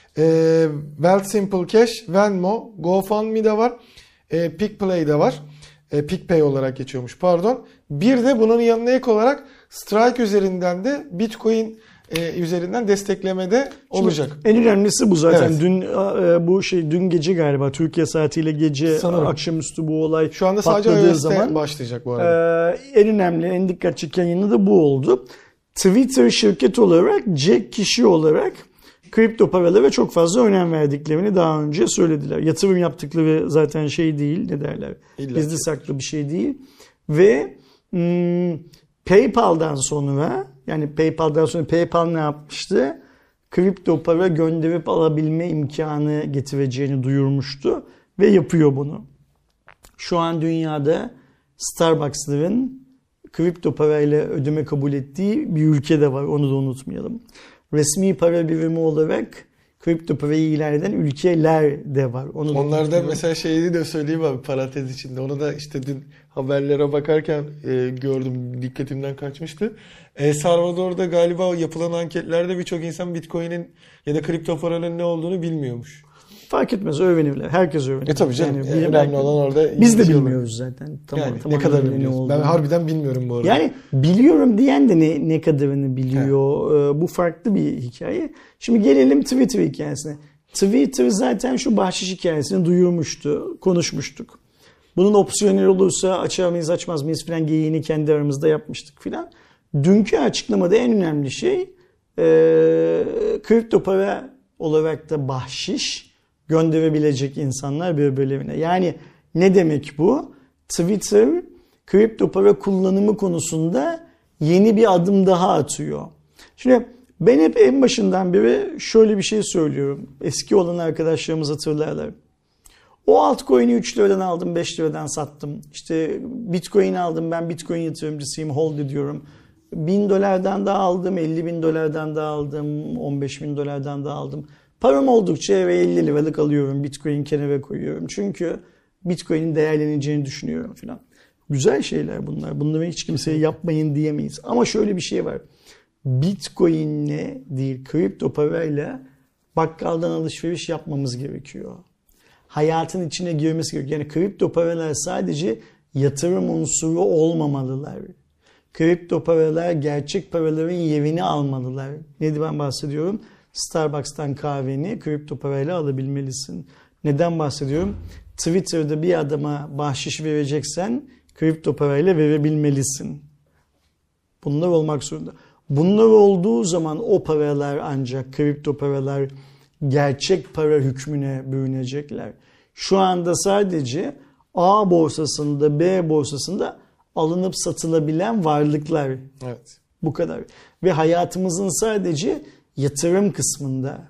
A: Simple Cash, Venmo, GoFundMe de var. PicPay de var. PicPay olarak geçiyormuş, pardon. Bir de bunun yanına ek olarak Strike üzerinden de Bitcoin üzerinden desteklemede olacak.
B: Şimdi en önemlisi bu zaten. Dün bu dün gece galiba Türkiye saatiyle gece sanırım akşamüstü bu olay
A: şu anda sadece iOS'te başlayacak bu arada.
B: En önemli, en dikkat çeken yanı da bu oldu. Twitter şirket olarak, Jack kişi olarak kripto paralara çok fazla önem verdiklerini daha önce söylediler. Yatırım yaptıkları zaten şey değil, ne derler? Gizli saklı bir şey değil. Ve PayPal ne yapmıştı? Kripto para gönderip alabilme imkanı getireceğini duyurmuştu ve yapıyor bunu. Şu an dünyada Starbucks'ların kripto parayla ödeme kabul ettiği bir ülke de var. Onu da unutmayalım. Resmi para birimi olarak kripto parayı ilan eden ülkeler de var.
A: Onlarda mesela şeyi de söyleyeyim abi parantez içinde. Onu da işte dün haberlere bakarken gördüm. Dikkatimden kaçmıştı. El Salvador'da galiba yapılan anketlerde birçok insan Bitcoin'in ya da kripto paranın ne olduğunu bilmiyormuş.
B: Fark etmez, öğrenirler. Herkes öğrenir.
A: Tabii canım. Yani önemli olan orada.
B: Biz de bilmiyoruz zaten.
A: Yani ne kadar bilmiyoruz. Ben harbiden bilmiyorum bu arada.
B: Yani biliyorum diyen de ne kadarını biliyor. Bu farklı bir hikaye. Şimdi gelelim Twitter hikayesine. Twitter zaten şu bahşiş hikayesini duyurmuştu. Konuşmuştuk. Bunun opsiyonel olursa açar mıyız açmaz mıyız filan geyiğini kendi aramızda yapmıştık filan. Dünkü açıklamada en önemli şey kripto para olarak da bahşiş gönderebilecek insanlar birbirlerine. Yani ne demek bu? Twitter kripto para kullanımı konusunda yeni bir adım daha atıyor. Şimdi ben hep en başından beri şöyle bir şey söylüyorum. Eski olan arkadaşlarımız hatırlarlar. O altcoin'i 3 liradan aldım, 5 liradan sattım. İşte Bitcoin aldım, ben Bitcoin yatırımcısıyım, hold ediyorum. $1000'dan da aldım, $50.000'dan da aldım, $15.000'dan da aldım. Param oldukça eve 50 liralık alıyorum, Bitcoin kenara koyuyorum. Çünkü Bitcoin'in değerleneceğini düşünüyorum falan. Güzel şeyler bunlar. Bunları hiç kimseye yapmayın diyemeyiz. Ama şöyle bir şey var. Bitcoin'le değil, kripto parayla bakkaldan alışveriş yapmamız gerekiyor. Hayatın içine girmesi gerekiyor. Yani kripto paralar sadece yatırım unsuru olmamalılar. Kripto paralar gerçek paraların yerini almalılar. Neden bahsediyorum? Starbucks'tan kahveni kripto parayla alabilmelisin. Neden bahsediyorum? Twitter'da bir adama bahşiş vereceksen kripto parayla verebilmelisin. Bunlar olmak zorunda. Bunlar olduğu zaman o paralar ancak kripto paralar gerçek para hükmüne bürünecekler. Şu anda sadece A borsasında, B borsasında alınıp satılabilen varlıklar.
A: Evet.
B: Bu kadar. Ve hayatımızın sadece yatırım kısmında.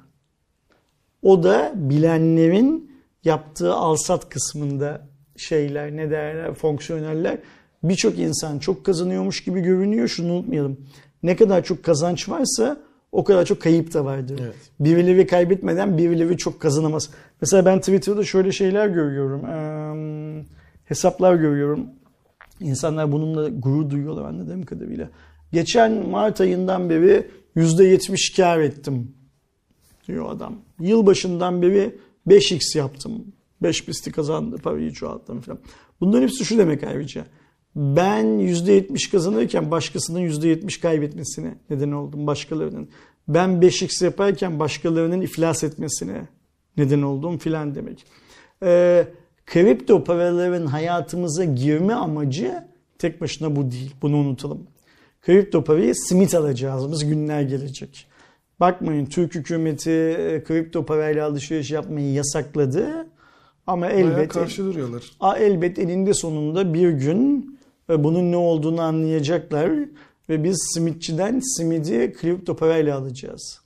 B: O da bilenlerin yaptığı alsat kısmında şeyler, ne derler, fonksiyoneller. Birçok insan çok kazanıyormuş gibi görünüyor. Şunu unutmayalım. Ne kadar çok kazanç varsa o kadar çok kayıp da vardır.
A: Evet.
B: Birileri kaybetmeden birileri çok kazanamaz. Mesela ben Twitter'da şöyle şeyler görüyorum. Hesaplar görüyorum. İnsanlar bununla gurur duyuyorlar anladığım kadarıyla. Geçen Mart ayından beri %70 kar ettim diyor adam. Yılbaşından beri 5x yaptım. 5 pisti kazandı, parayı çoğalttım falan. Bunların hepsi şu demek ayrıca. Ben %70 kazanırken başkasının %70 kaybetmesine neden oldum, başkalarının. Ben 5x yaparken başkalarının iflas etmesine neden oldum filan demek. Kripto paraların hayatımıza girme amacı tek başına bu değil. Bunu unutalım. Kripto parayı simit alacağımız günler gelecek. Bakmayın, Türk hükümeti kripto parayla alışveriş yapmayı yasakladı. Ama elbet eninde sonunda bir gün bunun ne olduğunu anlayacaklar ve biz simitçiden simidi kripto parayla alacağız.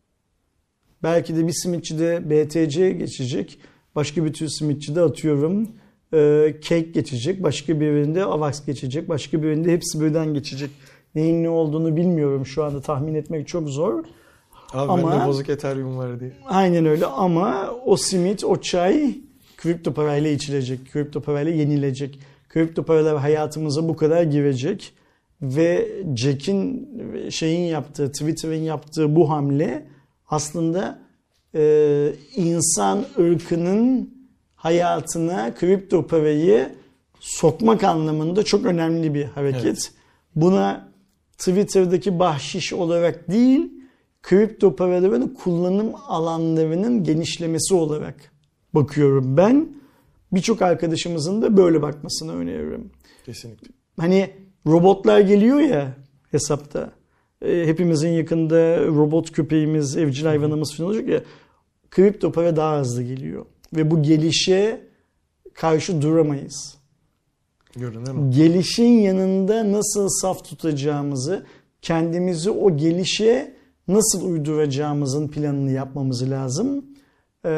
B: Belki de bir simitçi de BTC geçecek, başka bir tür simitçi de atıyorum Cake geçecek, başka birinde Avax geçecek, başka birinde hepsi birden geçecek. Neyin ne olduğunu bilmiyorum şu anda, tahmin etmek çok zor.
A: Abi ama bende bozuk Ethereum var diye.
B: Aynen öyle ama o simit, o çay kripto parayla içilecek, kripto parayla yenilecek. Kripto paralar hayatımıza bu kadar girecek ve Jack'in yaptığı, Twitter'ın yaptığı bu hamle aslında insan ırkının hayatına kripto parayı sokmak anlamında çok önemli bir hareket. Evet. Buna Twitter'daki bahşiş olarak değil, kripto paraların kullanım alanlarının genişlemesi olarak bakıyorum ben. Birçok arkadaşımızın da böyle bakmasını öneriyorum.
A: Kesinlikle.
B: Hani robotlar geliyor ya hesapta. Hepimizin yakında robot köpeğimiz, evcil hayvanımız falan olacak ya. Kripto para daha hızlı geliyor. Ve bu gelişe karşı duramayız. Gelişin yanında nasıl saf tutacağımızı, kendimizi o gelişe nasıl uyduracağımızın planını yapmamız lazım.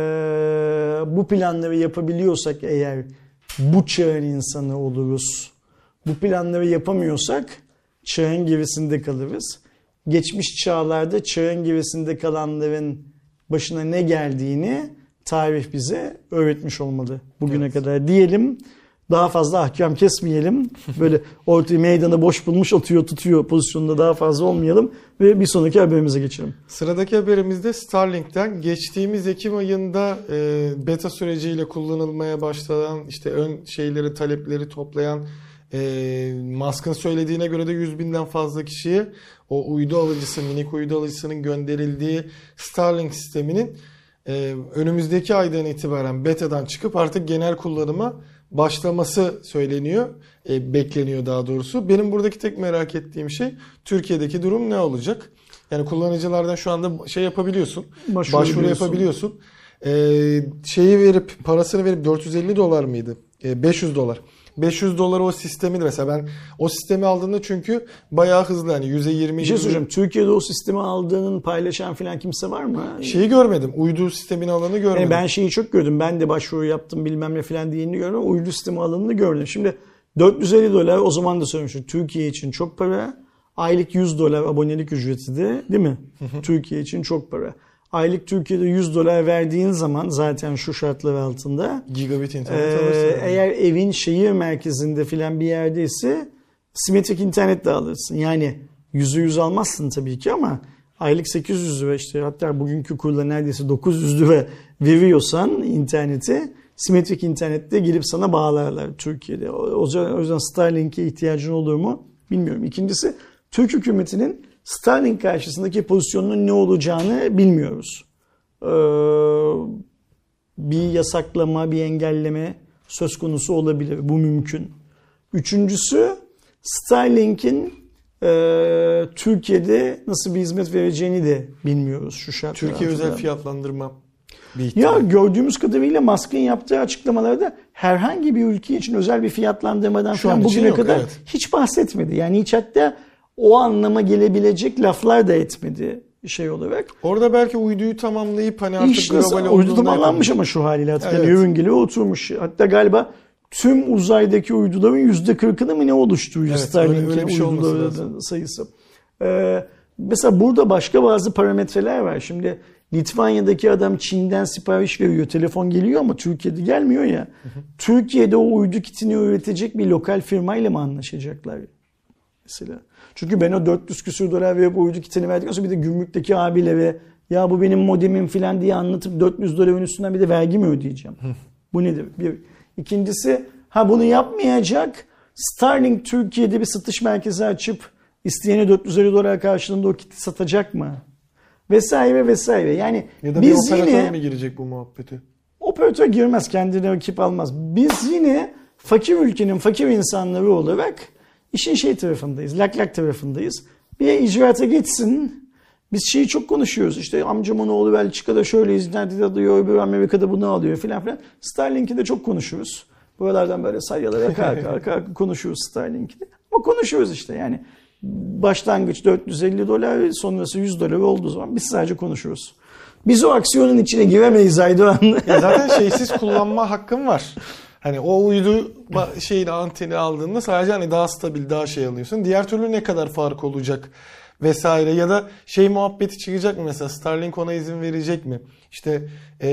B: Bu planları yapabiliyorsak eğer bu çağın insanı oluruz. bu planları yapamıyorsak çağın gerisinde kalırız. Geçmiş çağlarda çağın gerisinde kalanların başına ne geldiğini tarih bize öğretmiş olmalı bugüne kadar diyelim. Daha fazla ahkam kesmeyelim. Böyle ortaya meydanı boş bulmuş atıyor tutuyor pozisyonunda daha fazla olmayalım. Ve bir sonraki haberimize geçelim.
A: Sıradaki haberimizde Starlink'ten geçtiğimiz Ekim ayında beta süreciyle kullanılmaya başlayan işte ön şeyleri talepleri toplayan Musk'ın söylediğine göre de 100.000'den fazla kişiye o uydu alıcısı minik uydu alıcısının gönderildiği Starlink sisteminin önümüzdeki aydan itibaren beta'dan çıkıp artık genel kullanıma başlaması söyleniyor. Bekleniyor daha doğrusu. Benim buradaki tek merak ettiğim şey Türkiye'deki durum ne olacak? Yani kullanıcılardan şu anda şey yapabiliyorsun. Başvuru yapabiliyorsun. Şeyi verip parasını verip $450 mıydı? $500. $500 o sistemi de mesela ben o sistemi aldığımda çünkü bayağı hızlı yani %20.
B: Bir şey söyleyeceğim. Türkiye'de o sistemi aldığının paylaşan falan kimse var mı?
A: Şeyi görmedim. Uydu sistemini alanı görmedim.
B: Yani ben şeyi çok gördüm. Ben de başvuru yaptım bilmem ne falan diyenini gördüm. Uydu sistemi alanını gördüm. Şimdi $450 o zaman da söylemiştim. Türkiye için çok para. Aylık $100 abonelik ücreti de değil mi? Türkiye için çok para. Aylık Türkiye'de $100 verdiğin zaman zaten şu şartlar altında
A: gigabit internet alırsın.
B: Eğer evin şehir merkezinde filan bir yerdeyse simetrik internet de alırsın. Yani %100 almazsın tabii ki ama aylık 800 lira işte hatta bugünkü kurla neredeyse 900 lira veriyorsan interneti simetrik internette gelip sana bağlarlar Türkiye'de. O yüzden Starlink'e ihtiyacın olur mu bilmiyorum. İkincisi Türk hükümetinin Starlink karşısındaki pozisyonunun ne olacağını bilmiyoruz. Bir yasaklama, bir engelleme söz konusu olabilir. Bu mümkün. Üçüncüsü Starlink'in Türkiye'de nasıl bir hizmet vereceğini de bilmiyoruz şu şartlarda.
A: Türkiye özel fiyatlandırma.
B: Ya gördüğümüz kadarıyla Musk'ın yaptığı açıklamalarda herhangi bir ülke için özel bir fiyatlandırmadan şu an bugüne kadar hiç bahsetmedi. Yani hiç hatta o anlama gelebilecek laflar da etmedi şey olarak.
A: Orada belki uyduyu tamamlayıp hani artık
B: İşte
A: global olduğunda
B: uydu tamamlanmış ama şu haliyle artık evet. Yörüngeli oturmuş. Hatta galiba tüm uzaydaki uyduların %40'ını mı ne oluşturuyor evet, Starlink'in şey uyduların sayısı. Mesela burada başka bazı parametreler var. Şimdi Litvanya'daki adam Çin'den sipariş veriyor. Telefon geliyor ama Türkiye'de gelmiyor ya. Türkiye'de o uydu kitini üretecek bir lokal firmayla mı anlaşacaklar? Mesela. Çünkü ben o $400 verip uydu kitini verdikten sonra bir de gümrükteki abilere ya bu benim modemim falan diye anlatıp $400 üstünden bir de vergi mi ödeyeceğim? Bu nedir? Bir. İkincisi bunu yapmayacak. Starlink Türkiye'de bir satış merkezi açıp isteyene $450 karşılığında o kiti satacak mı? Vesaire vesaire. Yani
A: ya da bir operatör mü girecek bu muhabbete?
B: Operatör girmez. Kendine rakip almaz. Biz yine fakir ülkenin fakir insanları olarak işin tarafındayız. Lak tarafındayız. Bir icraata geçsin. Biz şeyi çok konuşuyoruz. İşte amcamın oğlu Belçika'da şöyle internet alıyor, öbür Amerika'da bunu alıyor filan filan. Starlink'i de çok konuşuyoruz. Buralardan böyle salyalara kalka konuşuyoruz Starlink'i de. Ama konuşuyoruz işte yani. Başlangıç $450, sonrası $100 olduğu zaman biz sadece konuşuyoruz. Biz o aksiyonun içine giremeyiz Aydoğan.
A: Ya zaten şeysiz kullanma hakkım var. Hani o uydu anteni aldığında sadece hani daha stabil, daha şey alıyorsun. Diğer türlü ne kadar fark olacak vesaire ya da muhabbeti çıkacak mı mesela Starlink ona izin verecek mi? İşte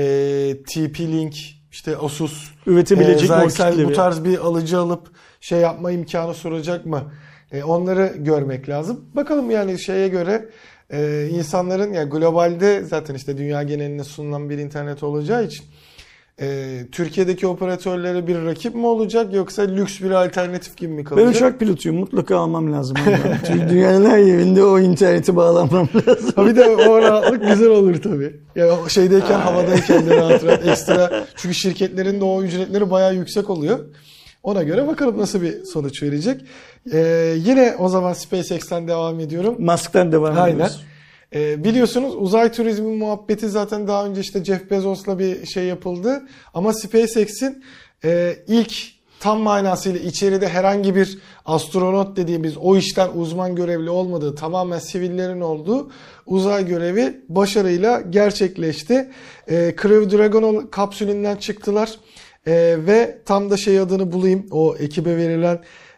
A: TP-Link, işte Asus
B: üretebilecek
A: bu tarz bir alıcı alıp yapma imkanı soracak mı? Onları görmek lazım. Bakalım yani şeye göre insanların yani globalde zaten işte dünya geneline sunulan bir internet olacağı için Türkiye'deki operatörlere bir rakip mi olacak yoksa lüks bir alternatif gibi mi kalacak?
B: Ben uçak pilotuyum. Mutlaka almam lazım. Dünyanın her yerinde o interneti bağlamam lazım.
A: Bir de o rahatlık güzel olur tabii. Ya şeydeyken havadayken de rahat ekstra. Çünkü şirketlerin de o ücretleri bayağı yüksek oluyor. Ona göre bakalım nasıl bir sonuç verecek. Yine o zaman SpaceX'ten devam ediyorum.
B: Musk'tan devam ediyoruz.
A: Biliyorsunuz uzay turizmi muhabbeti zaten daha önce işte Jeff Bezos'la bir şey yapıldı. Ama SpaceX'in ilk tam manasıyla içeride herhangi bir astronot dediğimiz o işten uzman görevli olmadığı tamamen sivillerin olduğu uzay görevi başarıyla gerçekleşti. Crew Dragon kapsülünden çıktılar ve tam da adını bulayım o ekibe verilen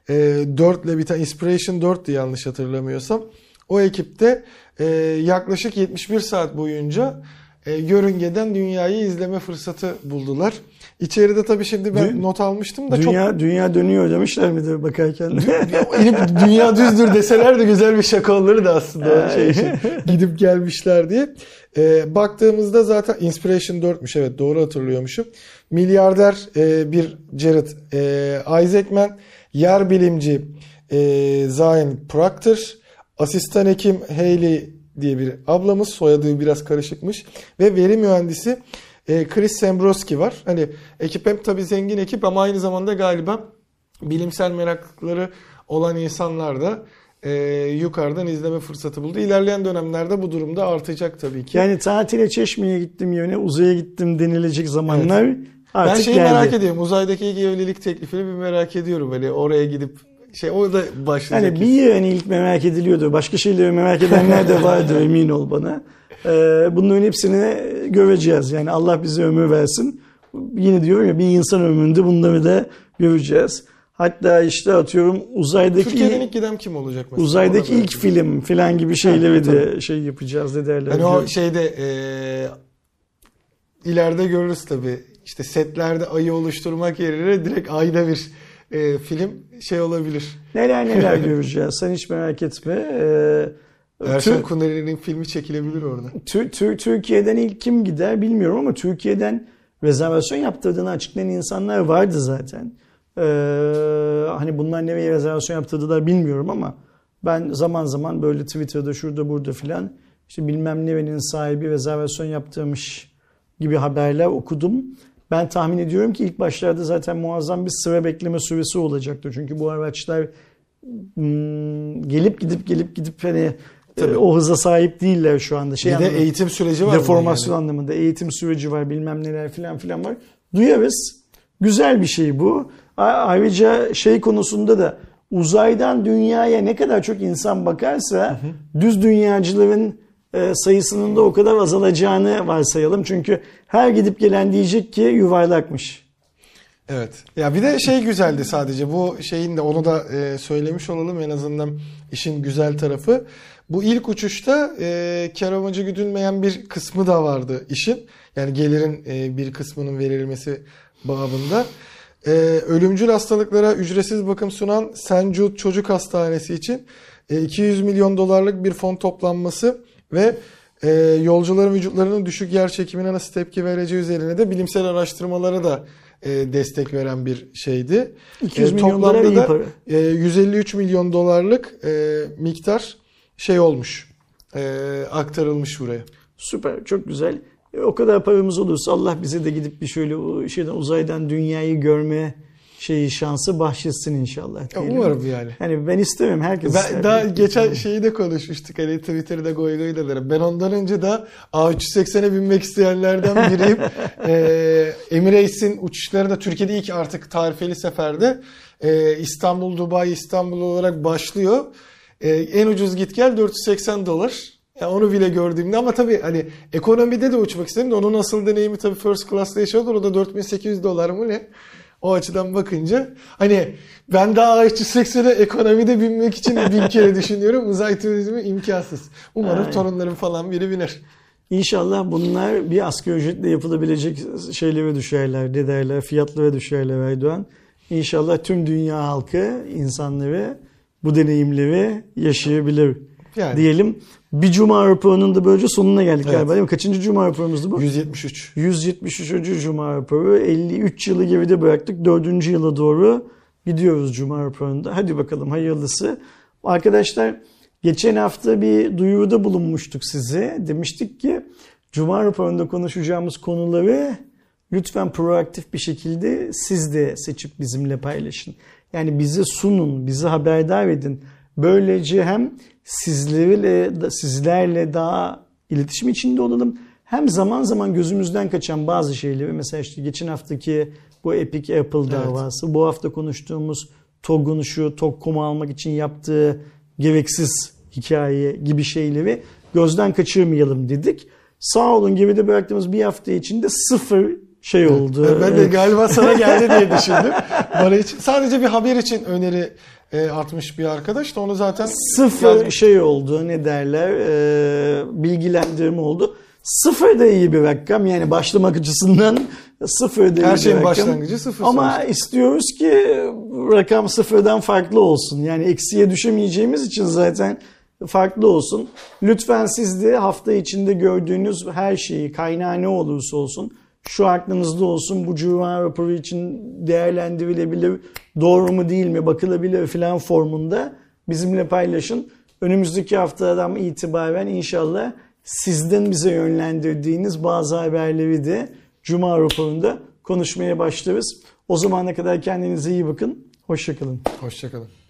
A: 4 ile biten Inspiration 4'tü yanlış hatırlamıyorsam. O ekipte yaklaşık 71 saat boyunca yörüngeden dünyayı izleme fırsatı buldular. İçeride tabii şimdi ben not almıştım da
B: dünya dönüyor demişler mi de bakarken?
A: Dünya düzdür deseler de güzel bir şaka olurdu aslında o şey için. Gidip gelmişler diye. Baktığımızda zaten Inspiration 4'müş, evet doğru hatırlıyormuşum. Milyarder bir Jared Isaacman, yer bilimci Zion Proctor, asistan hekim Hayley diye bir ablamız, soyadı biraz karışıkmış, ve veri mühendisi Chris Sembroski var. Hani ekip hem tabii zengin ekip ama aynı zamanda galiba bilimsel merakları olan insanlar da yukarıdan izleme fırsatı buldu. İlerleyen dönemlerde bu durumda artacak tabii ki.
B: Yani tatile Çeşme'ye gittim yerine uzaya gittim denilecek zamanlar artık
A: ben şeyi
B: geldi.
A: merak ediyorum. Uzaydaki ilk evlilik teklifini bir merak ediyorum. Hani oraya gidip o da başlayacak.
B: Yani bir yıl ilk merak ediliyordu. Başka şeyleri merak edenler de vardı emin ol bana. Bunların hepsini göreceğiz. Yani Allah bize ömür versin. Yine diyorum ya, bir insan ömründe bunları da göreceğiz. Hatta işte atıyorum uzaydaki
A: Türkiye'den ilk giden kim olacak mesela?
B: Uzaydaki ilk film falan gibi şeyleri de şey yapacağız de derler.
A: Yani o şeyde ileride görürüz tabii. İşte setlerde ayı oluşturmak yerine direkt ayda bir film olabilir.
B: Neler göreceğiz. Sen hiç merak etme.
A: Erşen Kuneri'nin filmi çekilebilir orada.
B: Türkiye'den ilk kim gider bilmiyorum ama Türkiye'den rezervasyon yaptırdığını açıklayan insanlar vardı zaten. Hani bunlar nereye rezervasyon yaptırdılar bilmiyorum ama ben zaman zaman böyle Twitter'da şurada burada filan işte bilmem nerenin sahibi rezervasyon yaptırmış gibi haberler okudum. Ben tahmin ediyorum ki ilk başlarda zaten muazzam bir sıra bekleme süresi olacaktır. Çünkü bu araçlar gelip gidip hani o hıza sahip değiller şu anda.
A: Bir de eğitim süreci var.
B: Deformasyon anlamında eğitim süreci var, bilmem neler filan var. Duyarız. Güzel bir şey bu. Ayrıca konusunda da uzaydan dünyaya ne kadar çok insan bakarsa düz dünyacıların sayısının da o kadar azalacağını varsayalım. Çünkü her gidip gelen diyecek ki yuvarlakmış.
A: Evet. Ya bir de güzeldi sadece. Bu şeyin de onu da söylemiş olalım, en azından işin güzel tarafı. Bu ilk uçuşta kar amacı güdülmeyen bir kısmı da vardı işin. Yani gelirin bir kısmının verilmesi babında. Ölümcül hastalıklara ücretsiz bakım sunan St. Jude Çocuk Hastanesi için $200 milyon bir fon toplanması ve yolcuların vücutlarının düşük yer çekimine nasıl tepki vereceği üzerine de bilimsel araştırmalara da destek veren bir şeydi.
B: 200 milyon
A: toplamda
B: dolar iyi para.
A: $153 milyon miktar olmuş. Aktarılmış buraya.
B: Süper, çok güzel. O kadar paramız olursa Allah bize de gidip bir şöyle uzaydan dünyayı görme şansı bahşetsin inşallah.
A: Umarım yani.
B: Hani ben istemem, herkes ister.
A: Daha geçen de konuşmuştuk hani Twitter'da goygoylaları. Ben ondan önce de A380'e binmek isteyenlerden biriyim. Emirates'in uçuşları da Türkiye'de ilk artık tarifeli seferde İstanbul, Dubai, İstanbul olarak başlıyor. En ucuz git gel $480. Yani onu bile gördüğümde, ama tabii hani ekonomide de uçmak istedim de onun asıl deneyimi tabii first class'ta yaşıyordur. O da $4.800 mı ne? O açıdan bakınca hani ben daha A380'e ekonomide binmek için 1000 kere düşünüyorum. Uzay turizmi imkansız. Umarım torunlarım falan biri biner.
B: İnşallah bunlar bir asgari ücretle yapılabilecek şeylere düşerler, ne derler, fiyatlara düşerler Erdoğan. İnşallah tüm dünya halkı, insanları bu deneyimleri yaşayabilir diyelim. Bir Cuma raporunun da böylece sonuna geldik galiba değil mi? Kaçıncı Cuma raporumuzdu bu?
A: 173.
B: 173. Cuma raporu. 53 yılı geride bıraktık. 4. yıla doğru gidiyoruz Cuma raporunda. Hadi bakalım hayırlısı. Arkadaşlar geçen hafta bir duyuruda bulunmuştuk size. Demiştik ki Cuma raporunda konuşacağımız konuları lütfen proaktif bir şekilde siz de seçip bizimle paylaşın. Yani bize sunun, bizi haberdar edin. Böylece hem sizlerle daha iletişim içinde olalım. Hem zaman zaman gözümüzden kaçan bazı şeyleri, mesela işte geçen haftaki bu Epic Apple davası, bu hafta konuştuğumuz TOG'un TOG.com'u almak için yaptığı gereksiz hikaye gibi şeyleri gözden kaçırmayalım dedik. Sağ olun, geride bıraktığımız bir hafta içinde 0 şey oldu.
A: Ben de galiba sana geldi diye düşündüm. Bana için sadece bir haber için öneri atmış bir arkadaş da onu zaten
B: sıfır
A: yazmış.
B: şey oldu, ne derler, bilgilendirme oldu. Sıfır da iyi bir rakam, yani başlamak açısından sıfır da iyi
A: Her
B: bir
A: şeyin
B: rakam.
A: başlangıcı sıfır.
B: Ama
A: sonuçta.
B: istiyoruz ki rakam sıfırdan farklı olsun. Yani eksiye düşemeyeceğimiz için zaten farklı olsun. Lütfen siz de hafta içinde gördüğünüz her şeyi, kaynağı ne olursa olsun, şu aklınızda olsun, bu Cuma raporu için değerlendirilebilir, doğru mu değil mi, bakılabilir filan formunda bizimle paylaşın. Önümüzdeki haftadan itibaren inşallah sizden bize yönlendirdiğiniz bazı haberleri de Cuma raporunda konuşmaya başlarız. O zamana kadar kendinize iyi bakın. Hoşça kalın.
A: Hoşça kalın.